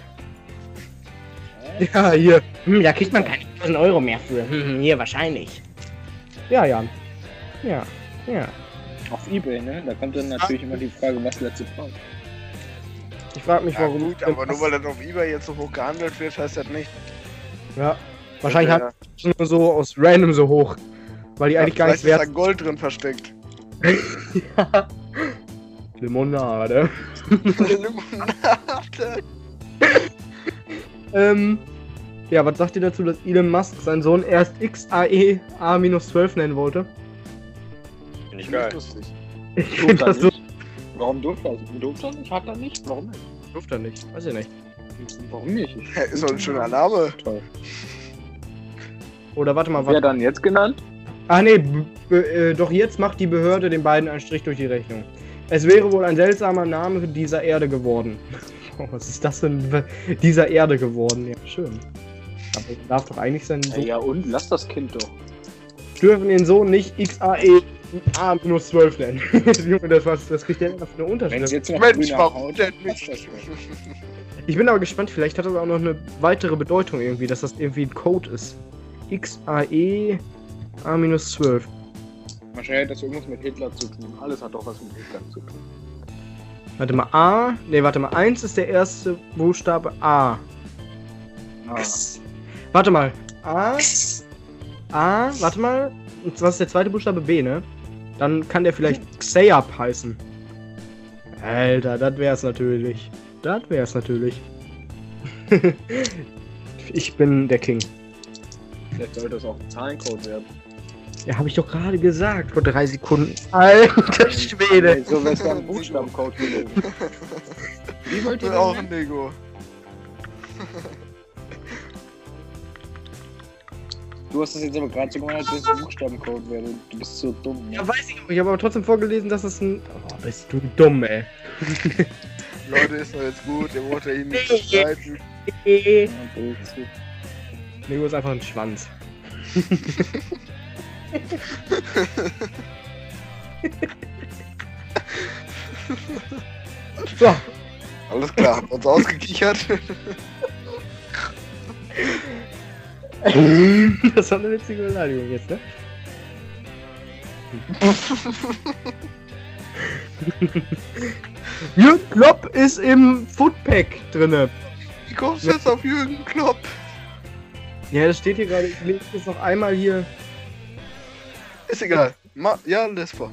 Speaker 2: Ja, hier. Da kriegt man keine 1000 Euro mehr für. Hier wahrscheinlich. Ja, Jan. Ja, ja.
Speaker 3: Auf eBay, ne? Da kommt dann natürlich immer die Frage, was letzte Frage.
Speaker 2: Ich frage mich,
Speaker 4: Ja
Speaker 2: warum.
Speaker 4: gut, aber nur weil das auf eBay jetzt so hoch gehandelt wird, heißt das nicht.
Speaker 2: Ja. Wahrscheinlich
Speaker 4: Ja,
Speaker 2: hat es nur so aus random so hoch. Weil die eigentlich gar nichts
Speaker 4: vielleicht ist
Speaker 2: wert
Speaker 4: da Gold drin versteckt.
Speaker 2: Ja. Limonade.
Speaker 4: Limonade.
Speaker 2: Ja, was sagt ihr dazu, dass Elon Musk seinen Sohn erst XAE A-12 nennen wollte?
Speaker 1: Finde ich
Speaker 4: Finde
Speaker 1: geil.
Speaker 4: ich lustig.
Speaker 2: Ich finde das so.
Speaker 3: Warum durfte er? Durfte er nicht? Hat er nicht? Warum nicht?
Speaker 2: Durfte er nicht. Weiß ich nicht.
Speaker 3: Warum nicht?
Speaker 4: Ist doch ein schöner Name.
Speaker 3: Toll.
Speaker 2: Oder warte mal,
Speaker 3: Wer
Speaker 2: was?
Speaker 3: dann jetzt genannt?
Speaker 2: Ah nee, doch jetzt macht die Behörde den beiden einen Strich durch die Rechnung. Es wäre wohl ein seltsamer Name dieser Erde geworden. Oh, was ist das denn? Dieser Erde geworden? Ja, schön. Aber darf doch eigentlich sein Sohn.
Speaker 3: Ja und? Lass das Kind doch.
Speaker 2: Dürfen den Sohn nicht XAE A-12 nennen. Junge, das kriegt der für eine
Speaker 3: Wenn
Speaker 2: Unterschied.
Speaker 3: es jetzt noch
Speaker 4: Mensch,
Speaker 3: grüne
Speaker 4: warum
Speaker 3: Haut
Speaker 4: denn
Speaker 3: hat,
Speaker 4: nicht?
Speaker 3: passt das schon.
Speaker 2: Ich bin aber gespannt, vielleicht hat das auch noch eine weitere Bedeutung irgendwie, dass das irgendwie ein Code ist. XAE A-12.
Speaker 3: Wahrscheinlich hat das irgendwas mit Hitler zu tun. Alles hat doch was mit Hitler zu tun.
Speaker 2: Warte mal, A. Ne, warte mal, 1 ist der erste Buchstabe A. Warte mal. A. Warte mal. Und was ist der zweite Buchstabe? B, ne? Dann kann der vielleicht Xayab heißen. Alter, das wär's natürlich. Das wär's natürlich. Ich bin der King.
Speaker 3: Vielleicht sollte das auch ein Zahlencode werden.
Speaker 2: Ja, habe ich doch gerade gesagt, vor 3 Sekunden. Alter Schwede.
Speaker 3: Nee, so wäre es ja ein Buchstabencode gewesen. Wie wollt
Speaker 4: Ich
Speaker 3: ihr
Speaker 4: bin auch
Speaker 3: das
Speaker 4: ein Nego.
Speaker 3: Du hast es jetzt aber gerade so gemeint, dass es ein Buchstabencode wäre. Du bist so dumm. Ne?
Speaker 2: Ja, weiß ich auch. Ich habe aber trotzdem vorgelesen, dass es ein... Oh, bist du dumm, ey.
Speaker 4: Leute, ist doch jetzt gut, ihr wollt ja ihn nicht streiten.
Speaker 2: Nee.
Speaker 3: Ja, Bullshit.
Speaker 2: Nego ist einfach ein Schwanz. So.
Speaker 4: Alles klar, habt uns ausgekichert.
Speaker 2: Das war eine witzige Beleidigung jetzt, ne? Jürgen Klopp ist im Footpack drinne.
Speaker 4: Wie kommst du jetzt auf Jürgen Klopp?
Speaker 2: Ja, das steht hier gerade. Ich lese jetzt noch einmal hier.
Speaker 4: Ist egal. Ja, les vor.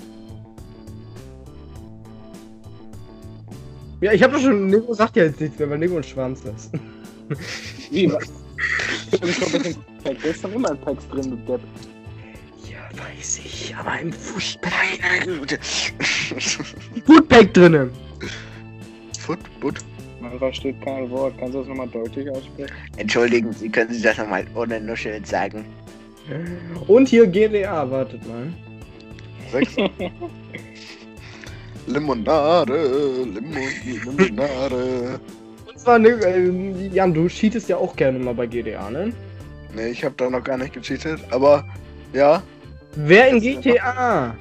Speaker 2: Ja, ich habe doch schon. Nego sagt ja jetzt nichts mehr, weil Nego ein Schwanz ist.
Speaker 3: Wie, was? Ich glaube, das ist ein Pack. Da ist doch immer ein Pack drin, du Depp.
Speaker 2: Ja, weiß ich, aber im Footpack. Footpack drinne.
Speaker 4: Foot.
Speaker 3: Man versteht kein Wort. Kannst du das nochmal deutlich aussprechen?
Speaker 6: Entschuldigen Sie, können Sie das nochmal ohne Nuscheln sagen?
Speaker 2: Und hier GDA, wartet mal.
Speaker 4: 6. Limonade.
Speaker 2: Und zwar, Jan, du cheatest ja auch gerne mal bei GDA, ne?
Speaker 4: Ne, ich habe da noch gar nicht gecheatet, aber ja.
Speaker 2: Wer in GTA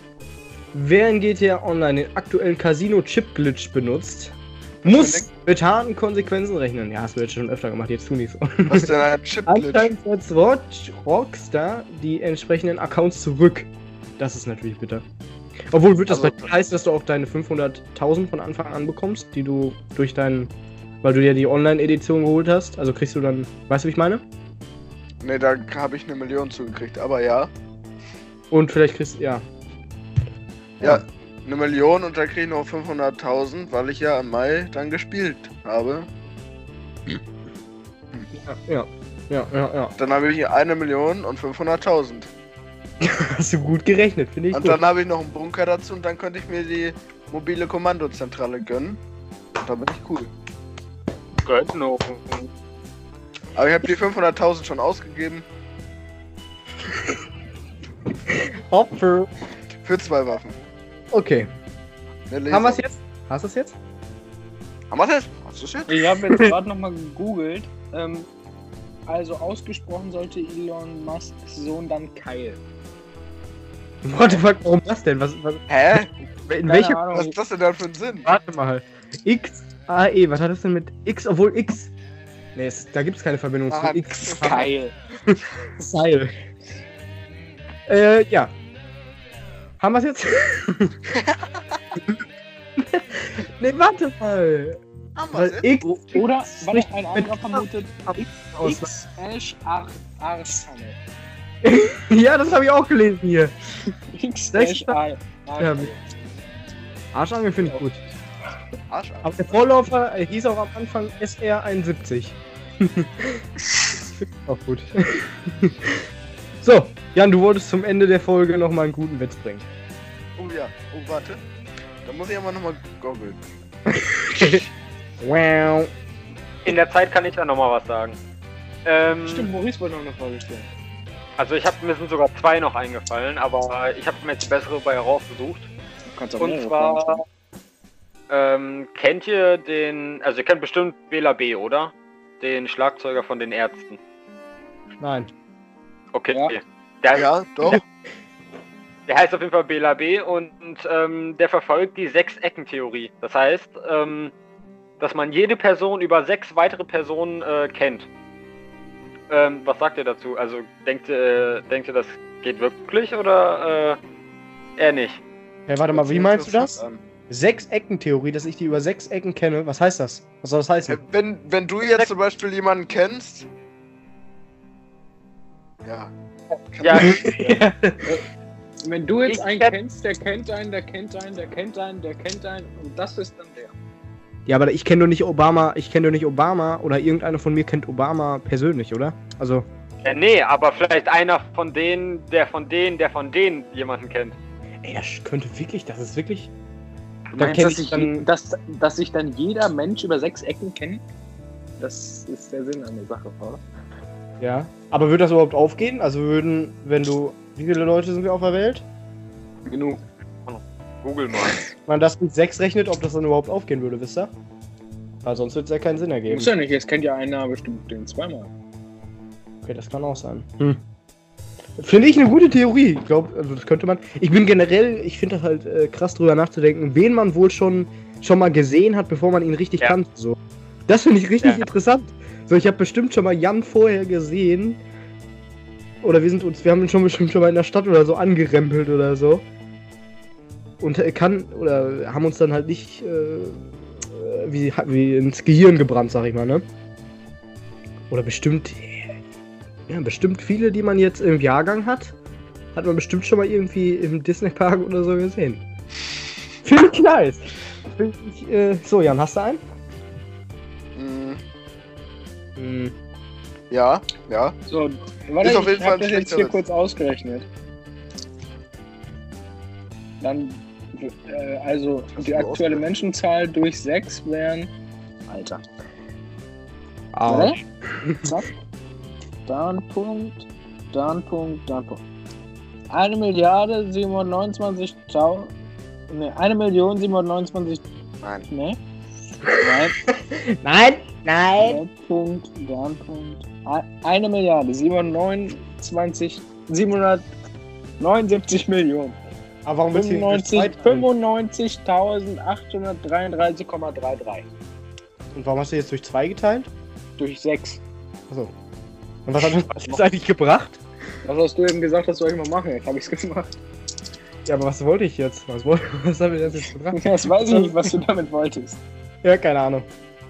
Speaker 2: Online den aktuellen Casino-Chip-Glitch benutzt, muss mit harten Konsequenzen rechnen. Ja, hast du jetzt schon öfter gemacht, jetzt tu nicht so.
Speaker 4: Was denn ein Chip-Glitch?
Speaker 2: Anscheinend setzt Rockstar die entsprechenden Accounts zurück. Das ist natürlich bitter. Obwohl, wird das
Speaker 4: Also-
Speaker 2: bei dir heißen, dass du auch deine 500.000 von Anfang an bekommst, die du durch weil du dir die Online-Edition geholt hast? Also kriegst du dann, weißt du, wie ich meine?
Speaker 4: Ne, da habe ich 1 Million zugekriegt, aber ja.
Speaker 2: Und vielleicht kriegst du, ja.
Speaker 4: Ja, 1 Million und da kriege ich noch 500.000, weil ich ja im Mai dann gespielt habe.
Speaker 2: Ja.
Speaker 4: Dann habe ich 1 Million und 500.000.
Speaker 2: Hast du gut gerechnet, finde ich
Speaker 4: Und
Speaker 2: gut.
Speaker 4: dann habe ich noch einen Bunker dazu und dann könnte ich mir die mobile Kommandozentrale gönnen. Und da bin ich cool.
Speaker 3: Gönnung.
Speaker 4: Aber ich habe die 500.000 schon ausgegeben
Speaker 2: Opfer.
Speaker 4: für 2 Waffen.
Speaker 2: Okay.
Speaker 4: Ne, Laser.
Speaker 2: Haben wir es jetzt? Hast du es jetzt?
Speaker 4: Haben wir es? Hast du es jetzt?
Speaker 3: Ich habe jetzt gerade nochmal gegoogelt. Also ausgesprochen sollte Elon Musks Sohn dann Kyle.
Speaker 2: What the fuck, warum das denn?
Speaker 4: Hä?
Speaker 2: In
Speaker 3: Keine
Speaker 2: welchem?
Speaker 3: Ahnung.
Speaker 4: Was ist das denn dann für ein Sinn?
Speaker 2: Warte mal. XAE, was hat das denn mit X, obwohl X? Ne, da gibt es keine Verbindung zu X.
Speaker 3: Kyle.
Speaker 2: Seil. Ja. Haben wir es jetzt? Ne, warte mal.
Speaker 4: Haben wir
Speaker 2: Weil
Speaker 4: es jetzt?
Speaker 2: X.
Speaker 3: Oder, weil ein anderer vermutet,
Speaker 2: aus.
Speaker 3: X-Arschanne.
Speaker 2: Ja, das habe ich auch gelesen hier.
Speaker 3: X-Arschanne.
Speaker 2: Arschangel finde ich gut.
Speaker 4: Arsch ab.
Speaker 2: Aber der Vorläufer hieß auch am Anfang SR71. Auch gut. So, Jan, du wolltest zum Ende der Folge nochmal einen guten Witz bringen.
Speaker 4: Oh ja. Oh, warte. Da muss ich aber nochmal goggeln.
Speaker 2: Wow.
Speaker 1: In der Zeit kann ich da nochmal was sagen.
Speaker 3: Stimmt, Maurice wollte noch eine Frage stellen.
Speaker 1: Also mir sind sogar 2 noch eingefallen, aber ich habe mir jetzt die bessere bei herausgesucht.
Speaker 3: Du kannst auch
Speaker 1: Und
Speaker 3: mehrere Fragen
Speaker 1: zwar,
Speaker 3: stellen.
Speaker 1: kennt ihr ihr kennt bestimmt Bela B., oder? Den Schlagzeuger von den Ärzten.
Speaker 2: Nein.
Speaker 1: Okay.
Speaker 3: Ja.
Speaker 4: Ja, doch.
Speaker 1: Der heißt auf jeden Fall Bela B. und der verfolgt die 6-Ecken-Theorie. Das heißt, dass man jede Person über 6 weitere Personen kennt. Was sagt ihr dazu? Also denkt ihr, das geht wirklich oder eher nicht?
Speaker 2: Hey, warte mal, wie meinst du das?
Speaker 4: An.
Speaker 2: 6-Ecken-Theorie, dass ich die über 6 Ecken kenne. Was heißt das? Was soll das heißen?
Speaker 4: Wenn du jetzt zum Beispiel jemanden kennst. Ja.
Speaker 1: Ja,
Speaker 3: Wenn du jetzt
Speaker 1: Ich
Speaker 3: einen
Speaker 1: kenn-
Speaker 3: kennst, der kennt einen, der kennt einen, der kennt einen, der kennt einen und das ist dann der.
Speaker 2: Ja, aber ich kenne doch nicht Obama oder irgendeiner von mir kennt Obama persönlich, oder? Also,
Speaker 1: Ja, nee, aber vielleicht einer von denen, der von denen jemanden kennt.
Speaker 2: Ey, das könnte wirklich, das ist wirklich.
Speaker 3: Du
Speaker 2: Da
Speaker 3: meinst,
Speaker 2: kenn
Speaker 3: dass
Speaker 2: ich
Speaker 3: sich,
Speaker 2: dann-
Speaker 3: dass sich dann jeder Mensch über 6 Ecken kennt? Das ist der Sinn an der Sache, oder?
Speaker 2: Ja. Aber würde das überhaupt aufgehen? Also wie viele Leute sind wir auf der Welt?
Speaker 3: Genug.
Speaker 1: Google mal.
Speaker 2: Wenn man das mit 6 rechnet, ob das dann überhaupt aufgehen würde, wisst ihr? Weil sonst wird es ja keinen Sinn ergeben.
Speaker 3: Muss ja nicht, jetzt kennt ja einer bestimmt den zweimal.
Speaker 2: Okay, das kann auch sein. Finde ich eine gute Theorie. Ich glaube, also das könnte man. Ich finde das halt krass drüber nachzudenken, wen man wohl schon mal gesehen hat, bevor man ihn richtig
Speaker 1: Ja.
Speaker 2: kannte. So. Das finde ich richtig
Speaker 1: Ja.
Speaker 2: interessant. So, ich habe bestimmt schon mal Jan vorher gesehen. Oder wir haben ihn schon bestimmt schon mal in der Stadt oder so angerempelt oder so. Und haben uns dann halt nicht wie ins Gehirn gebrannt, sag ich mal, ne? Oder bestimmt viele, die man jetzt im Jahrgang hat man bestimmt schon mal irgendwie im Disney-Park oder so gesehen. Finde ich nice. So, Jan, hast du einen?
Speaker 4: Ja.
Speaker 3: So, warte,
Speaker 4: Ist auf jeden
Speaker 3: ich
Speaker 4: Fall
Speaker 3: hab
Speaker 4: ein
Speaker 3: das jetzt hier
Speaker 4: schlechteres.
Speaker 3: kurz ausgerechnet. Dann, also die aktuelle Menschenzahl durch 6 wären... Alter.
Speaker 2: Arsch.
Speaker 3: Zack. Dann Punkt. 1 Milliarde 729.000. Ne, 1.729.000.
Speaker 6: Mann.
Speaker 3: Ne?
Speaker 2: Nein!
Speaker 3: Nein. Punkt. 1 Milliarde 779 Millionen.
Speaker 2: Aber warum willst du ihn durch zwei teilen?
Speaker 3: 95.833,33
Speaker 2: Und warum hast du jetzt durch 2 geteilt?
Speaker 3: durch 6.
Speaker 2: Achso. Und was hat das jetzt eigentlich gebracht?
Speaker 3: Das hast du eben gesagt, das soll ich mal machen. Jetzt habe ich es gemacht.
Speaker 2: Ja, aber was wollte ich jetzt? Was hat mir das jetzt gebracht?
Speaker 3: Das weiß ich nicht, was du damit wolltest.
Speaker 2: Ja, keine Ahnung.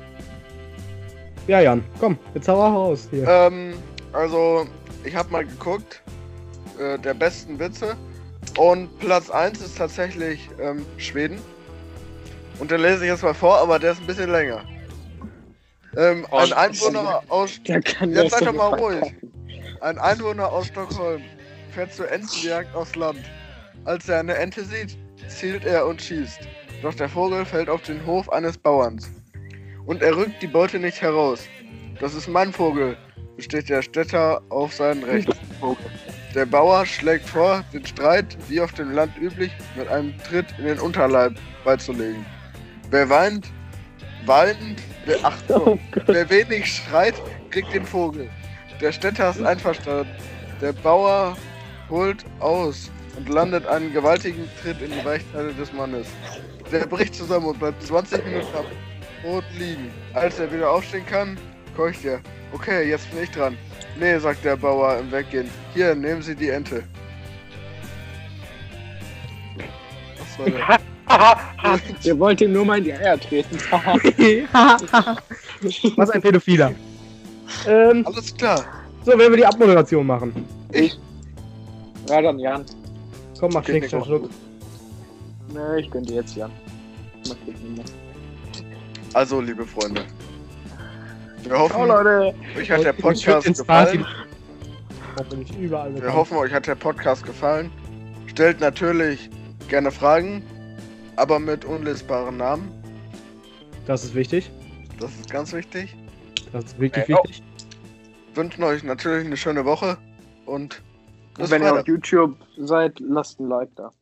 Speaker 2: Ja, Jan, komm, jetzt hau raus hier.
Speaker 4: Also, ich habe mal geguckt, der besten Witze. Und Platz 1 ist tatsächlich Schweden. Und den lese ich jetzt mal vor, aber der ist ein bisschen länger. Ein Einwohner aus...
Speaker 3: Der kann
Speaker 4: Jetzt
Speaker 3: das
Speaker 4: seid doch
Speaker 3: doch
Speaker 4: mal
Speaker 3: nicht
Speaker 4: ruhig.
Speaker 3: verkacken.
Speaker 4: Ein Einwohner aus Stockholm fährt zur Entenjagd aufs Land. Als er eine Ente sieht, zielt er und schießt. Doch der Vogel fällt auf den Hof eines Bauerns. Und er rückt die Beute nicht heraus. Das ist mein Vogel, besteht der Städter auf sein Recht. Der Bauer schlägt vor, den Streit, wie auf dem Land üblich, mit einem Tritt in den Unterleib beizulegen. Wer weint, wer wenig schreit, kriegt den Vogel. Der Städter ist einverstanden. Der Bauer holt aus und landet einen gewaltigen Tritt in die Weichteile des Mannes. Der bricht zusammen und bleibt 20 Minuten am Boden liegen. Als er wieder aufstehen kann, keucht er. Okay, jetzt bin ich dran. Nee, sagt der Bauer im Weggehen. Hier, nehmen Sie die Ente. Was war das?
Speaker 3: Ihr wollt ihm nur mal in die Eier treten.
Speaker 2: Was ein Pädophiler.
Speaker 4: Alles klar.
Speaker 2: So, wenn wir die Abmoderation machen.
Speaker 3: Ja, dann Jan.
Speaker 2: Komm, mach
Speaker 4: Geht
Speaker 2: Knick,
Speaker 4: nicht
Speaker 2: Schnack,
Speaker 4: auch
Speaker 2: Schnuck.
Speaker 3: Ne, ich könnte jetzt Jan. Mach das nicht mehr.
Speaker 4: Also, liebe Freunde. Wir hoffen,
Speaker 3: Oh Leute.
Speaker 4: euch hat der
Speaker 2: Ich würd
Speaker 4: Podcast
Speaker 2: ins Party-
Speaker 4: gefallen.
Speaker 2: Auch wenn ich überall
Speaker 4: Wir hoffen, euch hat der Podcast gefallen. Stellt natürlich gerne Fragen, aber mit unlesbaren Namen.
Speaker 2: Das ist wichtig.
Speaker 4: Das ist ganz wichtig.
Speaker 2: Das ist wirklich
Speaker 1: Ja.
Speaker 2: wichtig.
Speaker 4: Wünschen euch natürlich eine schöne Woche und bis
Speaker 3: Und wenn ihr
Speaker 4: Freitag.
Speaker 3: auf YouTube seid, lasst ein Like da.